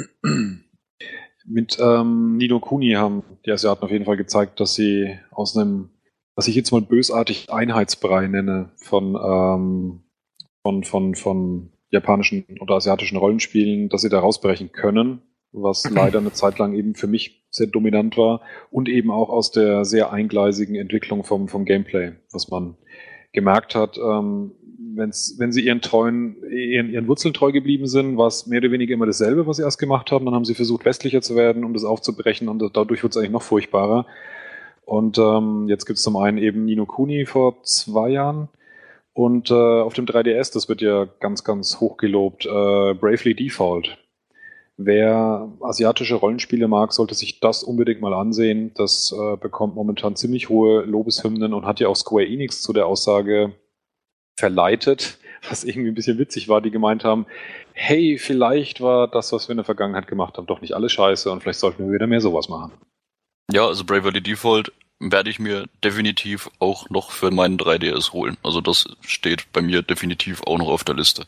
Mit Ni no Kuni haben die Asiaten auf jeden Fall gezeigt, dass sie aus einem, was ich jetzt mal bösartig Einheitsbrei nenne, von japanischen oder asiatischen Rollenspielen, dass sie da rausbrechen können, was leider eine Zeit lang eben für mich sehr dominant war, und eben auch aus der sehr eingleisigen Entwicklung vom Gameplay, was man gemerkt hat, wenn sie ihren Wurzeln treu geblieben sind, war es mehr oder weniger immer dasselbe, was sie erst gemacht haben. Dann haben sie versucht, westlicher zu werden, um das aufzubrechen, und dadurch wird es eigentlich noch furchtbarer. Und jetzt gibt es zum einen eben Ni no Kuni vor 2 Jahren und auf dem 3DS, das wird ja ganz, ganz hoch gelobt, Bravely Default. Wer asiatische Rollenspiele mag, sollte sich das unbedingt mal ansehen. Das bekommt momentan ziemlich hohe Lobeshymnen und hat ja auch Square Enix zu der Aussage verleitet, was irgendwie ein bisschen witzig war, die gemeint haben, hey, vielleicht war das, was wir in der Vergangenheit gemacht haben, doch nicht alles scheiße und vielleicht sollten wir wieder mehr sowas machen. Ja, also Bravely Default werde ich mir definitiv auch noch für meinen 3DS holen. Also das steht bei mir definitiv auch noch auf der Liste.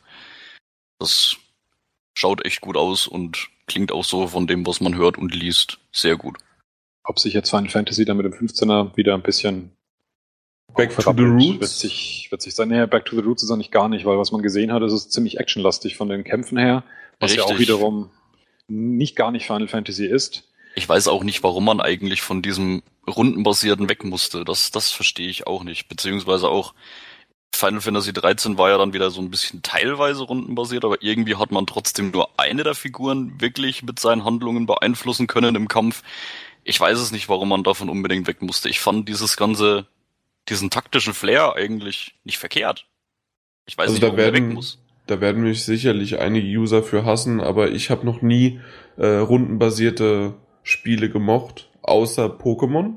Das schaut echt gut aus und klingt auch so von dem, was man hört und liest, sehr gut. Ob sich jetzt Final Fantasy dann mit dem 15er wieder ein bisschen Back to the Roots? Wird sich sein. Nee, Back to the Roots ist eigentlich gar nicht, weil was man gesehen hat, ist es ziemlich actionlastig von den Kämpfen her, was Richtig. ja auch wiederum gar nicht Final Fantasy ist. Ich weiß auch nicht, warum man eigentlich von diesem Rundenbasierten weg musste. Das verstehe ich auch nicht. Beziehungsweise auch Final Fantasy 13 war ja dann wieder so ein bisschen teilweise rundenbasiert, aber irgendwie hat man trotzdem nur eine der Figuren wirklich mit seinen Handlungen beeinflussen können im Kampf. Ich weiß es nicht, warum man davon unbedingt weg musste. Ich fand diesen taktischen Flair eigentlich nicht verkehrt. Ich weiß nicht, warum der weg muss. Da werden mich sicherlich einige User für hassen, aber ich habe noch nie rundenbasierte Spiele gemocht, außer Pokémon.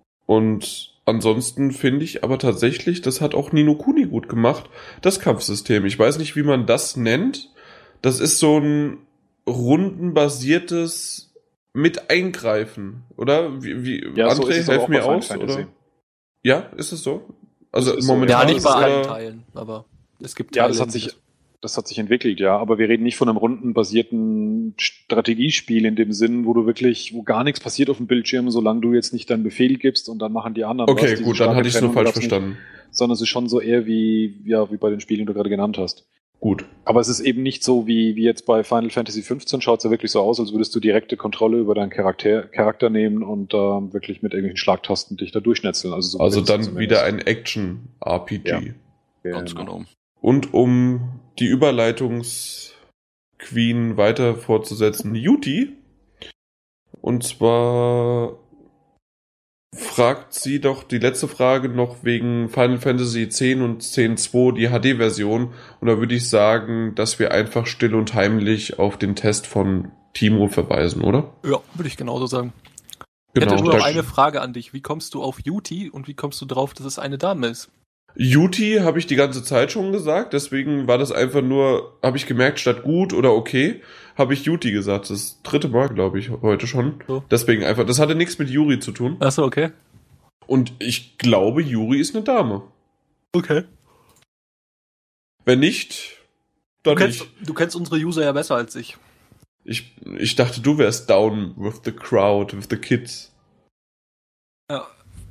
Und ansonsten finde ich aber tatsächlich, das hat auch Ni no Kuni gut gemacht, das Kampfsystem. Ich weiß nicht, wie man das nennt. Das ist so ein rundenbasiertes mit Eingreifen, oder? Wie Ja, André, so ist es helf aber mir auch bei aus, Final oder? Fantasy. Ja, ist es so? Also Das ist so, momentan Ja, nicht bei ist es, allen Teilen, aber es gibt Ja, Teile. das hat sich entwickelt, ja, aber wir reden nicht von einem rundenbasierten Strategiespiel in dem Sinn, wo gar nichts passiert auf dem Bildschirm, solange du jetzt nicht deinen Befehl gibst und dann machen die anderen Okay, was. gut, dann hatte ich es nur falsch verstanden. Sondern es ist schon so eher wie bei den Spielen, die du gerade genannt hast. Gut. Aber es ist eben nicht so wie jetzt bei Final Fantasy 15, schaut es ja wirklich so aus, als würdest du direkte Kontrolle über deinen Charakter nehmen und wirklich mit irgendwelchen Schlagtasten dich da durchschnetzeln. Also dann wieder ein Action-RPG. Ja. Ganz genau. Und um die Überleitungs-Queen weiter fortzusetzen, Yuti. Und zwar fragt sie doch die letzte Frage noch wegen Final Fantasy X und X-2, die HD-Version. Und da würde ich sagen, dass wir einfach still und heimlich auf den Test von Timo verweisen, oder? Ja, würde ich genauso sagen. Genau. Ich hätte nur noch eine Frage an dich. Wie kommst du auf Yuti und wie kommst du drauf, dass es eine Dame ist? Yuti habe ich die ganze Zeit schon gesagt, deswegen war das einfach nur, habe ich gemerkt, statt gut oder okay, habe ich Yuti gesagt. Das 3. Mal, glaube ich, heute schon. So. Deswegen einfach, das hatte nichts mit Yuri zu tun. Achso, okay. Und ich glaube, Yuri ist eine Dame. Okay. Wenn nicht, dann nicht. Du kennst unsere User ja besser als ich. Ich dachte, du wärst down with the crowd, with the kids. Ja.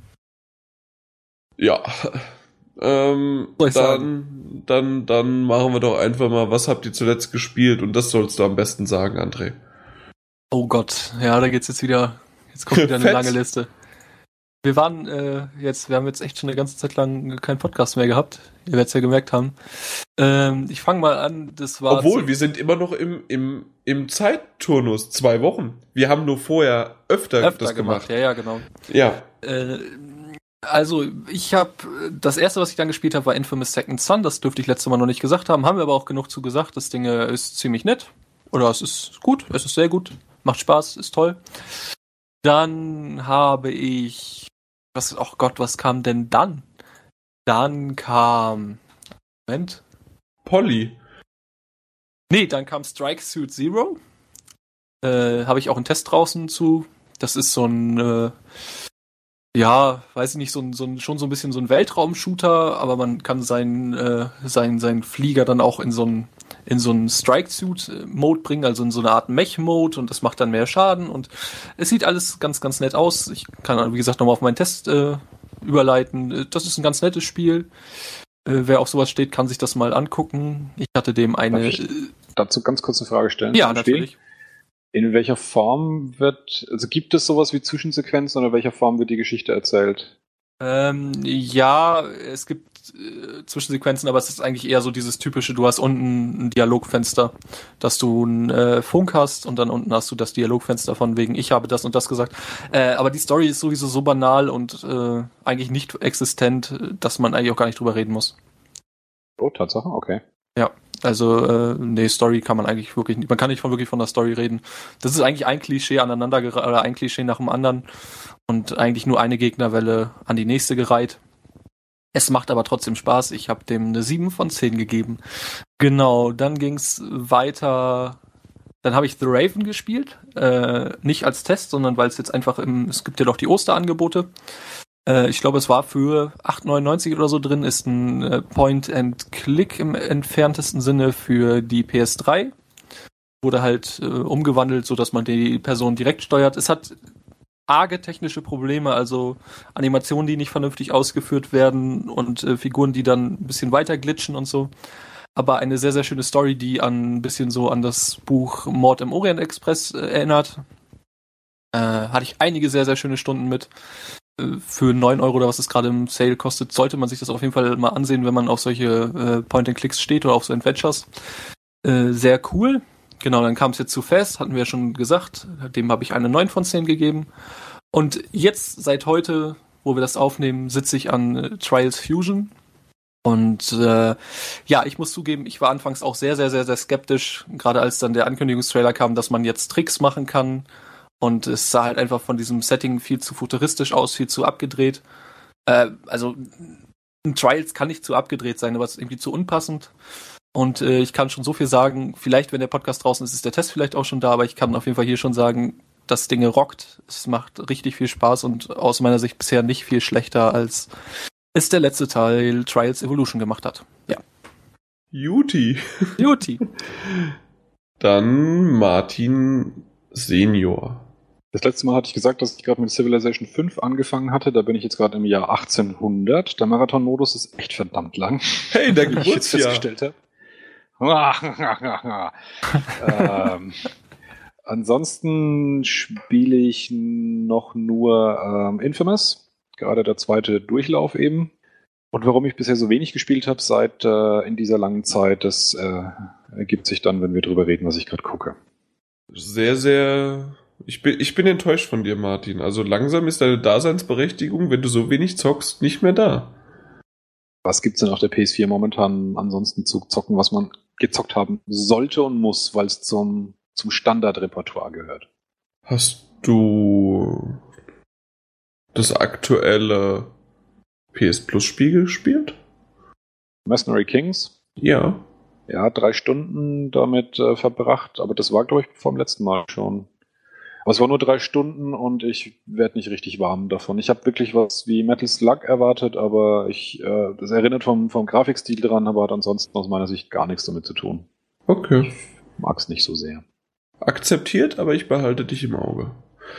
Ja. Soll ich sagen? Dann machen wir doch einfach mal, was habt ihr zuletzt gespielt? Und das sollst du am besten sagen, André. Oh Gott, ja, da geht's jetzt kommt wieder eine Fett. lange Liste. Wir haben jetzt echt schon eine ganze Zeit lang keinen Podcast mehr gehabt. Ihr werdet es ja gemerkt haben. Ich fange mal an, Obwohl, wir sind immer noch im Zeitturnus, 2 Wochen. Wir haben nur vorher öfter das gemacht. Ja, genau. Ja. Also, das erste, was ich dann gespielt habe, war Infamous Second Son. Das dürfte ich letztes Mal noch nicht gesagt haben. Haben wir aber auch genug zu gesagt. Das Ding ist ziemlich nett. Oder es ist gut. Es ist sehr gut. Macht Spaß. Ist toll. Dann habe ich... was kam denn dann? Dann kam... Moment. Polly. Nee, dann kam Strike Suit Zero. Habe ich auch einen Test draußen zu. Das ist so ein... weiß ich nicht, schon so ein bisschen so ein Weltraum-Shooter, aber man kann seinen Flieger dann auch in so einen Strike-Suit-Mode bringen, also in so eine Art Mech-Mode, und das macht dann mehr Schaden und es sieht alles ganz, ganz nett aus. Ich kann, wie gesagt, nochmal auf meinen Test überleiten. Das ist ein ganz nettes Spiel. Wer auf sowas steht, kann sich das mal angucken. Ich hatte dem eine... Darf ich dazu ganz kurz eine Frage stellen? Ja, natürlich. In welcher Form gibt es sowas wie Zwischensequenzen oder in welcher Form wird die Geschichte erzählt? Ja, es gibt Zwischensequenzen, aber es ist eigentlich eher so dieses typische, du hast unten ein Dialogfenster, dass du einen Funk hast und dann unten hast du das Dialogfenster von wegen, ich habe das und das gesagt. Aber die Story ist sowieso so banal und eigentlich nicht existent, dass man eigentlich auch gar nicht drüber reden muss. Oh, Tatsache, okay. Ja, also Story kann man eigentlich wirklich nicht, man kann nicht wirklich von der Story reden. Das ist eigentlich ein Klischee oder ein Klischee nach dem anderen und eigentlich nur eine Gegnerwelle an die nächste gereiht. Es macht aber trotzdem Spaß. Ich habe dem eine 7 von 10 gegeben. Genau, dann ging's weiter. Dann habe ich The Raven gespielt. Nicht als Test, sondern weil es jetzt einfach es gibt ja doch die Osterangebote. Ich glaube, es war für 8,99 oder so drin, ist ein Point-and-Click im entferntesten Sinne für die PS3. Wurde halt umgewandelt, sodass man die Person direkt steuert. Es hat arge technische Probleme, also Animationen, die nicht vernünftig ausgeführt werden und Figuren, die dann ein bisschen weiter glitschen und so. Aber eine sehr, sehr schöne Story, die ein bisschen so an das Buch Mord im Orient Express erinnert. Hatte ich einige sehr, sehr schöne Stunden mit. Für 9 Euro oder was es gerade im Sale kostet, sollte man sich das auf jeden Fall mal ansehen, wenn man auf solche Point-and-Clicks steht oder auf so Adventures. Sehr cool. Genau, dann kam es jetzt zu Fast, hatten wir ja schon gesagt. Dem habe ich eine 9 von 10 gegeben. Und jetzt, seit heute, wo wir das aufnehmen, sitze ich an Trials Fusion. Und ich muss zugeben, ich war anfangs auch sehr, sehr, sehr, sehr skeptisch, gerade als dann der Ankündigungstrailer kam, dass man jetzt Tricks machen kann. Und es sah halt einfach von diesem Setting viel zu futuristisch aus, viel zu abgedreht. Also ein Trials kann nicht zu abgedreht sein, aber es ist irgendwie zu unpassend. Und ich kann schon so viel sagen, vielleicht, wenn der Podcast draußen ist, ist der Test vielleicht auch schon da, aber ich kann auf jeden Fall hier schon sagen, das Ding rockt. Es macht richtig viel Spaß und aus meiner Sicht bisher nicht viel schlechter, als es der letzte Teil Trials Evolution gemacht hat. Ja. Juti. Dann Martin Senior. Das letzte Mal hatte ich gesagt, dass ich gerade mit Civilization 5 angefangen hatte. Da bin ich jetzt gerade im Jahr 1800. Der Marathon-Modus ist echt verdammt lang. Hey, der wie ich jetzt Geburtsjahr. festgestellt habe. Ansonsten spiele ich noch nur Infamous. Gerade der zweite Durchlauf eben. Und warum ich bisher so wenig gespielt habe seit in dieser langen Zeit, das ergibt sich dann, wenn wir drüber reden, was ich gerade gucke. Sehr, sehr... Ich bin enttäuscht von dir, Martin. Also langsam ist deine Daseinsberechtigung, wenn du so wenig zockst, nicht mehr da. Was gibt's denn auf der PS4 momentan ansonsten zu zocken, was man gezockt haben sollte und muss, weil es zum Standardrepertoire gehört? Hast du das aktuelle PS Plus Spiel gespielt? Mercenary Kings? Ja. Ja, 3 Stunden damit verbracht, aber das war, glaube ich, vom letzten Mal schon. Aber es war nur 3 Stunden und ich werde nicht richtig warm davon. Ich habe wirklich was wie Metal Slug erwartet, aber das erinnert vom Grafikstil dran, aber hat ansonsten aus meiner Sicht gar nichts damit zu tun. Okay. Ich mag es nicht so sehr. Akzeptiert, aber ich behalte dich im Auge.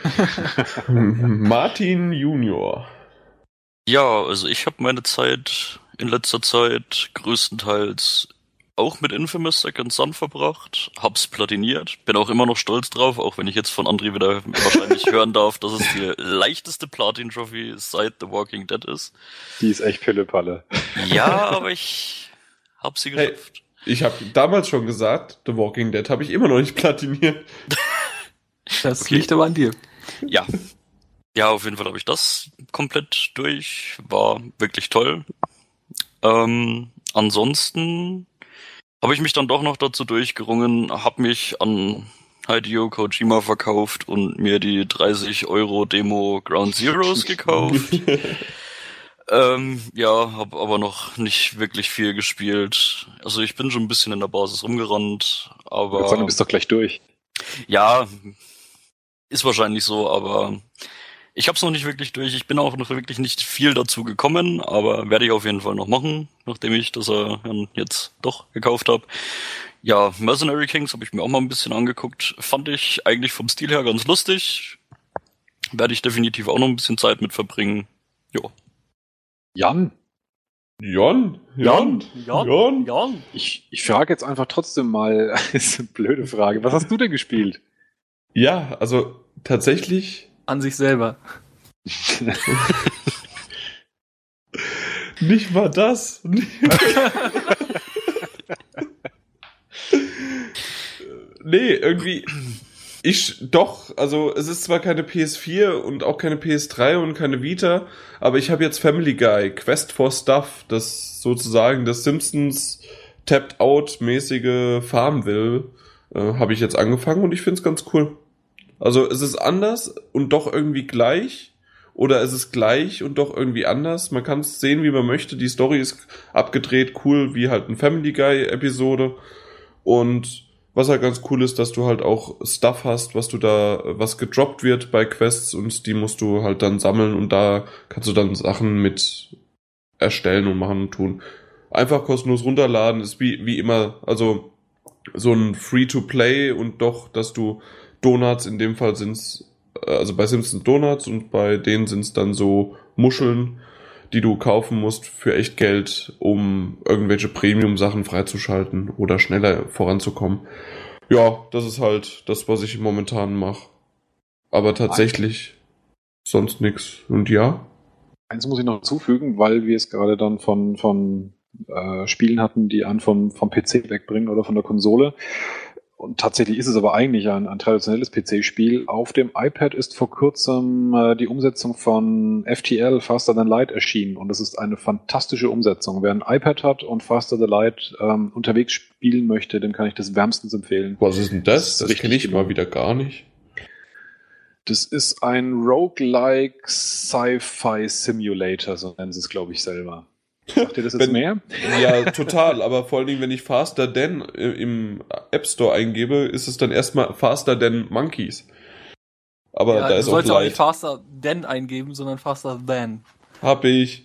Martin Junior. Ja, also ich habe meine Zeit in letzter Zeit größtenteils auch mit Infamous Second Son verbracht, hab's platiniert, bin auch immer noch stolz drauf, auch wenn ich jetzt von André wieder wahrscheinlich hören darf, dass es die leichteste Platin-Trophy seit The Walking Dead ist. Die ist echt Pille-Palle. Ja, aber ich hab sie geschafft. Hey, ich habe damals schon gesagt, The Walking Dead habe ich immer noch nicht platiniert. Das liegt aber an dir. Ja. Ja, auf jeden Fall habe ich das komplett durch. War wirklich toll. Ansonsten habe ich mich dann doch noch dazu durchgerungen, habe mich an Hideo Kojima verkauft und mir die 30 € Demo Ground Zeroes gekauft. Ja, habe aber noch nicht wirklich viel gespielt. Also ich bin schon ein bisschen in der Basis rumgerannt, aber... Jetzt du bist doch gleich durch. Ja, ist wahrscheinlich so, aber ich hab's noch nicht wirklich durch. Ich bin auch noch wirklich nicht viel dazu gekommen, aber werde ich auf jeden Fall noch machen, nachdem ich das jetzt doch gekauft habe. Ja, Mercenary Kings habe ich mir auch mal ein bisschen angeguckt. Fand ich eigentlich vom Stil her ganz lustig. Werde ich definitiv auch noch ein bisschen Zeit mit verbringen. Jo. Jan? Jon? Ich frage jetzt einfach trotzdem mal, das ist eine blöde Frage. Was hast du denn gespielt? Ja, also tatsächlich... An sich selber. Nicht mal das. Nee, irgendwie. Also es ist zwar keine PS4 und auch keine PS3 und keine Vita, aber ich habe jetzt Family Guy, Quest for Stuff, das sozusagen das Simpsons Tapped-Out-mäßige Farmville, habe ich jetzt angefangen und ich find's ganz cool. Also es ist anders und doch irgendwie gleich, oder es ist gleich und doch irgendwie anders. Man kann es sehen, wie man möchte. Die Story ist abgedreht, cool, wie halt ein Family Guy-Episode. Und was halt ganz cool ist, dass du halt auch Stuff hast, was gedroppt wird bei Quests und die musst du halt dann sammeln und da kannst du dann Sachen mit erstellen und machen und tun. Einfach kostenlos runterladen, ist wie immer, also so ein Free-to-Play und doch, dass du Donuts, in dem Fall sind's, also bei Simpsons Donuts und bei denen sind's dann so Muscheln, die du kaufen musst für echt Geld, um irgendwelche Premium-Sachen freizuschalten oder schneller voranzukommen. Ja, das ist halt das, was ich momentan mache. Aber tatsächlich sonst nix. Und ja? Eins muss ich noch hinzufügen, weil wir es gerade dann von Spielen hatten, die einen vom PC wegbringen oder von der Konsole. Und tatsächlich ist es aber eigentlich ein traditionelles PC-Spiel. Auf dem iPad ist vor kurzem die Umsetzung von FTL, Faster Than Light, erschienen. Und das ist eine fantastische Umsetzung. Wer ein iPad hat und Faster Than Light unterwegs spielen möchte, dem kann ich das wärmstens empfehlen. Was ist denn das? Das kenne ich mal wieder gar nicht. Das ist ein Roguelike Sci-Fi Simulator, so nennen sie es, glaube ich, selber. Sagt ihr das jetzt mehr? Ja, total. Aber vor allen Dingen, wenn ich Faster Than im App Store eingebe, ist es dann erstmal Faster Than Monkeys. Aber ja, da ist auch Light. Du sollst auch nicht Faster Than eingeben, sondern Faster Than. Hab ich.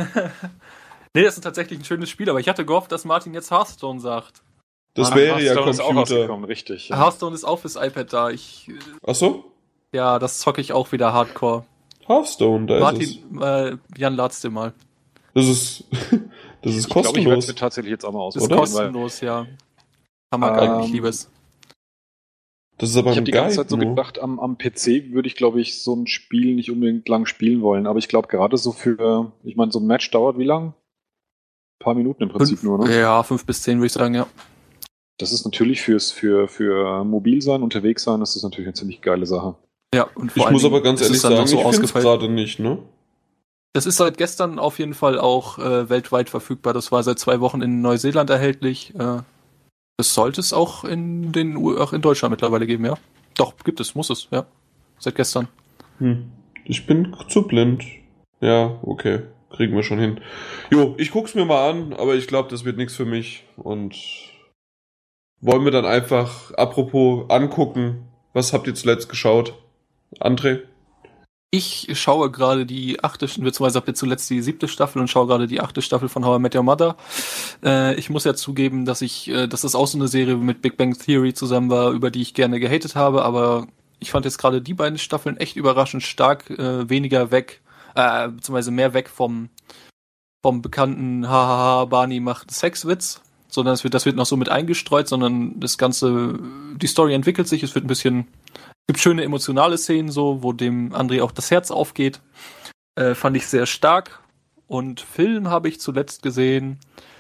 Nee, das ist tatsächlich ein schönes Spiel, aber ich hatte gehofft, dass Martin jetzt Hearthstone sagt. Das wäre ja Computer. Ist auch rausgekommen, richtig. Ja. Hearthstone ist auch fürs iPad da. Ach so? Ja, das zocke ich auch wieder Hardcore. Hearthstone, da Martin, ist es. Jan, lad's dir mal. Das ist kostenlos. Ich glaube, ich werde es mir tatsächlich jetzt auch mal ausprobieren. Das ist kostenlos, ja. Hammer geil, ich liebe es. Das ist aber ich habe die ganze Zeit so gedacht, am PC würde ich, glaube ich, so ein Spiel nicht unbedingt lang spielen wollen. Aber ich glaube, gerade so ich meine, so ein Match dauert wie lang? Ein paar Minuten im Prinzip nur, ne? Ja, 5 bis 10 würde ich sagen, ja. Das ist natürlich für mobil sein, unterwegs sein, das ist natürlich eine ziemlich geile Sache. Ja, und vor allem, ich muss aber ganz ehrlich sagen, ich finde es gerade nicht, ne? Das ist seit gestern auf jeden Fall auch weltweit verfügbar. Das war seit 2 Wochen in Neuseeland erhältlich. Das sollte es auch in Deutschland mittlerweile geben, ja. Doch, gibt es, muss es, ja. Seit gestern. Ich bin zu blind. Ja, okay. Kriegen wir schon hin. Jo, ich guck's mir mal an, aber ich glaube, das wird nichts für mich. Und wollen wir dann einfach, apropos angucken, was habt ihr zuletzt geschaut? André? Ich schaue gerade die 8. beziehungsweise habe jetzt zuletzt die 7. Staffel und schaue gerade die 8. Staffel von How I Met Your Mother. Ich muss ja zugeben, dass das auch so eine Serie mit Big Bang Theory zusammen war, über die ich gerne gehatet habe, aber ich fand jetzt gerade die beiden Staffeln echt überraschend stark, weniger weg, beziehungsweise mehr weg vom bekannten Hahaha, Barney macht Sexwitz, sondern das wird noch so mit eingestreut, sondern die Story entwickelt sich, es wird ein bisschen, gibt schöne emotionale Szenen so, wo dem André auch das Herz aufgeht. Fand ich sehr stark. Und Film habe ich zuletzt gesehen.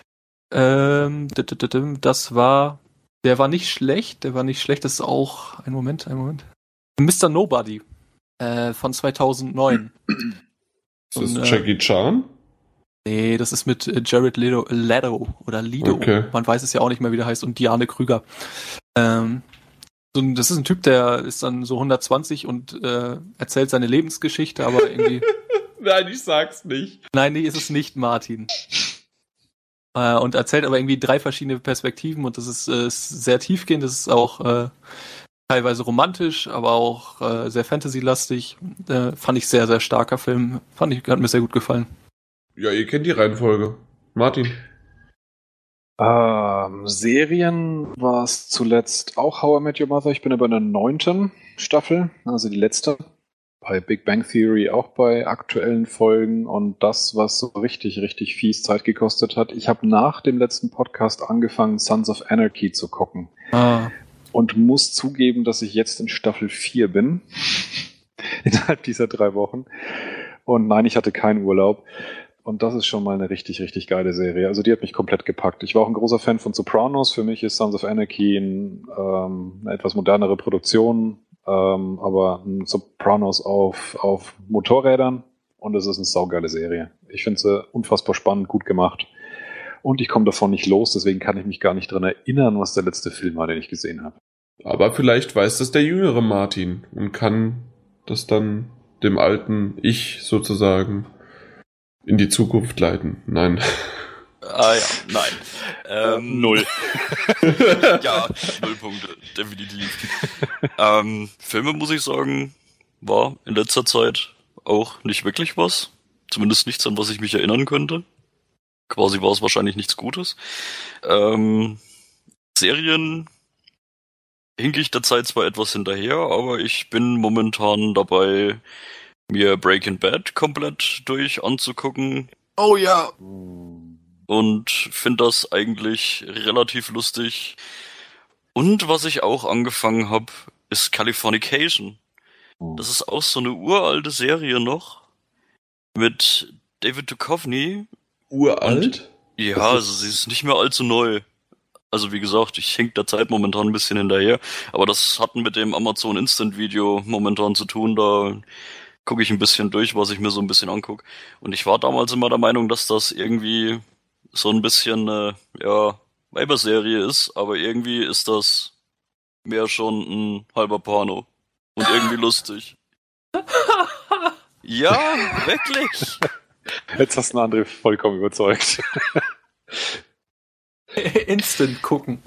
Der war nicht schlecht. Das ist auch, ein Moment. Mr. Nobody von 2009. Ist das Jackie Chan? Nee, das ist mit Jared Leto. Okay. Man weiß es ja auch nicht mehr, wie der heißt. Und Diane Krüger. Das ist ein Typ, der ist dann so 120 und erzählt seine Lebensgeschichte, aber irgendwie... Nein, ich sag's nicht. Nein, nee, ist es nicht, Martin. Und erzählt aber irgendwie 3 verschiedene Perspektiven und das ist sehr tiefgehend, das ist auch teilweise romantisch, aber auch sehr Fantasy-lastig. Fand ich sehr, sehr starker Film. Hat mir sehr gut gefallen. Ja, ihr kennt die Reihenfolge. Martin? Serien war es zuletzt auch How I Met Your Mother. Ich bin aber in der 9. Staffel, also die letzte. Bei Big Bang Theory auch bei aktuellen Folgen und das, was so richtig, richtig fies Zeit gekostet hat. Ich habe nach dem letzten Podcast angefangen, Sons of Anarchy zu gucken. Und muss zugeben, dass ich jetzt in Staffel 4 bin. Innerhalb dieser 3 Wochen. Und nein, ich hatte keinen Urlaub. Und das ist schon mal eine richtig, richtig geile Serie. Also die hat mich komplett gepackt. Ich war auch ein großer Fan von Sopranos. Für mich ist Sons of Anarchy eine etwas modernere Produktion, aber ein Sopranos auf Motorrädern. Und es ist eine saugeile Serie. Ich finde sie unfassbar spannend, gut gemacht. Und ich komme davon nicht los, deswegen kann ich mich gar nicht dran erinnern, was der letzte Film war, den ich gesehen habe. Aber vielleicht weiß das der jüngere Martin und kann das dann dem alten Ich sozusagen in die Zukunft leiten. Nein. Ah ja, nein. 0. Ja, 0 Punkte, definitiv. Filme, muss ich sagen, war in letzter Zeit auch nicht wirklich was. Zumindest nichts, an was ich mich erinnern könnte. Quasi war es wahrscheinlich nichts Gutes. Serien hinke ich derzeit zwar etwas hinterher, aber ich bin momentan dabei, mir Breaking Bad komplett durch anzugucken. Oh ja. Und finde das eigentlich relativ lustig. Und was ich auch angefangen habe, ist Californication. Das ist auch so eine uralte Serie noch mit David Duchovny. Uralt? Ja, also sie ist nicht mehr allzu neu. Also wie gesagt, ich hink der Zeit momentan ein bisschen hinterher. Aber das hat mit dem Amazon Instant Video momentan zu tun. Da gucke ich ein bisschen durch, was ich mir so ein bisschen angucke. Und ich war damals immer der Meinung, dass das irgendwie so ein bisschen Weiberserie ist. Aber irgendwie ist das mehr schon ein halber Porno. Und irgendwie lustig. Ja, wirklich. Jetzt hast du einen André vollkommen überzeugt. Instant gucken.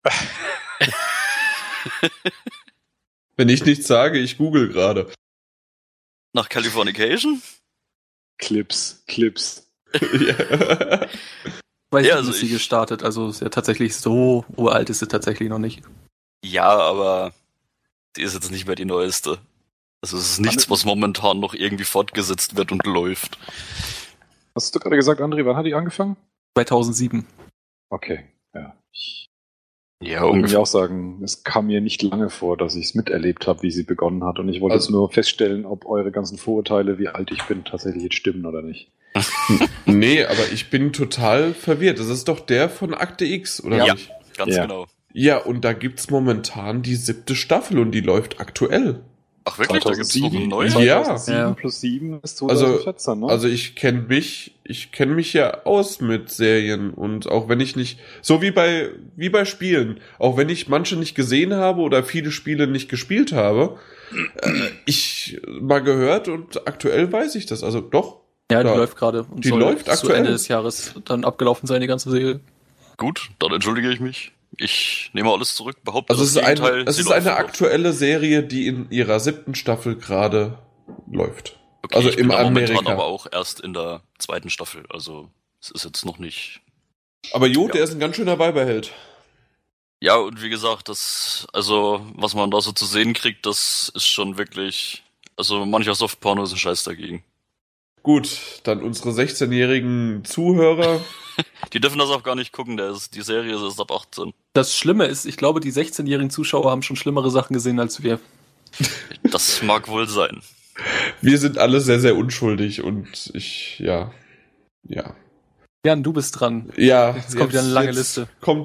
Wenn ich nichts sage, ich google gerade. Nach Californication? Clips. Ja. Weiß Ja, nicht, also ist sie ich- gestartet, also ist ja tatsächlich so uralt ist sie tatsächlich noch nicht. Ja, aber die ist jetzt nicht mehr die neueste. Also es ist nichts, was momentan noch irgendwie fortgesetzt wird und läuft. Was hast du gerade gesagt, André? Wann hat die angefangen? 2007. Okay, ja. Ich Ja, würde ungefähr. mir auch sagen, es kam mir nicht lange vor, dass ich es miterlebt habe, wie sie begonnen hat. Und ich wollte Also- jetzt nur feststellen, ob eure ganzen Vorurteile, wie alt ich bin, tatsächlich jetzt stimmen oder nicht. Nee, aber ich bin total verwirrt. Das ist doch der von Akte X, oder Ja. nicht? Ganz Ja. genau. Ja, und da gibt's momentan die 7. Staffel und die läuft aktuell. Ach wirklich, da gibt's noch einen 2007? neuen? Ja. 2007 Ja. plus 7 ist Also- 2014, ne? Also ich kenne mich ja aus mit Serien und auch wenn ich nicht, so wie bei Spielen, auch wenn ich manche nicht gesehen habe oder viele Spiele nicht gespielt habe, ich mal gehört und aktuell weiß ich das. Also doch. Ja, die Ja. läuft gerade und Die soll läuft zu aktuell. Ende des Jahres dann abgelaufen sein, die ganze Serie. Gut, dann entschuldige ich mich. Ich nehme alles zurück, behaupte Also das es ist Gegenteil. es Sie ist läuft eine noch. aktuelle Serie, die in ihrer 7. Staffel gerade läuft. Okay, also ich bin im da momentan Amerika. aber auch erst in der 2. Staffel. Also es ist jetzt noch nicht... Aber Jo, Ja. der ist ein ganz schöner Weiberheld. Ja, und wie gesagt, also was man da so zu sehen kriegt, das ist schon wirklich... Also mancher Softporno ist ein Scheiß dagegen. Gut, dann unsere 16-jährigen Zuhörer. Die dürfen das auch gar nicht gucken, die Serie ist erst ab 18. Das Schlimme ist, ich glaube, die 16-jährigen Zuschauer haben schon schlimmere Sachen gesehen als wir. Das mag wohl sein. Wir sind alle sehr, sehr unschuldig und ja. Jan, du bist dran. Ja, Jetzt kommt wieder eine lange Liste.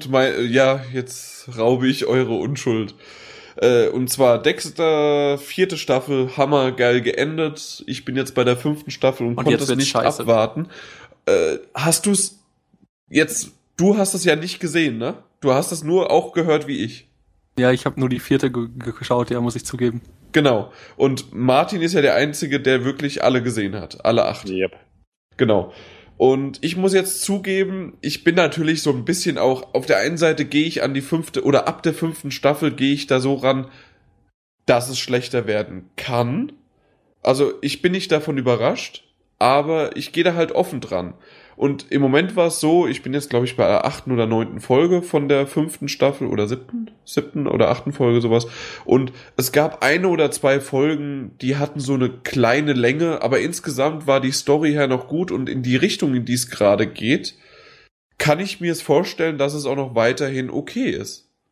Jetzt raube ich eure Unschuld. Und zwar Dexter, 4. Staffel, hammergeil geendet. Ich bin jetzt bei der 5. Staffel und konnte jetzt es wird's nicht scheiße. abwarten. Hast du's jetzt, du hast es ja nicht gesehen, ne? Du hast es nur auch gehört wie ich. Ja, ich habe nur die 4. geschaut, ja, muss ich zugeben. Genau. Und Martin ist ja der Einzige, der wirklich alle gesehen hat. Alle 8. Yep. Genau. Und ich muss jetzt zugeben, ich bin natürlich so ein bisschen auch, auf der einen Seite gehe ich an die 5. oder ab der 5. Staffel gehe ich da so ran, dass es schlechter werden kann. Also ich bin nicht davon überrascht, aber ich gehe da halt offen dran. Und im Moment war es so, ich bin jetzt glaube ich bei der 8. oder 9. Folge von der 5. Staffel oder 7. oder 8. Folge sowas. Und es gab 1 oder 2 Folgen, die hatten so eine kleine Länge, aber insgesamt war die Story her noch gut und in die Richtung, in die es gerade geht, kann ich mir es vorstellen, dass es auch noch weiterhin okay ist.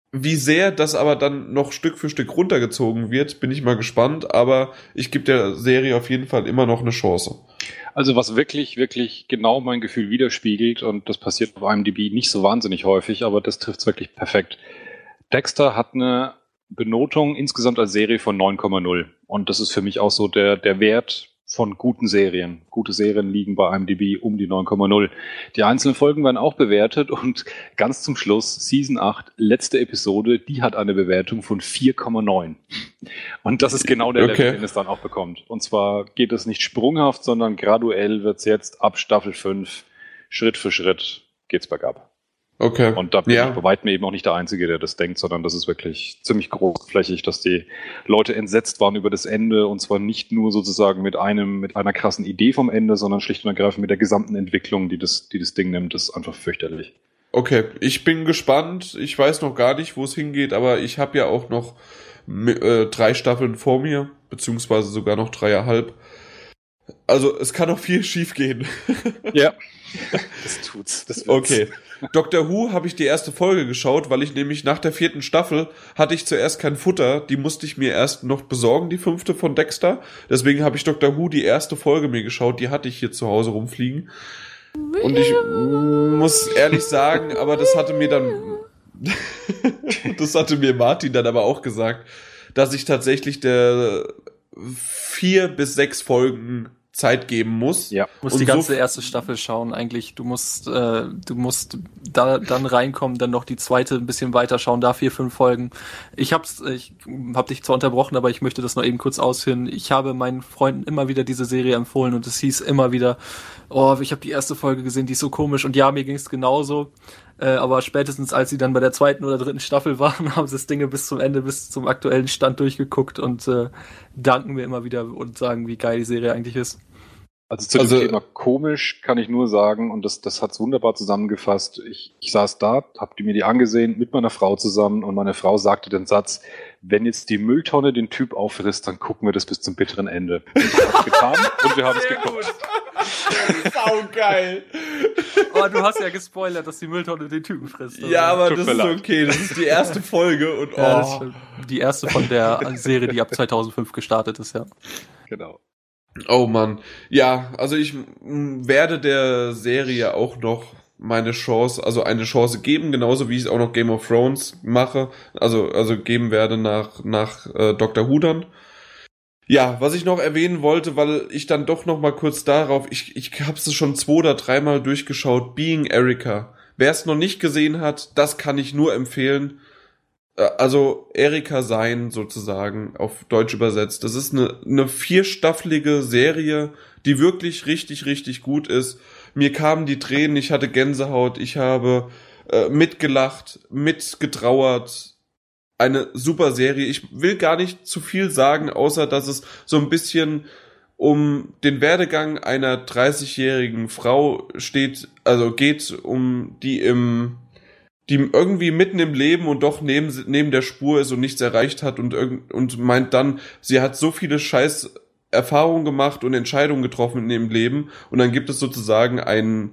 Wie sehr das aber dann noch Stück für Stück runtergezogen wird, bin ich mal gespannt, aber ich gebe der Serie auf jeden Fall immer noch eine Chance. Also was wirklich, wirklich genau mein Gefühl widerspiegelt, und das passiert auf IMDb nicht so wahnsinnig häufig, aber das trifft es wirklich perfekt. Dexter hat eine Benotung insgesamt als Serie von 9,0 und das ist für mich auch so der Wert von guten Serien. Gute Serien liegen bei IMDb um die 9,0. Die einzelnen Folgen werden auch bewertet und ganz zum Schluss, Season 8, letzte Episode, die hat eine Bewertung von 4,9. Und das ist genau der Level, den es dann auch bekommt. Und zwar geht es nicht sprunghaft, sondern graduell wird es jetzt ab Staffel 5, Schritt für Schritt geht's bergab. Okay. Und da bin ich bei weitem eben auch nicht der Einzige, der das denkt, sondern das ist wirklich ziemlich großflächig, dass die Leute entsetzt waren über das Ende und zwar nicht nur sozusagen mit einer krassen Idee vom Ende, sondern schlicht und ergreifend mit der gesamten Entwicklung, die das Ding nimmt. Das ist einfach fürchterlich. Okay, ich bin gespannt. Ich weiß noch gar nicht, wo es hingeht, aber ich habe ja auch noch 3 Staffeln vor mir, beziehungsweise sogar noch 3,5. Also es kann noch viel schief gehen. Ja, das tut's. Okay. Doctor Who habe ich die erste Folge geschaut, weil ich nämlich nach der 4. Staffel hatte ich zuerst kein Futter. Die musste ich mir erst noch besorgen, die 5. von Dexter. Deswegen habe ich Doctor Who die erste Folge mir geschaut. Die hatte ich hier zu Hause rumfliegen. Und ich muss ehrlich sagen, aber das hatte mir Martin dann aber auch gesagt, dass ich tatsächlich der 4 bis 6 Folgen Zeit geben muss. Ja. Du musst die ganze erste Staffel schauen eigentlich. Du musst da dann reinkommen, dann noch die zweite ein bisschen weiter schauen, da 4, 5 Folgen. Ich hab dich zwar unterbrochen, aber ich möchte das noch eben kurz ausführen. Ich habe meinen Freunden immer wieder diese Serie empfohlen und es hieß immer wieder, oh, ich habe die erste Folge gesehen, die ist so komisch und ja, mir ging es genauso. Aber spätestens als sie dann bei der 2. oder 3. Staffel waren, haben sie das Ding bis zum Ende, bis zum aktuellen Stand durchgeguckt und danken mir immer wieder und sagen, wie geil die Serie eigentlich ist. Also zu dem Thema komisch kann ich nur sagen, und das hat's wunderbar zusammengefasst, ich saß da, hab mir die angesehen mit meiner Frau zusammen und meine Frau sagte den Satz, wenn jetzt die Mülltonne den Typ auffrisst, dann gucken wir das bis zum bitteren Ende. Und ich hab's getan und wir haben es geguckt. Saugeil. Oh, du hast ja gespoilert, dass die Mülltonne den Typen frisst. Oder? Ja, aber das ist okay. Das ist die erste Folge und ja, die erste von der Serie, die ab 2005 gestartet ist, ja. Genau. Oh Mann. Ja, also ich werde der Serie auch noch eine Chance geben, genauso wie ich es auch noch Game of Thrones mache, also geben werde nach Dr. Who dann. Ja, was ich noch erwähnen wollte, weil ich dann doch noch mal kurz darauf, ich habe es schon 2 oder 3 Mal durchgeschaut, Being Erica. Wer es noch nicht gesehen hat, das kann ich nur empfehlen. Also Erika Sein sozusagen auf Deutsch übersetzt. Das ist eine 4-staffelige Serie, die wirklich richtig, richtig gut ist. Mir kamen die Tränen, ich hatte Gänsehaut, ich habe mitgelacht, mitgetrauert. Eine super Serie. Ich will gar nicht zu viel sagen, außer dass es so ein bisschen um den Werdegang einer 30-jährigen Frau geht, um die irgendwie mitten im Leben und doch neben der Spur ist und nichts erreicht hat und meint dann, sie hat so viele scheiß Erfahrungen gemacht und Entscheidungen getroffen in ihrem Leben und dann gibt es sozusagen einen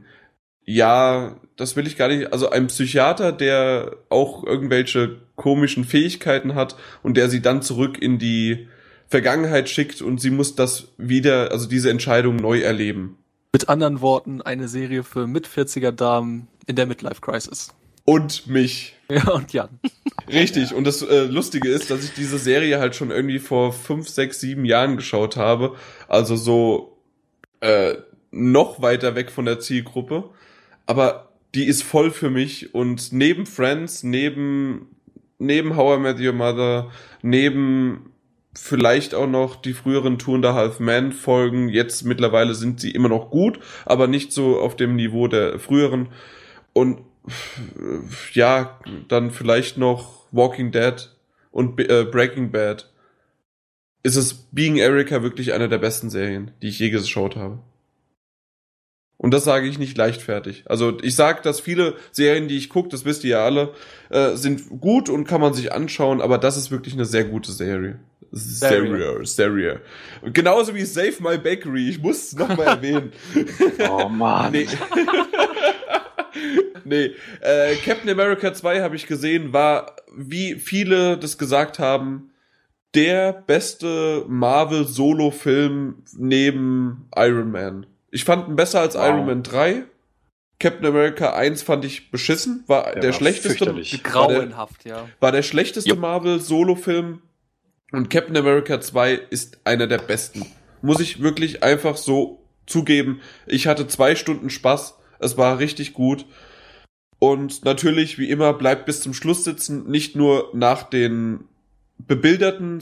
Psychiater, der auch irgendwelche komischen Fähigkeiten hat und der sie dann zurück in die Vergangenheit schickt und sie muss diese Entscheidung neu erleben. Mit anderen Worten, eine Serie für mit-40er Damen in der Midlife-Crisis. Und mich. Ja, und Jan. Richtig, und das Lustige ist, dass ich diese Serie halt schon irgendwie vor 5, 6, 7 Jahren geschaut habe. Also so noch weiter weg von der Zielgruppe. Aber die ist voll für mich. Und neben Friends, neben How I Met Your Mother, neben vielleicht auch noch die früheren Two and a Half Men Folgen. Jetzt mittlerweile sind sie immer noch gut, aber nicht so auf dem Niveau der früheren. Und ja, dann vielleicht noch Walking Dead und Breaking Bad. Ist es Being Erica wirklich eine der besten Serien, die ich je geschaut habe. Und das sage ich nicht leichtfertig. Also ich sage, dass viele Serien, die ich gucke, das wisst ihr ja alle, sind gut und kann man sich anschauen, aber das ist wirklich eine sehr gute Serie. Serie. Genauso wie Save My Bakery. Ich muss es nochmal erwähnen. Oh Mann. Nee. Nee, Captain America 2 habe ich gesehen, war, wie viele das gesagt haben, der beste Marvel-Solo-Film neben Iron Man. Ich fand ihn besser als Iron Man 3. Captain America 1 fand ich beschissen, war der schlechteste. Grauenhaft, ja. War der schlechteste Marvel-Solo-Film. Und Captain America 2 ist einer der besten. Muss ich wirklich einfach so zugeben. Ich hatte 2 Stunden Spaß. Es war richtig gut. Und natürlich, wie immer, bleibt bis zum Schluss sitzen. Nicht nur nach den bebilderten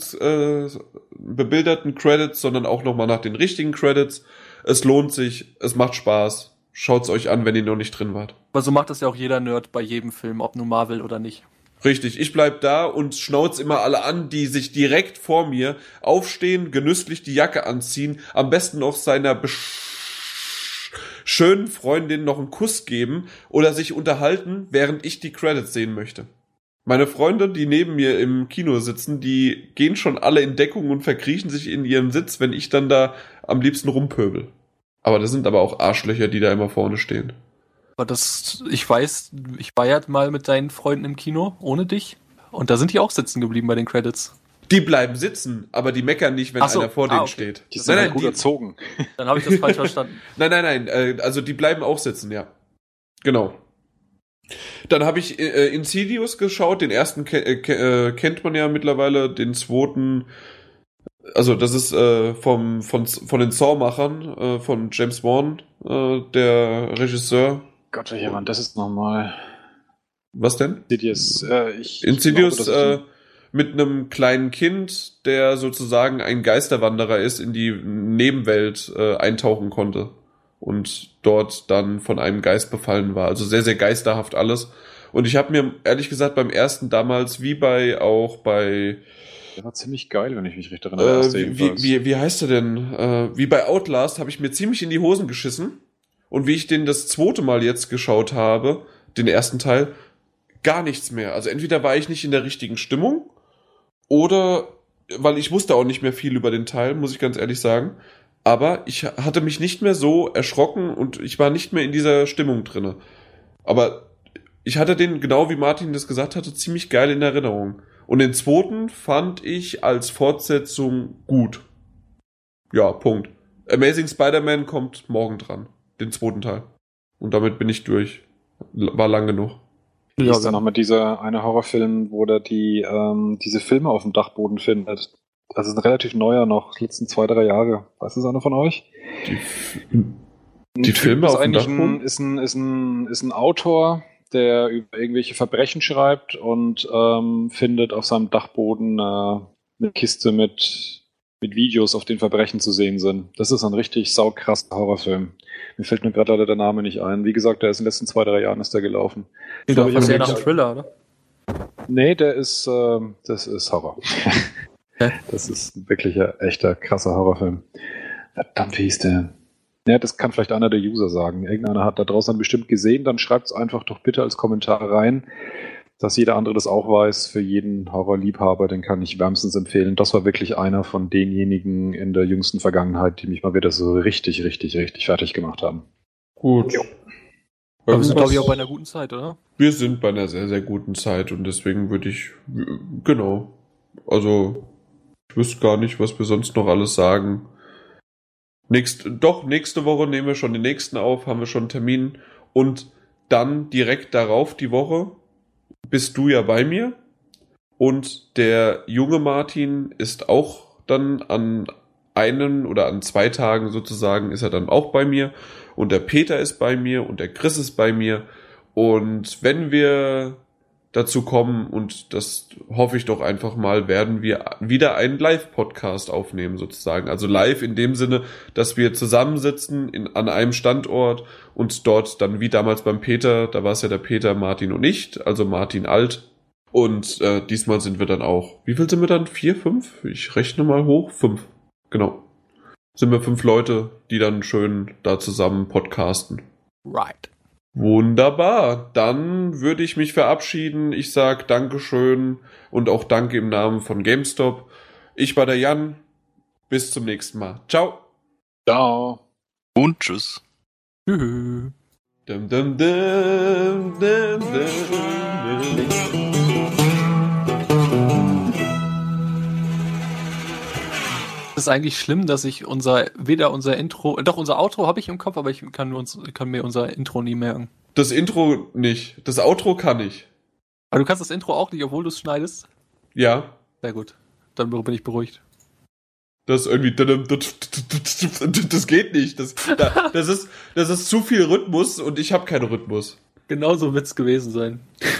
Credits, sondern auch nochmal nach den richtigen Credits. Es lohnt sich. Es macht Spaß. Schaut's euch an, wenn ihr noch nicht drin wart. Aber so macht das ja auch jeder Nerd bei jedem Film, ob nur Marvel oder nicht. Richtig, ich bleib da und schnauz immer alle an, die sich direkt vor mir aufstehen, genüsslich die Jacke anziehen, am besten noch seiner schönen Freundin noch einen Kuss geben oder sich unterhalten, während ich die Credits sehen möchte. Meine Freunde, die neben mir im Kino sitzen, die gehen schon alle in Deckung und verkriechen sich in ihren Sitz, wenn ich dann da am liebsten rumpöbel. Aber das sind aber auch Arschlöcher, die da immer vorne stehen. Aber ich weiß, ich war ja mal mit deinen Freunden im Kino, ohne dich. Und da sind die auch sitzen geblieben bei den Credits. Die bleiben sitzen, aber die meckern nicht, wenn einer vor denen steht. Die sind gut erzogen. Dann habe ich das falsch verstanden. Nein, also die bleiben auch sitzen, ja. Genau. Dann habe ich Insidious geschaut, den ersten kennt man ja mittlerweile, den zweiten, also das ist von den Saw-Machern, von James Wan, der Regisseur. Gott, welcher Mann, das ist nochmal. Was denn? Insidious, Insidious mit einem kleinen Kind, der sozusagen ein Geisterwanderer ist, in die Nebenwelt eintauchen konnte und dort dann von einem Geist befallen war. Also sehr, sehr geisterhaft alles. Und ich habe mir ehrlich gesagt beim ersten damals, wie bei der war ziemlich geil, wenn ich mich recht erinnere. Wie heißt der denn? Wie bei Outlast habe ich mir ziemlich in die Hosen geschissen. Und wie ich den das zweite Mal jetzt geschaut habe, den ersten Teil, gar nichts mehr. Also entweder war ich nicht in der richtigen Stimmung oder, weil ich wusste auch nicht mehr viel über den Teil, muss ich ganz ehrlich sagen. Aber ich hatte mich nicht mehr so erschrocken und ich war nicht mehr in dieser Stimmung drinne. Aber ich hatte den, genau wie Martin das gesagt hatte, ziemlich geil in Erinnerung. Und den zweiten fand ich als Fortsetzung gut. Ja, Punkt. Amazing Spider-Man kommt morgen dran. Den zweiten Teil. Und damit bin ich durch. War lang genug. Wie ist dann nochmal dieser eine Horrorfilm, wo der diese Filme auf dem Dachboden findet? Das ist ein relativ neuer noch, die letzten 2-3 Jahre. Weiß das einer von euch? Die Filme auf dem Dachboden? Ist ein Autor, der über irgendwelche Verbrechen schreibt und findet auf seinem Dachboden eine Kiste mit Videos, auf denen Verbrechen zu sehen sind. Das ist ein richtig saukrasser Horrorfilm. Mir fällt nur gerade leider der Name nicht ein. Wie gesagt, der ist in den letzten 2-3 Jahren ist der gelaufen. Ich glaube, das ist ja nach einem Thriller, oder? Nee, das ist Horror. Das ist ein wirklicher, echter, krasser Horrorfilm. Verdammt, wie hieß der? Ja, das kann vielleicht einer der User sagen. Irgendeiner hat da draußen bestimmt gesehen, dann schreibt es einfach doch bitte als Kommentar rein, dass jeder andere das auch weiß. Für jeden Horrorliebhaber, den kann ich wärmstens empfehlen. Das war wirklich einer von denjenigen in der jüngsten Vergangenheit, die mich mal wieder so richtig, richtig, richtig fertig gemacht haben. Gut. Aber wir sind, glaube ich, auch bei einer guten Zeit, oder? Wir sind bei einer sehr, sehr guten Zeit und deswegen würde ich, genau, also ich wüsste gar nicht, was wir sonst noch alles sagen. Nächste Woche nehmen wir schon den nächsten auf, haben wir schon einen Termin und dann direkt darauf die Woche bist du ja bei mir und der junge Martin ist auch dann an einen oder an 2 Tagen sozusagen ist er dann auch bei mir und der Peter ist bei mir und der Chris ist bei mir und wenn wir dazu kommen und das hoffe ich doch einfach mal, werden wir wieder einen Live-Podcast aufnehmen sozusagen. Also live in dem Sinne, dass wir zusammensitzen an einem Standort und dort dann wie damals beim Peter, da war es ja der Peter, Martin und ich, also Martin alt. Und diesmal sind wir dann auch, wie viel sind wir dann? 4, 5? Ich rechne mal hoch. 5, genau. Sind wir 5 Leute, die dann schön da zusammen podcasten. Right. Wunderbar, dann würde ich mich verabschieden. Ich sag Dankeschön und auch Danke im Namen von GameStop. Ich war der Jan. Bis zum nächsten Mal. Ciao. Ciao. Und tschüss. Tschüss. Dum, dum, dum, dum, dum, Es ist eigentlich schlimm, dass ich unser Outro habe ich im Kopf, aber ich kann mir unser Intro nie merken. Das Intro nicht. Das Outro kann ich. Aber du kannst das Intro auch nicht, obwohl du es schneidest? Ja. Sehr gut. Dann bin ich beruhigt. Das irgendwie, das geht nicht. Das ist zu viel Rhythmus und ich habe keinen Rhythmus. Genauso wird's gewesen sein.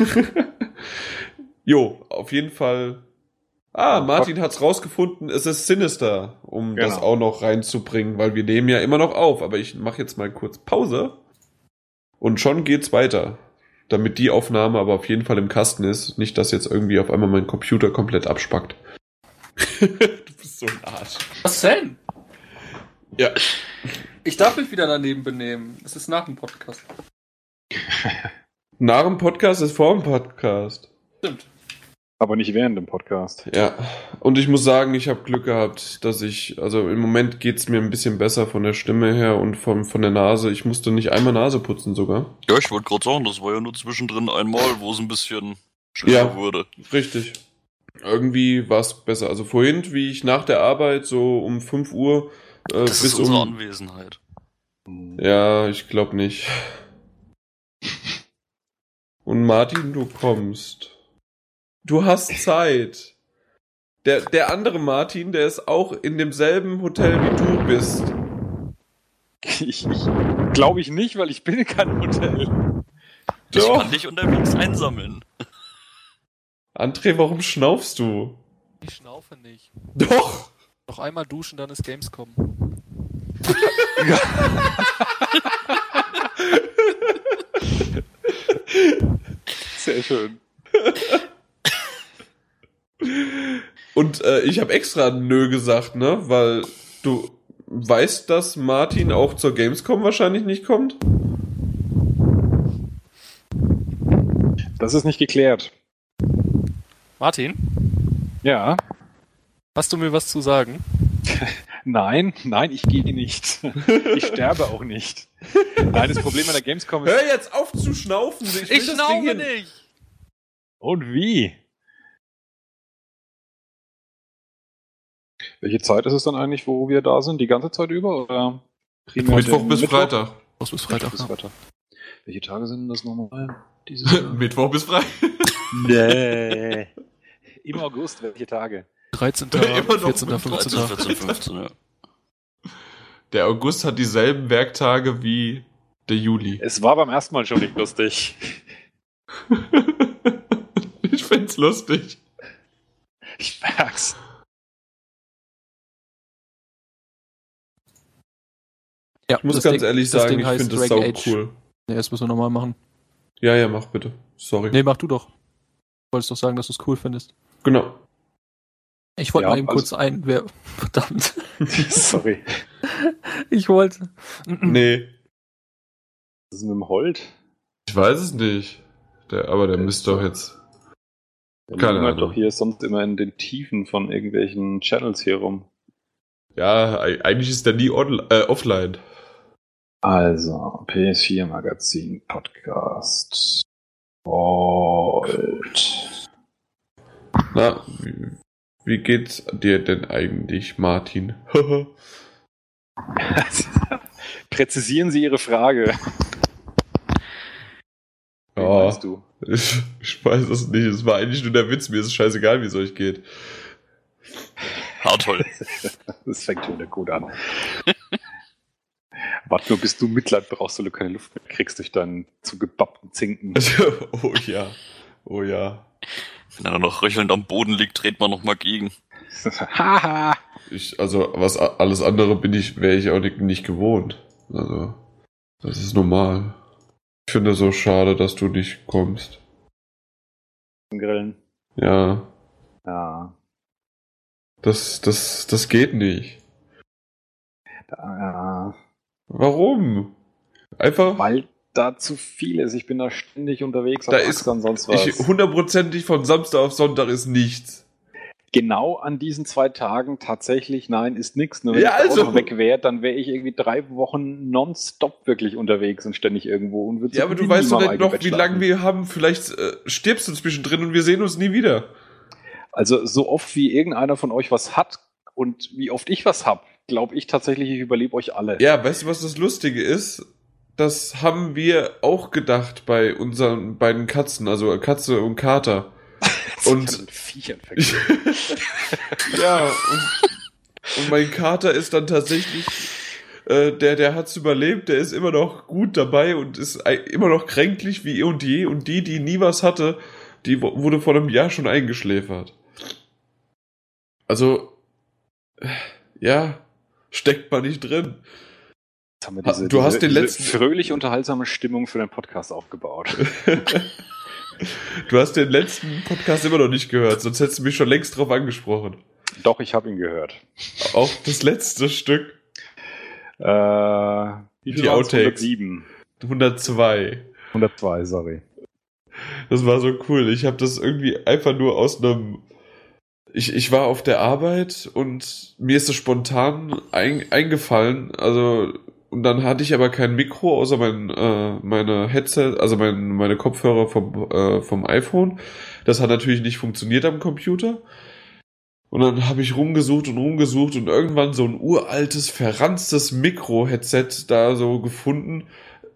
Jo, auf jeden Fall. Martin hat's rausgefunden, es ist Sinister, um das auch noch reinzubringen, weil wir nehmen ja immer noch auf, aber ich mache jetzt mal kurz Pause und schon geht's weiter, damit die Aufnahme aber auf jeden Fall im Kasten ist, nicht, dass jetzt irgendwie auf einmal mein Computer komplett abspackt. Du bist so ein Arsch. Was denn? Ja. Ich darf mich wieder daneben benehmen. Es ist nach dem Podcast. Nach dem Podcast ist vor dem Podcast. Stimmt. Aber nicht während dem Podcast. Ja, und ich muss sagen, ich habe Glück gehabt, also im Moment geht's mir ein bisschen besser von der Stimme her und von der Nase. Ich musste nicht einmal Nase putzen sogar. Ja, ich wollte gerade sagen, das war ja nur zwischendrin einmal, wo es ein bisschen schlimmer wurde. Richtig. Irgendwie war's besser. Also vorhin, wie ich nach der Arbeit so um 5 Uhr das ist unsere Anwesenheit. Ja, ich glaube nicht. Und Martin, du kommst. Du hast Zeit. Der andere Martin, der ist auch in demselben Hotel wie du bist. Ich glaube ich nicht, weil ich bin in keinem Hotel. Ich Doch. kann dich unterwegs einsammeln. André, warum schnaufst du? Ich schnaufe nicht. Doch! Noch einmal duschen, dann ist Gamescom. Sehr schön. Und ich habe extra Nö gesagt, ne? Weil du weißt, dass Martin auch zur Gamescom wahrscheinlich nicht kommt? Das ist nicht geklärt. Martin, Ja. hast du mir was zu sagen? Nein, ich gehe nicht. Ich sterbe auch nicht. Nein, das Problem an der Gamescom ist... Hör jetzt auf zu schnaufen! Ich will das Ding hin. nicht! Und wie? Welche Zeit ist es dann eigentlich, wo wir da sind? Die ganze Zeit über? Oder primär Mittwoch den bis Freitag. Was bis Freitag? Bis Freitag. Welche Tage sind denn das nochmal? Dieses Jahr? Mittwoch bis Freitag. Nee. Im August, welche Tage? 13., Immer noch 14., 15. 13, 14, 15, ja. Der August hat dieselben Werktage wie der Juli. Es war beim ersten Mal schon nicht lustig. Ich find's lustig. Ich merk's. Ja, Ich muss ganz ehrlich sagen, ich finde das sau cool. Nee, das müssen wir nochmal machen. Ja, mach bitte. Sorry. Nee, mach du doch. Du wolltest doch sagen, dass du es cool findest. Genau. Ich wollte Ja, mal eben kurz verdammt. Sorry. Ich wollte. Nee. Was ist mit dem Holt? Ich weiß es nicht. Aber der müsste doch jetzt... Der Keine lungert Ahnung. doch hier sonst immer in den Tiefen von irgendwelchen Channels hier rum. Ja, eigentlich ist der nie offline. Also, PS4 Magazin Podcast. Holt. Na, wie geht's dir denn eigentlich, Martin? Präzisieren Sie Ihre Frage. Wie Ja, meinst du? ich weiß es nicht. Es war eigentlich nur der Witz. Mir ist es scheißegal, wie es euch geht. Toll. Das fängt schon wieder gut an. Warte nur, bis du Mitleid brauchst, weil du keine Luft mehr kriegst durch deinen zugebappten Zinken. Oh ja. Oh ja. Wenn er noch röchelnd am Boden liegt, dreht man noch mal gegen. Haha. Was alles andere wäre ich auch nicht gewohnt. Also, das ist normal. Ich finde so schade, dass du nicht kommst. Grillen. Ja, Ja. das geht nicht. Ja. Warum? Einfach, Weil da zu viel ist. Ich bin da ständig unterwegs. Da auf ist- Achse und sonst was. hundertprozentig von Samstag auf Sonntag ist nichts. genau an diesen 2 Tagen tatsächlich, nein, ist nix. Nur wenn Ja, ich da also- auch noch weg wäre, dann wäre ich irgendwie 3 Wochen nonstop wirklich unterwegs und ständig irgendwo und würde Ja, aber du weißt doch nicht noch, wie lange wir haben. Vielleicht stirbst du zwischendrin und wir sehen uns nie wieder. Also so oft wie irgendeiner von euch was hat und wie oft ich was hab, glaube ich tatsächlich, ich überlebe euch alle. Ja, weißt du, was das Lustige ist? Das haben wir auch gedacht bei unseren beiden Katzen, also Katze und Kater. Und Ich hab mit Viechern vergessen. ja, und mein Kater ist dann tatsächlich, der hat's überlebt, der ist immer noch gut dabei und ist immer noch kränklich wie eh und je. Und die nie was hatte, die wurde vor einem Jahr schon eingeschläfert. Also, ja, steckt man nicht drin. Jetzt haben wir Du hast den diese letzten- fröhlich unterhaltsame Stimmung für den Podcast aufgebaut. Du hast den letzten Podcast immer noch nicht gehört, sonst hättest du mich schon längst drauf angesprochen. Doch, ich habe ihn gehört. Auch das letzte Stück, Wie viel Die waren's? Outtakes. 107. 102. 102, sorry. Das war so cool. Ich habe das irgendwie einfach nur aus einem... Ich war auf der Arbeit und mir ist es spontan eingefallen, also... Und dann hatte ich aber kein Mikro, außer meine Headset, also meine Kopfhörer vom iPhone. Das hat natürlich nicht funktioniert am Computer. Und dann habe ich rumgesucht und irgendwann so ein uraltes, verranztes Mikro-Headset da so gefunden,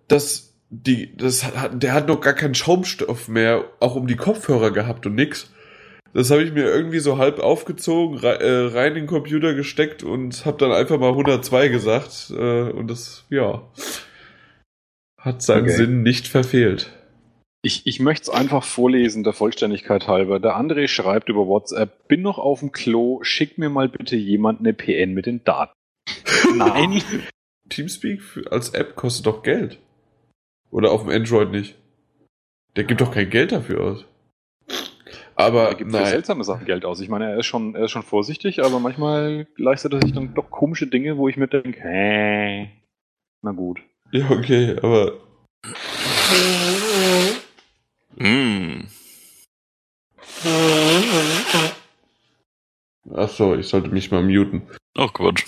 der hat noch gar keinen Schaumstoff mehr, auch um die Kopfhörer gehabt und nix. Das habe ich mir irgendwie so halb aufgezogen, rein in den Computer gesteckt und habe dann einfach mal 102 gesagt. Und das, ja, hat seinen Sinn nicht verfehlt. Ich möchte es einfach vorlesen, der Vollständigkeit halber. Der André schreibt über WhatsApp, bin noch auf dem Klo, schick mir mal bitte jemand eine PN mit den Daten. Nein. Teamspeak als App kostet doch Geld. Oder auf dem Android nicht. Der gibt doch kein Geld dafür aus. Aber Er gibt für nein. seltsame Sachen Geld aus. Ich meine, er ist schon vorsichtig, aber manchmal leistet er sich dann doch komische Dinge, wo ich mir denke, na gut. Ja, okay, aber ach so, ich sollte mich mal muten. Ach Quatsch.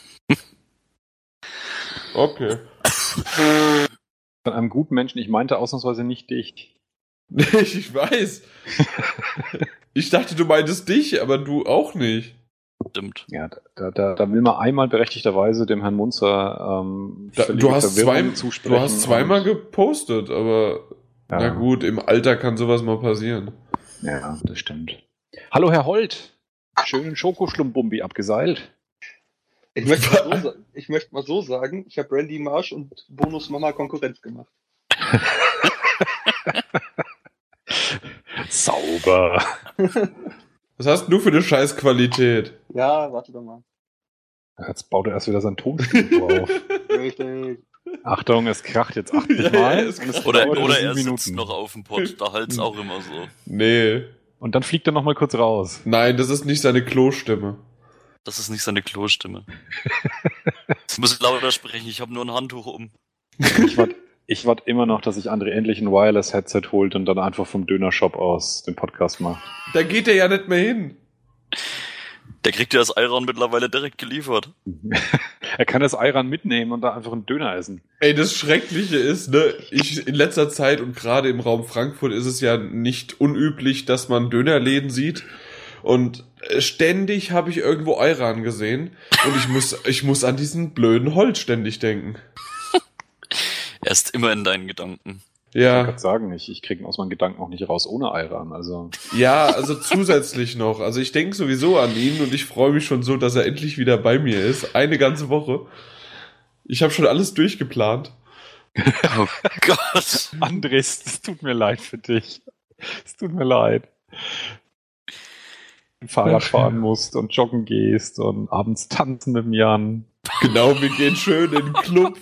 Okay. Von einem guten Menschen, ich meinte ausnahmsweise nicht dich. Ich weiß. Ich dachte, du meintest dich, aber du auch nicht. Stimmt. Ja, da will man einmal berechtigterweise dem Herrn Munzer völlige Du hast Verwirrung zusprechen. du hast zweimal gepostet, aber Ja. na gut, im Alter kann sowas mal passieren. Ja, das stimmt. Hallo, Herr Holt. Schönen Schokoschlumpbumbi abgeseilt. Ich möchte mal so sagen, ich habe Randy Marsh und Bonus Mama Konkurrenz gemacht. Sauber. Was hast du für eine Scheißqualität? Ja, warte doch mal. Jetzt baut er erst wieder sein Tonstudio auf. Richtig. Achtung, es kracht jetzt 80 Ja, Mal. es und es Oder dauert er 7 sitzt Minuten. noch auf dem Pott, da halt's auch immer so. Nee. Und dann fliegt er noch mal kurz raus. Nein, das ist nicht seine Klostimme. Das ist nicht seine Klostimme. Jetzt muss ich lauter sprechen, ich habe nur ein Handtuch um. Ich warte immer noch, dass sich André endlich ein Wireless-Headset holt und dann einfach vom Dönershop aus den Podcast macht. Da geht er ja nicht mehr hin. Der kriegt ja das Ayran mittlerweile direkt geliefert. Er kann das Ayran mitnehmen und da einfach einen Döner essen. Ey, das Schreckliche ist, ne, in letzter Zeit und gerade im Raum Frankfurt ist es ja nicht unüblich, dass man Dönerläden sieht. Und ständig habe ich irgendwo Ayran gesehen und ich muss an diesen blöden Holt ständig denken. Er ist immer in deinen Gedanken. Ich kann Ja, grad sagen, ich kriege ihn aus meinen Gedanken auch nicht raus ohne Ayran. Also ja, also zusätzlich noch. Also ich denke sowieso an ihn und ich freue mich schon so, dass er endlich wieder bei mir ist. Eine ganze Woche. Ich habe schon alles durchgeplant. Oh Gott. Andres, es tut mir leid für dich. Es tut mir leid. Du Fahrrad fahren musst und joggen gehst und abends tanzen mit dem Jan. Genau, wir gehen schön in den Club.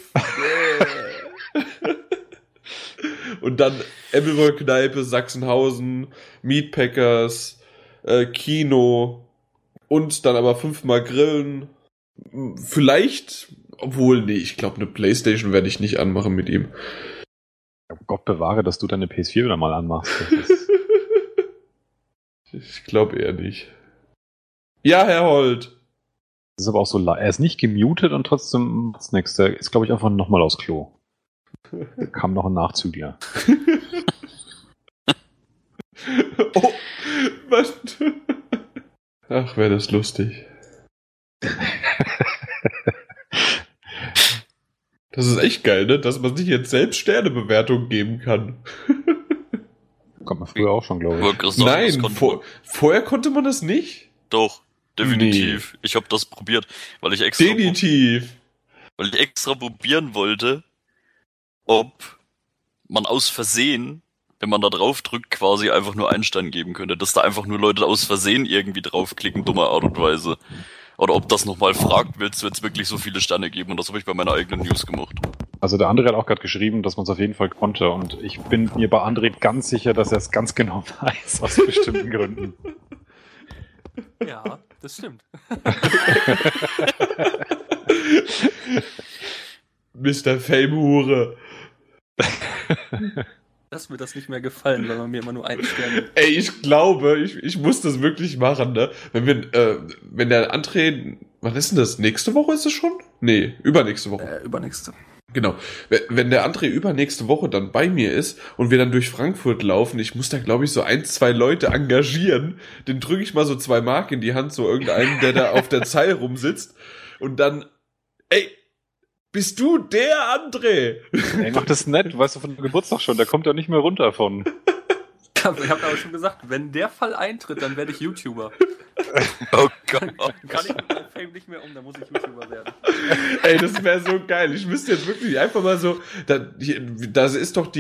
Und dann Emerald-Kneipe, Sachsenhausen, Meatpackers, Kino und dann aber 5-mal grillen. Vielleicht, obwohl, nee, ich glaube, eine Playstation werde ich nicht anmachen mit ihm. Gott bewahre, dass du deine PS4 wieder mal anmachst. Das ist Ich glaube eher nicht. Ja, Herr Holt. Das ist aber auch so, er ist nicht gemutet und trotzdem macht's nichts. Der ist, glaube ich, einfach nochmal aufs Klo. Da kam noch ein Nachzügler. Oh, was? Ach, wäre das lustig. Das ist echt geil, ne? Dass man sich jetzt selbst Sternebewertungen geben kann. Kommt man früher auch schon, glaube ich. Aber Christoph, das Nein, konnte vorher konnte man das nicht. doch, definitiv. Ich habe das probiert, weil ich extra probieren wollte, ob man aus Versehen, wenn man da drauf drückt, quasi einfach nur einen Stern geben könnte. Dass da einfach nur Leute aus Versehen irgendwie draufklicken, dumme Art und Weise. Oder ob das nochmal fragt, willst du jetzt wirklich so viele Sterne geben? Und das habe ich bei meiner eigenen News gemacht. Also der André hat auch gerade geschrieben, dass man es auf jeden Fall konnte. Und ich bin mir bei André ganz sicher, dass er es ganz genau weiß, aus bestimmten Gründen. Ja, das stimmt. Mr. Fame-Hure. Lass mir das nicht mehr gefallen, weil man mir immer nur einen Stern gibt. Ey, ich glaube, ich muss das wirklich machen, ne? Wenn der André, wann ist denn das? Nächste Woche ist es schon? Nee, übernächste Woche. Übernächste. Genau. Wenn der André übernächste Woche dann bei mir ist und wir dann durch Frankfurt laufen, ich muss da, glaube ich, so 1, 2 Leute engagieren, den drücke ich mal so 2 Mark in die Hand, so irgendeinen, der da auf der Zeile rumsitzt und dann, ey, bist du der André? Ey, mach das nett, weißt du, von dem Geburtstag schon, der kommt ja nicht mehr runter von. Ich habe aber schon gesagt, wenn der Fall eintritt, dann werde ich YouTuber. Oh Gott. Kann ich mit meinem Fame nicht mehr dann muss ich YouTuber werden. Ey, das wäre so geil. Ich müsste jetzt wirklich einfach mal so, das ist doch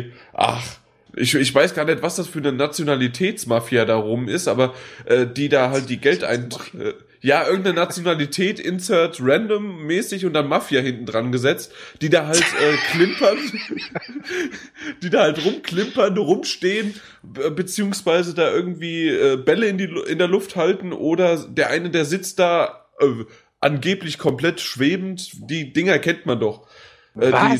ich weiß gar nicht, was das für eine Nationalitätsmafia da rum ist, aber die da halt die Geld ja, irgendeine Nationalität, insert random mäßig und dann Mafia hinten dran gesetzt, die da halt klimpern, die da halt rumklimpern, rumstehen, beziehungsweise da irgendwie Bälle in der Luft halten oder der eine, der sitzt da angeblich komplett schwebend, die Dinger kennt man doch. Was?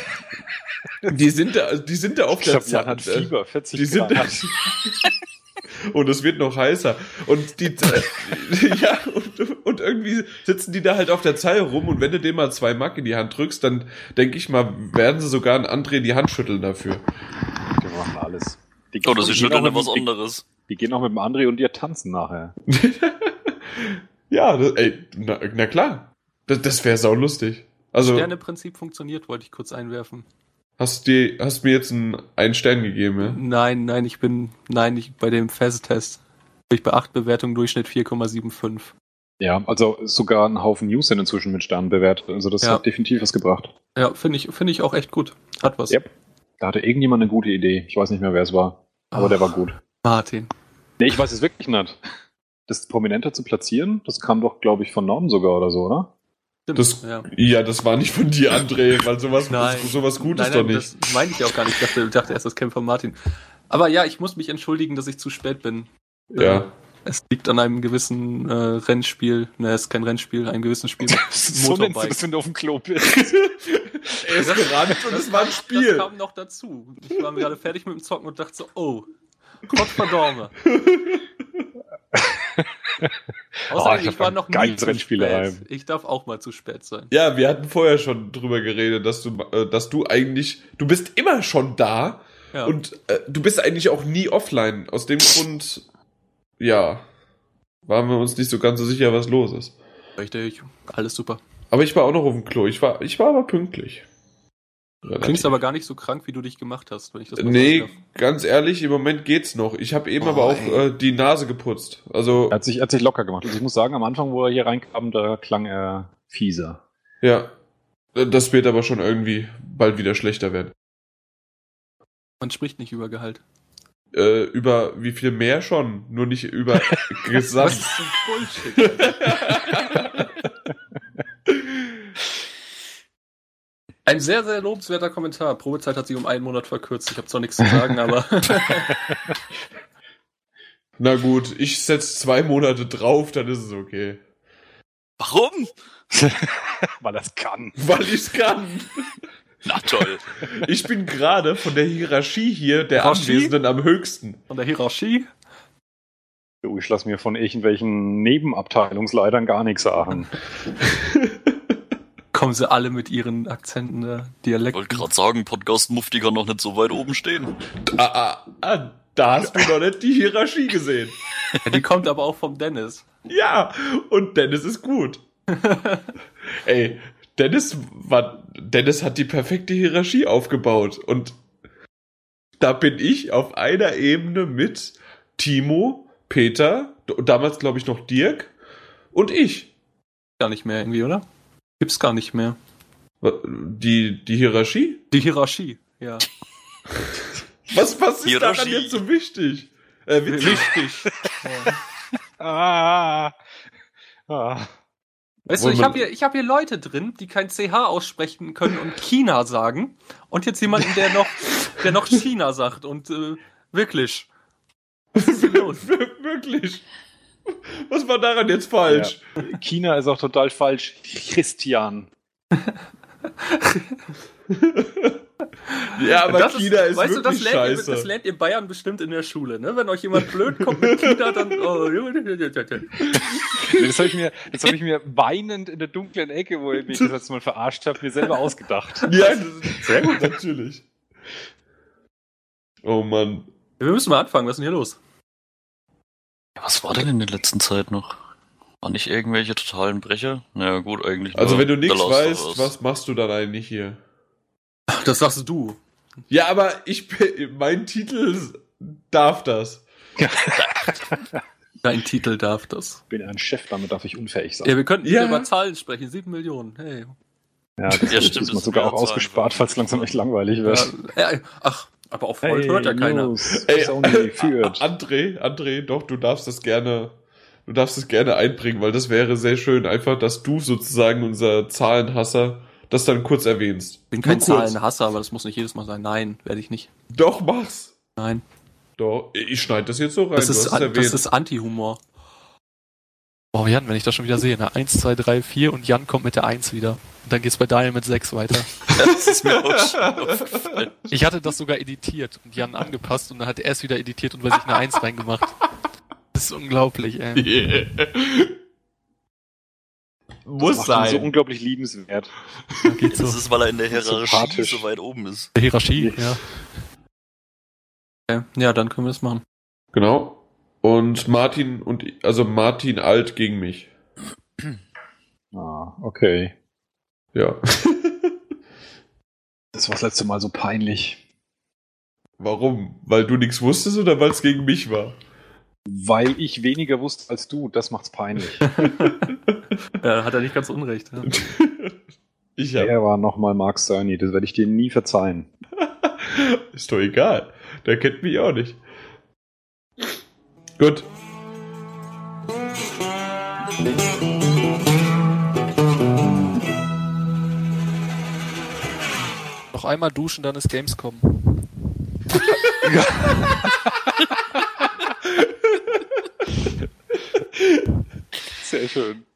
Die sind da auf der Jan hat Fieber, 40 die sind Grad. Und es wird noch heißer. Und die, ja, und irgendwie sitzen die da halt auf der Zeile rum und wenn du dem mal 2 Mark in die Hand drückst, dann denke ich mal, werden sie sogar einen André in die Hand schütteln dafür. Die machen alles. Oder sie schütteln etwas anderes. Die gehen auch mit dem André und dir tanzen nachher. Ja, na klar. Das wäre sau lustig. Also, Sterneprinzip funktioniert, wollte ich kurz einwerfen. hast mir jetzt einen Stern gegeben, ja? Nein, ich bei dem Fast-Test bin ich bei 8 Bewertungen Durchschnitt 4,75. Ja, also sogar ein Haufen News sind inzwischen mit Sternen bewertet. Also das hat definitiv was gebracht. Ja, finde ich auch echt gut. Hat was. Yep. Da hatte irgendjemand eine gute Idee. Ich weiß nicht mehr, wer es war. Aber der war gut. Martin. Nee, ich weiß es wirklich nicht. Das prominenter zu platzieren, das kam doch, glaube ich, von Norm sogar oder so, oder? Stimmt, Das war nicht von dir, André, weil sowas Gutes doch nicht. Das meine ich auch gar nicht. Ich dachte erst, das käme von Martin. Aber ja, ich muss mich entschuldigen, dass ich zu spät bin. Ja. Es liegt an einem gewissen Rennspiel. Ne, es ist kein Rennspiel, einem gewissen Spiel. So nennst du das, wenn du auf dem Klo bist. Er ist gerannt und es war ein Spiel. Das kam noch dazu. Ich war gerade fertig mit dem Zocken und dachte so, oh, Gott verdorme. Außerdem, ich war noch nie zu spät. Ich darf auch mal zu spät sein. Ja, wir hatten vorher schon drüber geredet, dass du eigentlich, du bist immer schon da und du bist eigentlich auch nie offline. Aus dem Grund, ja, waren wir uns nicht so ganz so sicher, was los ist. Richtig, alles super. Aber ich war auch noch auf dem Klo. Ich war aber pünktlich. Du klingst aber gar nicht so krank, wie du dich gemacht hast, wenn ich das mal Nee, sagen darf. ganz ehrlich, im Moment geht's noch. Ich habe eben aber auch die Nase putzt. Also Er hat sich locker gemacht. Also ich muss sagen, am Anfang, wo er hier reinkam, da klang er fieser. ja, das wird aber schon irgendwie bald wieder schlechter werden. Man spricht nicht über Gehalt. Über wie viel mehr schon, nur nicht über Gesamt. Was ist für ein Bullshit? Ein sehr, sehr lobenswerter Kommentar. Probezeit hat sich um 1 Monat verkürzt. Ich habe zwar nichts zu sagen, aber... Na gut, ich setz 2 Monate drauf, dann ist es okay. Warum? Weil er es kann. Weil ich's kann. Na toll. Ich bin gerade von der Hierarchie hier der Hierarchie? Anwesenden am höchsten. Von der Hierarchie? Du, ich lasse mir von irgendwelchen Nebenabteilungsleitern gar nichts sagen. Kommen sie alle mit ihren Akzenten, Ich Dialekten. wollte gerade sagen, Podcast Mufti kann noch nicht so weit oben stehen. Da hast du noch nicht die Hierarchie gesehen. Ja, die kommt aber auch vom Dennis. Ja, und Dennis ist gut. Ey, Dennis hat die perfekte Hierarchie aufgebaut. Und da bin ich auf einer Ebene mit Timo, Peter, damals glaube ich noch Dirk und ich. Gar nicht mehr irgendwie, oder? Gibt's gar nicht mehr. Die Hierarchie? Die Hierarchie, ja. Was ist daran Hierarchie. jetzt so wichtig? Witzig. Richtig. Ah. Weißt du, ich habe hier Leute drin, die kein CH aussprechen können und China sagen. Und jetzt jemanden, der noch China sagt. Und wirklich. Was ist denn los? Wirklich. Was war daran jetzt falsch? Ja. China ist auch total falsch. Christian. Ja, aber Das China ist weißt du, wirklich scheiße. das lernt ihr Bayern bestimmt in der Schule, ne? Wenn euch jemand blöd kommt mit China, dann... Oh, Das habe ich mir weinend in der dunklen Ecke, wo ich mich das letzte Mal verarscht habe, mir selber ausgedacht. Ja, das ist sehr gut, natürlich. Oh Mann. wir müssen mal anfangen, was ist denn hier los? Was war denn in der letzten Zeit noch? War nicht irgendwelche totalen Brecher? Naja, gut, eigentlich. Also nur wenn du nichts The Last of weißt, Us. was machst du dann eigentlich hier? Das sagst du. Ja, aber mein Titel darf das. Dein Titel darf das. Ich bin ein Chef, damit darf ich unfähig sein. Ja, wir könnten Ja. über Zahlen sprechen. 7 Millionen. Hey. Ja, das Ja, ist stimmt, mal das sogar sind auch wieder ausgespart, Zahlen. falls langsam echt langweilig wird. Ach, aber auf Volt hört ja keiner. News, Ey, Sony führt. André, doch, du darfst es gerne einbringen, weil das wäre sehr schön, einfach, dass du sozusagen unser Zahlenhasser das dann kurz erwähnst. Ich bin kein Nur kurz. Zahlenhasser, aber das muss nicht jedes Mal sein. Nein, werde ich nicht. Doch, mach's. Nein. Doch, ich schneide das jetzt so rein, Das du ist, hast es erwähnt. das ist Anti-Humor. Oh, Jan, wenn ich das schon wieder sehe, ne? 1, 2, 3, 4 und Jan kommt mit der 1 wieder. Und dann geht's bei Daniel mit 6 weiter. Das ist mir auch schon aufgefallen. Ich hatte das sogar editiert und Jan angepasst und dann hat er es wieder editiert und bei sich eine 1 reingemacht. Das ist unglaublich, ey. Yeah. Muss Das macht ihn so sein. unglaublich liebenswert. Ja, geht so. Das ist, weil er in der Hierarchie Sympathisch. so weit oben ist. Der Hierarchie, ja. Okay. Ja, dann können wir das machen. Genau. Und Martin Alt gegen mich. Ah, okay. Ja. Das war das letzte Mal so peinlich. Warum? Weil du nichts wusstest oder weil es gegen mich war? Weil ich weniger wusste als du, das macht's peinlich. Ja, hat er nicht ganz unrecht. Ja. Ich hab. Er war nochmal Mark Cerny, das werde ich dir nie verzeihen. Ist doch egal. Der kennt mich auch nicht. Gut. Noch einmal duschen, dann ist Gamescom. Sehr schön.